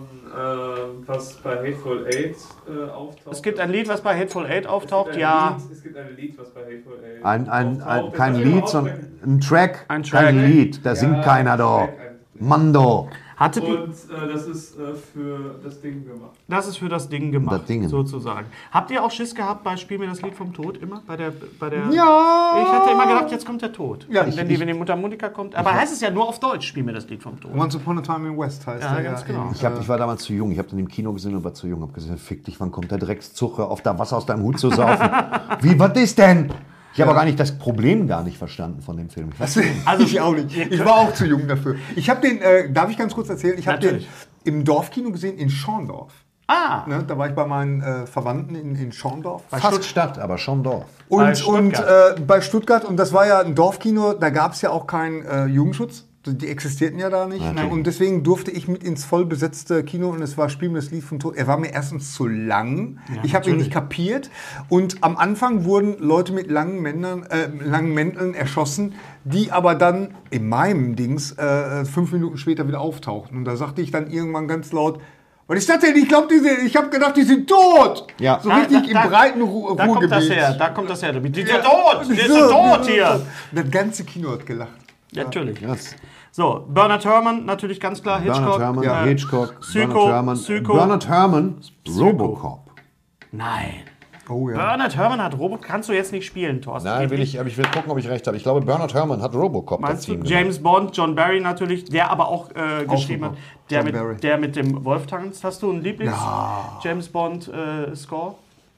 äh, was bei Hateful Eight äh, auftaucht. Es gibt ein Lied, was bei Hateful Eight Es auftaucht, gibt ein ja. Lied, es gibt ein Lied, was bei Hateful Eight Ein, ein, ein, auftaucht. kein Das kann ich Lied, mal sondern aussprechen. ein Track, Ein Track. kein Lied. Da singt Ja, keiner ein da. Track, ein- Mando. Hattet ihr, Und äh, das ist äh, für das Ding gemacht. das ist für das Ding gemacht, Das Ding. sozusagen. Habt ihr auch Schiss gehabt bei Spiel mir das Lied vom Tod immer? Bei der, bei der Ja. Ich hatte immer gedacht, jetzt kommt der Tod. Ja, wenn, ich- die, wenn die Mundharmonika kommt. Aber heißt es ja nur auf Deutsch, Spiel mir das Lied vom Tod. Once Upon a Time in West heißt Ja, er. ganz genau. in, Ich, hab, äh, ich war damals zu jung. Ich habe den im Kino gesehen und war zu jung. Hab gesagt, fick dich, wann kommt der Dreckszuche auf da Wasser aus deinem Hut zu saufen? Wie, was ist denn? Ich habe aber gar nicht das Problem gar nicht verstanden von dem Film. Ich weiß nicht. Also ich auch nicht. Ich war auch zu jung dafür. Ich habe den, äh, darf ich ganz kurz erzählen? Ich habe den Natürlich. im Dorfkino gesehen in Schorndorf. Ah, Ne, da war ich bei meinen äh, Verwandten in, in Schorndorf. Fast Stadt, aber schon Dorf. Bei Und, und Stuttgart. äh, bei Stuttgart, und das war ja ein Dorfkino, da gab es ja auch keinen äh, Jugendschutz. Die existierten ja da nicht. Ne? Und deswegen durfte ich mit ins voll besetzte Kino und es war Spiel mir das Lied vom Tod. Er war mir erstens zu lang. ich habe ihn nicht kapiert. Und am Anfang wurden Leute mit langen, Männern, äh, langen Mänteln erschossen, die aber dann in meinem Dings äh, fünf Minuten später wieder auftauchten. Und da sagte ich dann irgendwann ganz laut, was ist das denn? Ich glaube, ich habe gedacht, die sind tot. Ja. So richtig im breiten Ru da kommt das Ruhrgebiet. her, da kommt das her. Die sind Ja. tot, die sind So, tot ja. hier. Das ganze Kino hat gelacht. Natürlich. Yes. So, Bernard Herrmann, natürlich ganz klar, Hitchcock. Bernard Herrmann, Ja. Hitchcock, Psycho, Bernard Herrmann. Psycho. Bernard Herrmann, Robocop. Nein. Oh ja. Bernard Herrmann hat Robocop, kannst du jetzt nicht spielen, Thorsten. Nein, Geht will nicht. ich, aber ich will gucken, ob ich recht habe. Ich glaube, Bernard Herrmann hat Robocop Meinst du, Theme James Bond, John Barry natürlich, der aber auch äh, geschrieben super. hat, der John Barry. mit, der mit dem Wolf tanzt. Hast du einen Lieblings-James Bond-Score?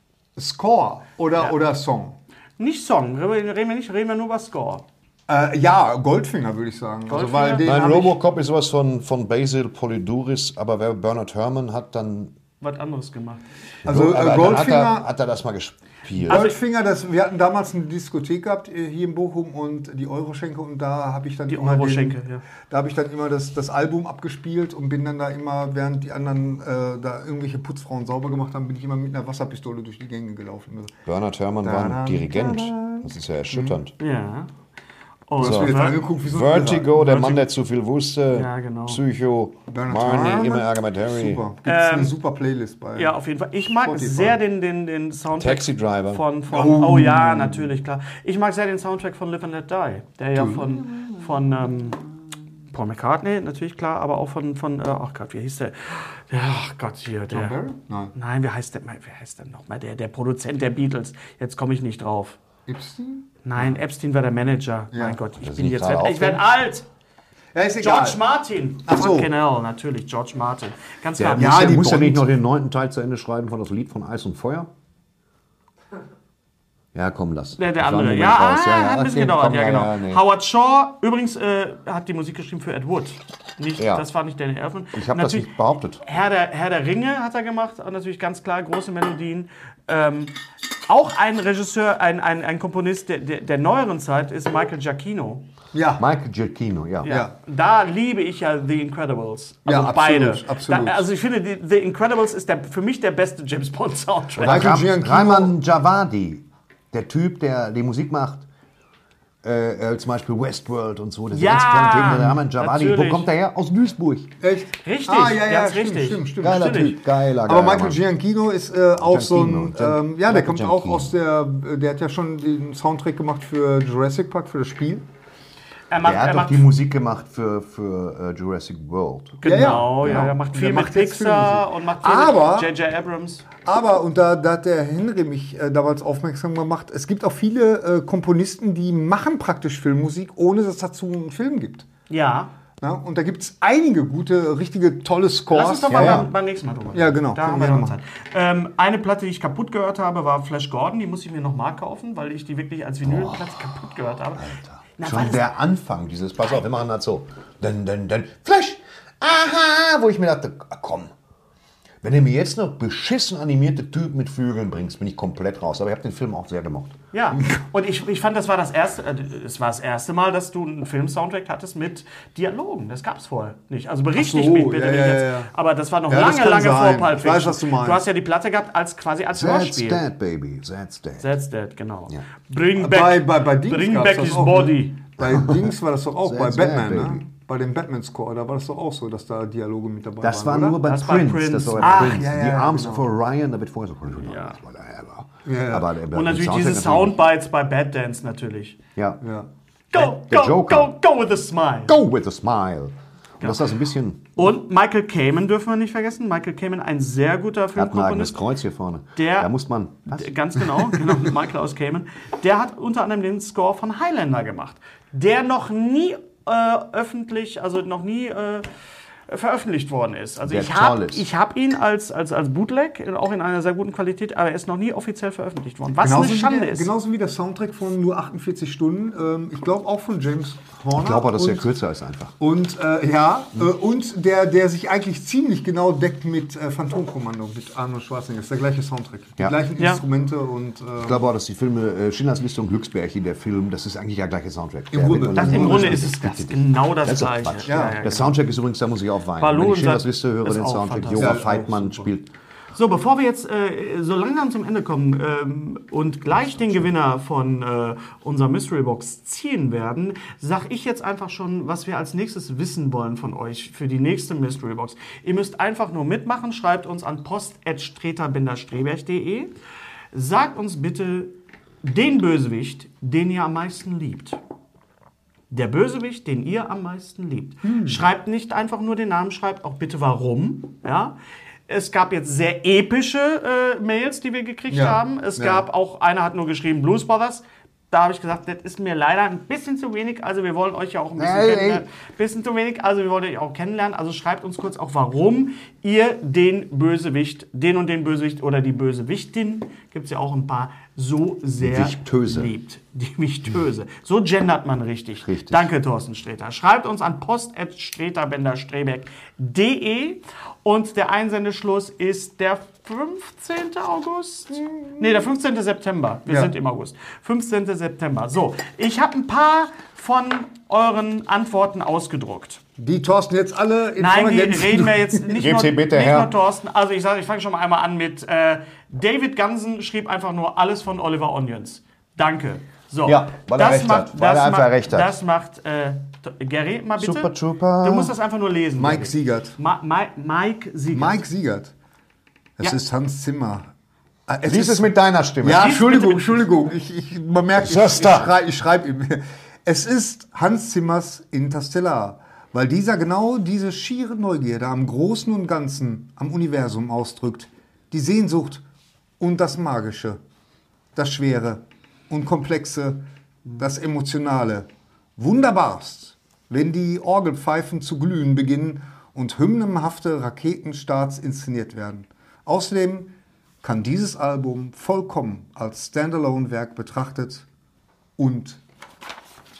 Score oder, oder Song? Nicht Song, reden wir nicht, reden wir nur über Score. Äh, ja, Goldfinger würde ich sagen. Also, weil Goldfinger? den Nein, hab ich- Robocop ist sowas von, von Basil Poliduris, aber wer Bernard Herrmann hat, dann... Was anderes gemacht. Also äh, aber dann hat Goldfinger, er, hat er das mal gespielt. Goldfinger, das, wir hatten damals eine Diskothek gehabt äh, hier in Bochum und die Euroschenke und da habe ich dann Die immer Euroschenke, den, ja. da habe ich dann immer das, das Album abgespielt und bin dann da immer, während die anderen äh, da irgendwelche Putzfrauen sauber gemacht haben, bin ich immer mit einer Wasserpistole durch die Gänge gelaufen. Bernard Herrmann war Tadam, ein Dirigent. tadam. Das ist ja erschütternd. Ja. Und Du hast mir jetzt angeguckt, wie so ein Vertigo, Irrer. der Mann, der zu viel wusste. Ja, genau. Psycho, Bernard Marnie, Herrmann. immer Ärger mit Harry. Super. Gibt es eine super Playlist bei. Ja, auf jeden Fall. Ich mag Spotify. sehr den, den, den Soundtrack Taxi Driver. von, von oh. oh ja, natürlich, klar. Ich mag sehr den Soundtrack von Live and Let Die, der ja von, von ähm, Paul McCartney, natürlich klar, aber auch von, von äh, ach Gott, wie hieß der? Ja, ach Gott, hier, der. John Barry? Nein. Nein, wie heißt der, wie heißt der nochmal? Der, der Produzent der Beatles. Jetzt komme ich nicht drauf. Epstein? Nein, Epstein war der Manager. Ja. Mein Gott, ich Das bin ist jetzt, nicht gerade ich werde alt. Ja, ist egal. George Martin. Ach so. Fucking hell, natürlich, George Martin. Ganz Der klar. Ja, muss, ja, die muss ja nicht Bond. noch den neunten Teil zu Ende schreiben von das Lied von Eis und Feuer? Ja, komm, lass. Der, der Ich war andere. im Ja, Moment raus. ah, hat ein bisschen okay, gedauert, komm, ja, genau. nee. Howard Shaw, übrigens, äh, hat die Musik geschrieben für Ed Wood. Nicht, Ja. Das war nicht Danny Elfman. Ich habe das Natürlich, nicht behauptet. Herr der, Herr der Ringe hat er gemacht, und natürlich ganz klar, große Melodien. Ähm, Auch ein Regisseur, ein, ein, ein Komponist der, der, der neueren Zeit ist Michael Giacchino. Ja. Michael Giacchino, ja. Ja. Ja. Da liebe ich ja The Incredibles. Also Ja, absolut, beide. absolut. Da, also ich finde, die, The Incredibles ist der, für mich der beste James Bond Soundtrack. Michael Ram- Giacchino- Rahman Javadi, der Typ, der die Musik macht, äh, äh, zum Beispiel Westworld und so, das Ja, ganz tollen Themen. Der Rahman Javadi, wo natürlich. kommt der her? Aus Duisburg. Echt? Richtig, Ah, ja, ja, ganz stimmt, richtig. stimmt, stimmt. Geiler Natürlich. Typ, geiler, Aber geiler Michael Mann. Giacchino ist äh, auch so ein, Giacchino, ähm, ja, der Michael kommt Giacchino. auch aus der, der hat ja schon den Soundtrack gemacht für Jurassic Park, für das Spiel. Er macht, Der hat er doch macht die Musik gemacht für, für äh, Jurassic World. Genau, ja, genau. er macht Und viel der mit macht jetzt Pixar Filmmusik. und macht viel Aber- mit J J Abrams. Aber, und da, da hat der Henry mich äh, damals aufmerksam gemacht, es gibt auch viele äh, Komponisten, die machen praktisch Filmmusik, ohne dass es dazu einen Film gibt. Ja. Ja? Und da gibt es einige gute, richtige, tolle Scores. Lass uns doch mal ja, beim, beim nächsten Mal drüber reden. Ja, genau. Da Können haben wir wir noch machen. Zeit. Ähm, eine Platte, die ich kaputt gehört habe, war Flash Gordon. Die muss ich mir nochmal kaufen, weil ich die wirklich als Vinylplatte kaputt gehört habe. Na, weil Schon es- der Anfang dieses, pass auf, wir machen das so. Dann, dann, dann, Flash! Aha! Wo ich mir dachte, ah, komm. Wenn du mir jetzt noch beschissen animierte Typen mit Vögeln bringst, bin ich komplett raus. Aber ich habe den Film auch sehr gemocht. Ja, und ich, ich fand, das war das erste, äh, es war das erste Mal, dass du einen Film-Soundtrack hattest mit Dialogen. Das gab es vorher nicht. Also berichte Ach ich so, mich bitte ja, nicht ja, jetzt. ja. Aber das war noch Ja, das lange, kann lange sein. vor Pulp Ich weiß, Fiction. was du meinst. Du hast ja die Platte gehabt als quasi als That's Hörspiel. dead, baby. That's dead. That's Dead, genau. Ja. Bring back, Bei, bei, bei Dings bring gab's back das his auch, body. Ne? Bei Dings war das doch auch, bei That's bad, Batman, ne? baby. Bei dem Batman-Score, da war das doch auch so, dass da Dialoge mit dabei Das war waren, oder? nur bei Das war Prince. Prince. Das war bei Ach, Prince. ja, ja, Die Arms genau. of Orion, da wird vorher so. Ja. Ja, ja. Aber, der- Und der natürlich Soundtrack diese Soundbites bei Bad Dance natürlich. Ja. Ja. Go, Der go, Joker. go, go with a smile. Go with a smile. Und das ist ein bisschen. Und Michael Kamen dürfen wir nicht vergessen. Michael Kamen, ein sehr guter Er hat ein eigenes Filmkomponist. Kreuz hier vorne. Der- da muss man. Was? D- Ganz genau, genau, Michael aus Kamen. Der hat unter anderem den Score von Highlander gemacht, der noch nie äh, öffentlich, also noch nie äh, veröffentlicht worden ist. Also Der ich habe toll ist. ich hab ihn als, als, als Bootleg, auch in einer sehr guten Qualität, aber er ist noch nie offiziell veröffentlicht worden. Was Genauso eine wie, Schande der, ist. genauso wie der Soundtrack von nur achtundvierzig Stunden. Ähm, ich glaube auch von James Horner. Ich glaube auch, dass der Und- kürzer ist einfach. Und äh, ja, äh, und der, der sich eigentlich ziemlich genau deckt mit äh, Phantomkommando, mit Arnold Schwarzenegger. Das ist der gleiche Soundtrack. Die Ja. gleichen Ja. Instrumente und. Äh, Ich glaube auch, dass die Filme äh, Schindlers Liste und Glücksbärchen, der Film, das ist eigentlich der gleiche Soundtrack. Im Der Grunde. wird- das, Im Ja, Grunde das ist es ist das, richtig. genau das, Das ist doch Gleiche. Quatsch. Ja. Der genau. Soundtrack ist übrigens, da muss ich auch weinen. Baloo Wenn ich und Schindlers Sa- Liste höre, ist den auch Soundtrack, fantastisch. Jora Ja, auch Feitmann super. spielt. So, bevor wir jetzt äh, so langsam zum Ende kommen ähm, und gleich den Gewinner von äh, unserer Mystery Box ziehen werden, sag ich jetzt einfach schon, was wir als nächstes wissen wollen von euch für die nächste Mystery Box. Ihr müsst einfach nur mitmachen, schreibt uns an post at streter streberg punkt de. Sagt uns bitte den Bösewicht, den ihr am meisten liebt. Der Bösewicht, den ihr am meisten liebt. Schreibt nicht einfach nur den Namen, schreibt auch bitte warum. Ja? Es gab jetzt sehr epische äh, Mails, die wir gekriegt Ja. haben. Es Ja. gab auch, einer hat nur geschrieben Blues Brothers. Da habe ich gesagt, das ist mir leider ein bisschen zu wenig. Also wir wollen euch ja auch ein bisschen Hey, kennenlernen. Bisschen zu wenig, also wir wollen euch auch kennenlernen. Also schreibt uns kurz auch, warum ihr den Bösewicht, den und den Bösewicht oder die Bösewichtin, gibt es ja auch ein paar, so sehr Wichtöse. liebt. Die Wichtöse. So gendert man richtig. Richtig. Danke, Thorsten Sträter. Schreibt uns an post at streter streberg punkt de und der Einsendeschluss ist der fünfzehnte August? Nee, der fünfzehnte September. Wir Ja. sind im August. fünfzehnte September. So, ich habe ein paar von euren Antworten ausgedruckt. die Thorsten jetzt alle in Nein, voller die Gänze- reden wir jetzt nicht, Geben nur, Sie bitte nicht her. nur Thorsten. Also ich sage, ich fange schon mal einmal an mit äh, David Gansen schrieb einfach nur alles von Oliver Onions. Danke. So, Ja, weil er das recht macht, hat. Weil das er einfach macht, recht hat. Das macht äh, Gary, mal bitte. Super Trooper. Du musst das einfach nur lesen. Mike Gary. Siegert. Ma Ma Mike Siegert. Mike Siegert. Es Ja. ist Hans Zimmer. Ah, es Lies ist- es mit deiner Stimme. Ja, Lies Entschuldigung, bitte- Entschuldigung. Ich, ich, man merkt, ich, ich, Schwester. schrei, ich schreibe ihm. Es ist Hans Zimmers Interstellar, weil dieser genau diese schiere Neugierde am Großen und Ganzen, am Universum ausdrückt. Die Sehnsucht und das Magische, das Schwere und Komplexe, das Emotionale. Wunderbarst, wenn die Orgelpfeifen zu glühen beginnen und hymnenhafte Raketenstarts inszeniert werden. Außerdem kann dieses Album vollkommen als Standalone-Werk betrachtet und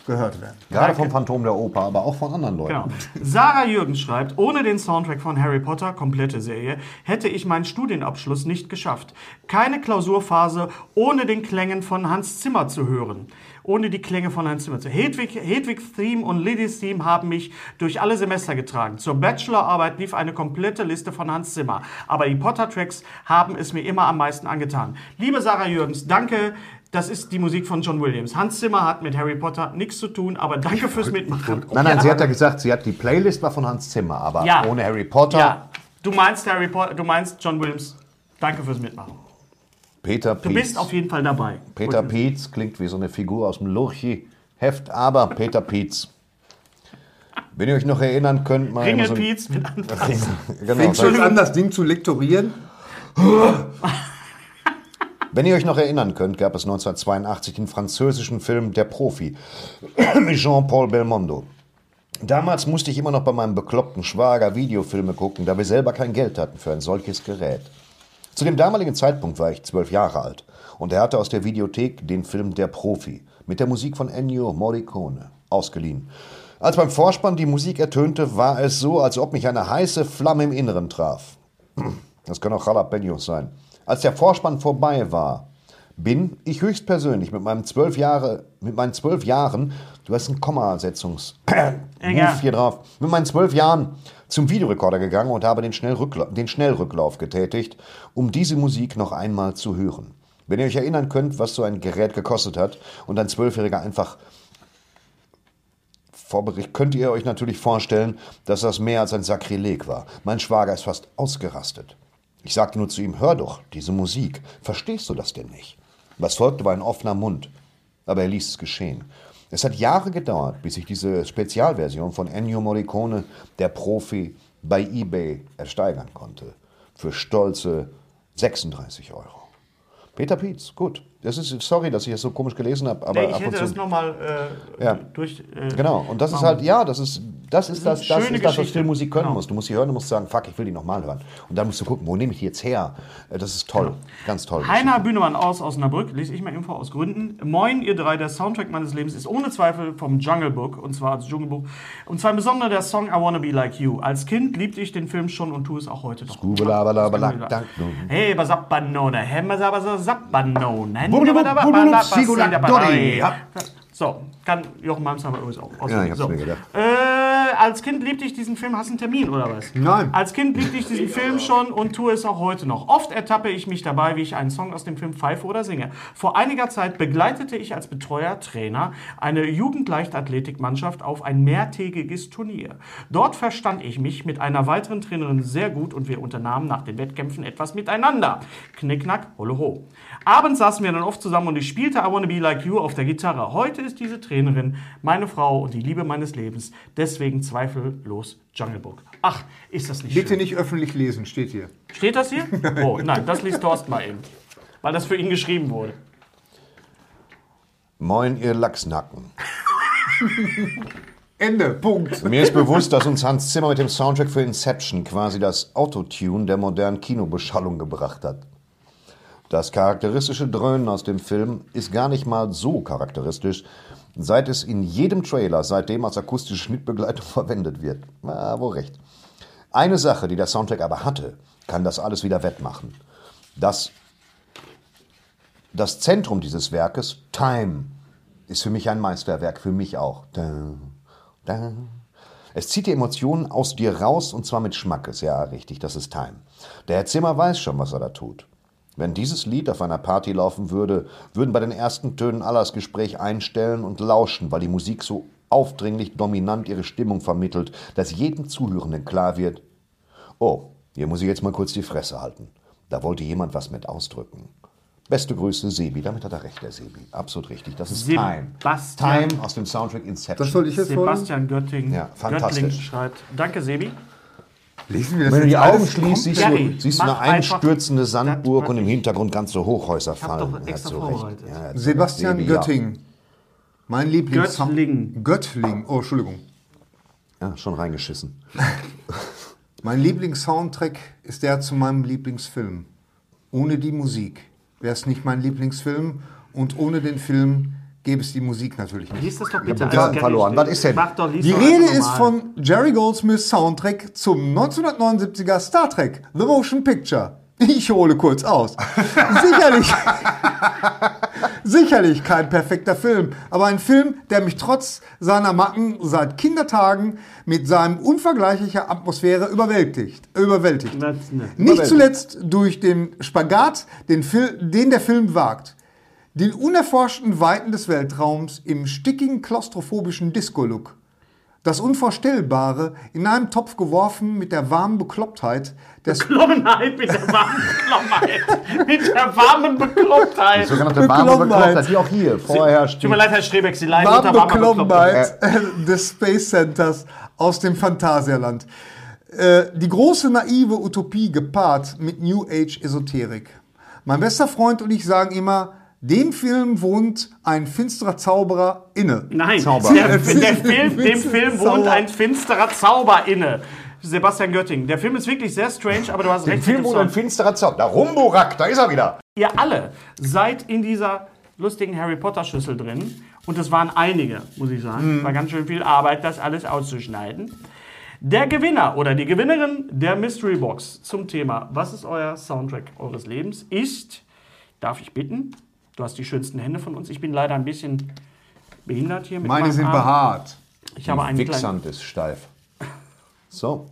gehört werden. Gerade Danke. vom Phantom der Oper, aber auch von anderen Leuten. Genau. Sarah Jürgens schreibt, ohne den Soundtrack von Harry Potter, komplette Serie, hätte ich meinen Studienabschluss nicht geschafft. Keine Klausurphase ohne den Klängen von Hans Zimmer zu hören. Ohne die Klänge von Hans Zimmer zu hören. Hedwig, Hedwigs Theme und Lillys Theme haben mich durch alle Semester getragen. Zur Bachelorarbeit lief eine komplette Liste von Hans Zimmer. Aber die Potter-Tracks haben es mir immer am meisten angetan. Liebe Sarah Jürgens, danke. Das ist die Musik von John Williams. Hans Zimmer hat mit Harry Potter nichts zu tun, aber danke fürs Mitmachen. Nein, nein, sie hat ja gesagt, sie hat die Playlist war von Hans Zimmer, aber Ja. ohne Harry Potter. Ja, du meinst Harry Potter, du meinst John Williams. Danke fürs Mitmachen. Peter Du Pietz. bist auf jeden Fall dabei. Peter Gut. Pietz klingt wie so eine Figur aus dem Lurchi-Heft, aber Peter Pietz. Wenn ihr euch noch erinnern könnt, mal immer so ein- Ringelpiez mit Anfassen. Genau, Fängst du jetzt an, das Ding zu lektorieren? Wenn ihr euch noch erinnern könnt, gab es neunzehnhundertzweiundachtzig den französischen Film Der Profi mit Jean-Paul Belmondo. Damals musste ich immer noch bei meinem bekloppten Schwager Videofilme gucken, da wir selber kein Geld hatten für ein solches Gerät. Zu dem damaligen Zeitpunkt war ich zwölf Jahre alt und er hatte aus der Videothek den Film Der Profi mit der Musik von Ennio Morricone ausgeliehen. Als beim Vorspann die Musik ertönte, war es so, als ob mich eine heiße Flamme im Inneren traf. Das können auch Jalapenos sein. Als der Vorspann vorbei war, bin ich höchstpersönlich mit meinem zwölf Jahre, mit meinen zwölf Jahren, du hast einen Kommasetzungs Move hier drauf, mit meinen zwölf Jahren zum Videorekorder gegangen und habe den, Schnellrückla- den Schnellrücklauf getätigt, um diese Musik noch einmal zu hören. Wenn ihr euch erinnern könnt, was so ein Gerät gekostet hat und ein Zwölfjähriger einfach vorberichtet, könnt ihr euch natürlich vorstellen, dass das mehr als ein Sakrileg war. Mein Schwager ist fast ausgerastet. Ich sagte nur zu ihm, hör doch, diese Musik, verstehst du das denn nicht? Was folgte, war ein offener Mund, aber er ließ es geschehen. Es hat Jahre gedauert, bis ich diese Spezialversion von Ennio Morricone, Der Profi, bei eBay ersteigern konnte. Für stolze sechsunddreißig Euro. Peter Pietz, gut. Das ist, sorry, dass ich das so komisch gelesen habe, aber Nee, ich ab und hätte zu... das nochmal äh, Ja. durch... Äh, Genau, und das ist machen. halt, ja, das ist das, ist das, eine das, schöne ist das was Geschichte. Filmmusik können Genau. muss. Du musst sie hören, du musst sagen, fuck, ich will die nochmal hören. Und dann musst du gucken, wo nehme ich die jetzt her? Äh, Das ist toll, ganz toll. Heiner Bühnemann aus Osnabrück, lese ich mal Info aus Gründen. Moin, ihr drei, der Soundtrack meines Lebens ist ohne Zweifel vom Jungle Book, und zwar als Dschungelbuch. Und zwar insbesondere der Song I Wanna Be Like You. Als Kind liebte ich den Film schon und tue es auch heute noch. Scubalabalabalack, dank nun. Hey, basappanone, hemmasabasappanone. So, kann Jochen Malmsheimer übrigens auch auswendig. Ja, ich hab's so. mir gedacht. Äh, als Kind liebte ich diesen Film. Hast du einen Termin oder was? Nein. Als Kind liebte ich diesen Film schon und tue es auch heute noch. Oft ertappe ich mich dabei, wie ich einen Song aus dem Film pfeife oder singe. Vor einiger Zeit begleitete ich als Betreuer, Trainer eine Jugendleichtathletikmannschaft auf ein mehrtägiges Turnier. Dort verstand ich mich mit einer weiteren Trainerin sehr gut und wir unternahmen nach den Wettkämpfen etwas miteinander. Knickknack, holle ho. Abends saßen wir dann oft zusammen und ich spielte I Wanna Be Like You auf der Gitarre. Heute ist diese Trainerin meine Frau und die Liebe meines Lebens. Deswegen zweifellos Jungle Book. Ach, ist das nicht Bitte schön. nicht öffentlich lesen, steht hier. Steht das hier? Oh, nein, das liest Thorsten mal eben. Weil das für ihn geschrieben wurde. Moin, ihr Lachsnacken. Ende, Punkt. Mir ist bewusst, dass uns Hans Zimmer mit dem Soundtrack für Inception quasi das Autotune der modernen Kinobeschallung gebracht hat. Das charakteristische Dröhnen aus dem Film ist gar nicht mal so charakteristisch, seit es in jedem Trailer seitdem als akustische Schnittbegleitung verwendet wird. Na, wo recht. Eine Sache, die der Soundtrack aber hatte, kann das alles wieder wettmachen. Das, das Zentrum dieses Werkes, Time, ist für mich ein Meisterwerk, für mich auch. Da, da. Es zieht die Emotionen aus dir raus und zwar mit Schmackes. Ja, richtig, das ist Time. Der Herr Zimmer weiß schon, was er da tut. Wenn dieses Lied auf einer Party laufen würde, würden bei den ersten Tönen alle das Gespräch einstellen und lauschen, weil die Musik so aufdringlich dominant ihre Stimmung vermittelt, dass jedem Zuhörenden klar wird, oh, hier muss ich jetzt mal kurz die Fresse halten. Da wollte jemand was mit ausdrücken. Beste Grüße, Sebi. Damit hat er recht, der Sebi. Absolut richtig. Das ist Time. Sebastian. Time aus dem Soundtrack Inception. Das sollte ich jetzt vorlesen. Sebastian Götting. Ja, fantastisch. Göttling schreibt. Danke, Sebi. Lesen wir das Wenn du jetzt die Augen alles schließt, siehst Gary, du, siehst du mach eine einfach- einstürzende Sandburg Das und im mach ich. Hintergrund ganze Hochhäuser hab fallen. doch extra Er hat so recht. vorbereitet. Ja, er hat so Sebastian recht. Sebi, Götting. Mein Lieblings... Göttling. Göttling. Oh, Entschuldigung. Ja. ja, schon reingeschissen. Mein Lieblingssoundtrack ist der zu meinem Lieblingsfilm. Ohne die Musik wäre es nicht mein Lieblingsfilm und ohne den Film gäbe es die Musik natürlich nicht. Lies das doch bitte. Ja, verloren. Was ist denn? Mach doch, lies Die doch Rede einfach ist normal. von Jerry Goldsmiths Soundtrack zum neunzehnhundertneunundsiebziger Star Trek The Motion Picture. Ich hole kurz aus. Sicherlich, sicherlich kein perfekter Film, aber ein Film, der mich trotz seiner Macken seit Kindertagen mit seinem unvergleichlicher Atmosphäre überwältigt. überwältigt. Was, ne? Nicht zuletzt durch den Spagat, den, Fil- den der Film wagt. Den unerforschten Weiten des Weltraums im stickigen, klaustrophobischen Disco-Look. Das Unvorstellbare in einen Topf geworfen mit der warmen Beklopptheit des Beklommenheit mit der warmen Beklommenheit. Mit der warmen Beklopptheit. Die sogenannte warme Beklommenheit. Beklopptheit, die auch hier vorher steht. Tut mir leid, Herr Strebeck, Sie leiden warmen unter warmer Beklommenheit. Beklommenheit des Space Centers aus dem Phantasialand. Äh, die große naive Utopie gepaart mit New Age Esoterik. Mein bester Freund und ich sagen immer, dem Film wohnt ein finsterer Zauberer inne. Nein, Zauber. der, der Film, dem Film wohnt Zauber. ein finsterer Zauber inne. Sebastian Götting. Der Film ist wirklich sehr strange, aber du hast Im recht. Film mit dem wurde ein Sound. finsterer Zauber. Da Rumburak, da ist er wieder. Ihr alle seid in dieser lustigen Harry Potter Schüssel drin. Und es waren einige, muss ich sagen. War ganz schön viel Arbeit, das alles auszuschneiden. Der Gewinner oder die Gewinnerin der Mystery Box zum Thema Was ist euer Soundtrack eures Lebens ist, darf ich bitten, du hast die schönsten Hände von uns. Ich bin leider ein bisschen behindert hier mit Meine meinem sind Arm. behaart. Ich habe einen kleinen... Wichsand ist steif. So.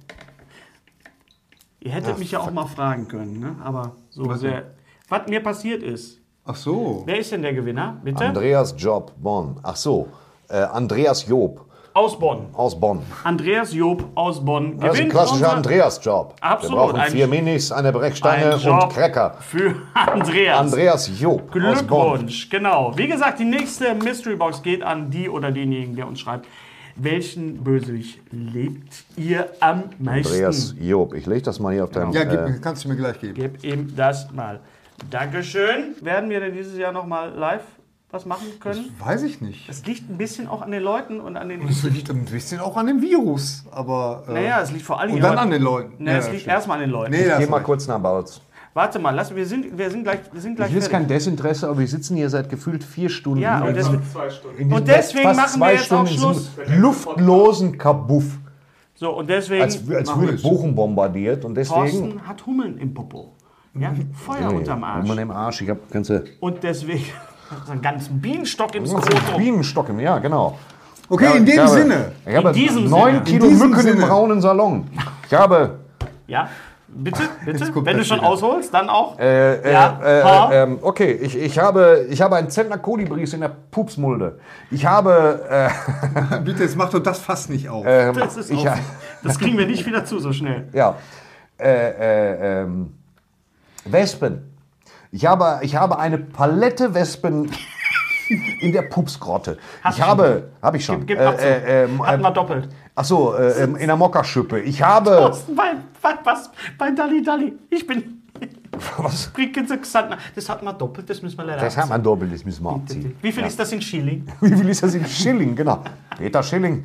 Ihr hättet mich ja auch mal fragen können, ne? Aber so Was sehr... Was mir passiert ist. Ach so. Wer ist denn der Gewinner? Bitte? Andreas Job Bonn. Ach so. Äh, Andreas Job Aus Bonn. aus Bonn. Andreas Job aus Bonn Das ist ein klassischer unser- Andreas-Job. Absolut, Wir brauchen ein- vier Minis, eine Brechstange ein Job und Cracker. für Andreas. Andreas Job aus Bonn. Glückwunsch, genau. Wie gesagt, die nächste Mystery Box geht an die oder denjenigen, der uns schreibt, welchen Bösewicht lebt ihr am meisten? Andreas Job. Ich lege das mal hier auf deinem... Ja, gib, äh, kannst du mir gleich geben. Gib ihm das mal. Dankeschön. Werden wir denn dieses Jahr nochmal live was machen können? Weiß ich nicht. Das liegt ein bisschen auch an den Leuten und an den... Das liegt ein bisschen auch an dem Virus, aber... Äh, Naja, es liegt vor allem und dann an den Leuten. Nee, Ja, es ja, liegt stimmt. erstmal an den Leuten. Nee, ich das gehe mal reicht. kurz nach Bautz. Warte mal, lass, wir, sind, wir sind gleich, wir sind gleich Ich will jetzt kein fertig. Desinteresse, aber wir sitzen hier seit gefühlt vier Stunden. Ja, und in deswegen, Zwei Stunden. diesem und deswegen fast machen wir zwei jetzt auch Stunden in Schluss. diesem luftlosen Kabuff. so, und deswegen, Als, als Machen würde wir es. Bochum bombardiert. Und deswegen... Thorsten hat Hummeln im Popo. Ja, Feuer unterm Arsch. Mann im Arsch. Ich habe ganze Und deswegen so einen ganzen Bienenstock im Skrotum. Bienenstock im, ja, genau. Okay, Ja, in dem ich habe, Sinne. Ich habe In diesem neun Sinne. Kilo In diesem Mücken im Sinne. braunen Salon. Ich habe... Ja, bitte, bitte. kommt Wenn du das schon wieder. ausholst, dann auch. Äh, äh, Ja, äh, ha? ähm, okay, ich, ich, habe, ich habe einen Zentner Kolibris in der Pupsmulde. Ich habe... Äh, Bitte, jetzt mach doch das Fass nicht auf. ähm, Das, ist ich, auch, das kriegen wir nicht wieder zu so schnell. ja. Äh, äh, ähm, Wespen. Ich habe, ich habe eine Palette Wespen in der Pupsgrotte. Hast ich du habe... Habe ich schon. Gib, gib ab so. äh, äh, ähm, Hatten wir doppelt. Ach so, äh, ähm, in der Mokaschippe. Ich habe... Thorsten, bei, bei, was? Bei Dalli Dalli. Ich bin... Was? Das hat man doppelt, das müssen wir leider Das hat abziehen. man doppelt, das müssen wir abziehen. Wie viel ist das in Schilling? Wie viel ist das in Schilling? Genau. Peter Schilling.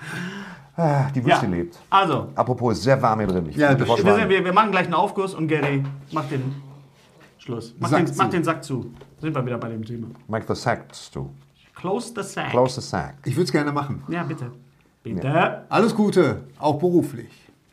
Ah, die Wüste Ja. lebt. Also, Apropos, ist sehr warm hier drin. Ich Ja, bin das frosch wir, warm. sind, wir, wir machen gleich einen Aufguss und Gary macht den Schluss. Mach, Sack den, zu. mach den Sack zu. Sind wir wieder bei dem Thema. Make the sack to. Close the sack. Close the sack. Ich würde es gerne machen. Ja, bitte. Bitte. Alles Gute, auch beruflich.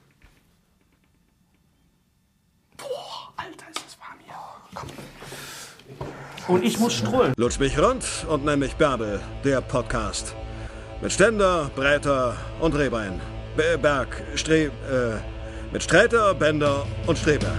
Alter, ist das warm hier. Und ich muss strollen. Lutsch mich rund und nenn mich Bärbel, der Podcast. Mit Ständer, Breiter und Rehbein. Be- Berg, Stre... Äh, mit Sträter, Bender und Streberg.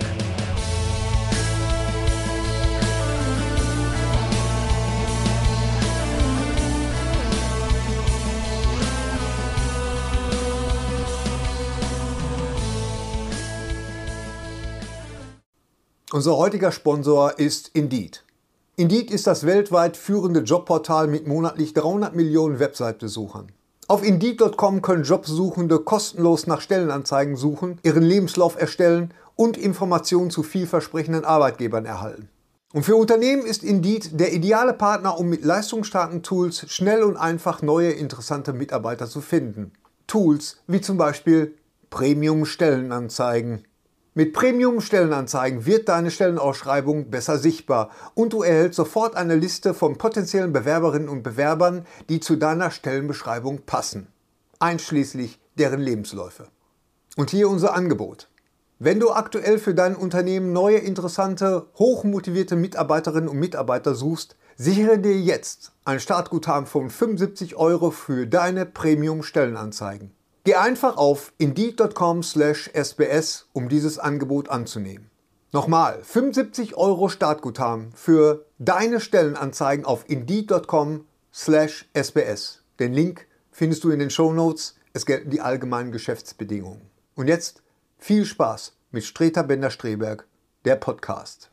Unser heutiger Sponsor ist Indeed. Indeed ist das weltweit führende Jobportal mit monatlich dreihundert Millionen Website-Besuchern. Auf Indeed Punkt com können Jobsuchende kostenlos nach Stellenanzeigen suchen, ihren Lebenslauf erstellen und Informationen zu vielversprechenden Arbeitgebern erhalten. Und für Unternehmen ist Indeed der ideale Partner, um mit leistungsstarken Tools schnell und einfach neue interessante Mitarbeiter zu finden. Tools wie zum Beispiel Premium-Stellenanzeigen. Mit Premium-Stellenanzeigen wird deine Stellenausschreibung besser sichtbar und du erhältst sofort eine Liste von potenziellen Bewerberinnen und Bewerbern, die zu deiner Stellenbeschreibung passen, einschließlich deren Lebensläufe. Und hier unser Angebot. Wenn du aktuell für dein Unternehmen neue, interessante, hochmotivierte Mitarbeiterinnen und Mitarbeiter suchst, sichere dir jetzt ein Startguthaben von fünfundsiebzig Euro für deine Premium-Stellenanzeigen. Geh einfach auf indeed punkt com slash s b s, um dieses Angebot anzunehmen. Nochmal, fünfundsiebzig Euro Startguthaben für deine Stellenanzeigen auf indeed punkt com slash s b s. Den Link findest du in den Shownotes. Es gelten die allgemeinen Geschäftsbedingungen. Und jetzt viel Spaß mit Streter Bender-Streberg, der Podcast.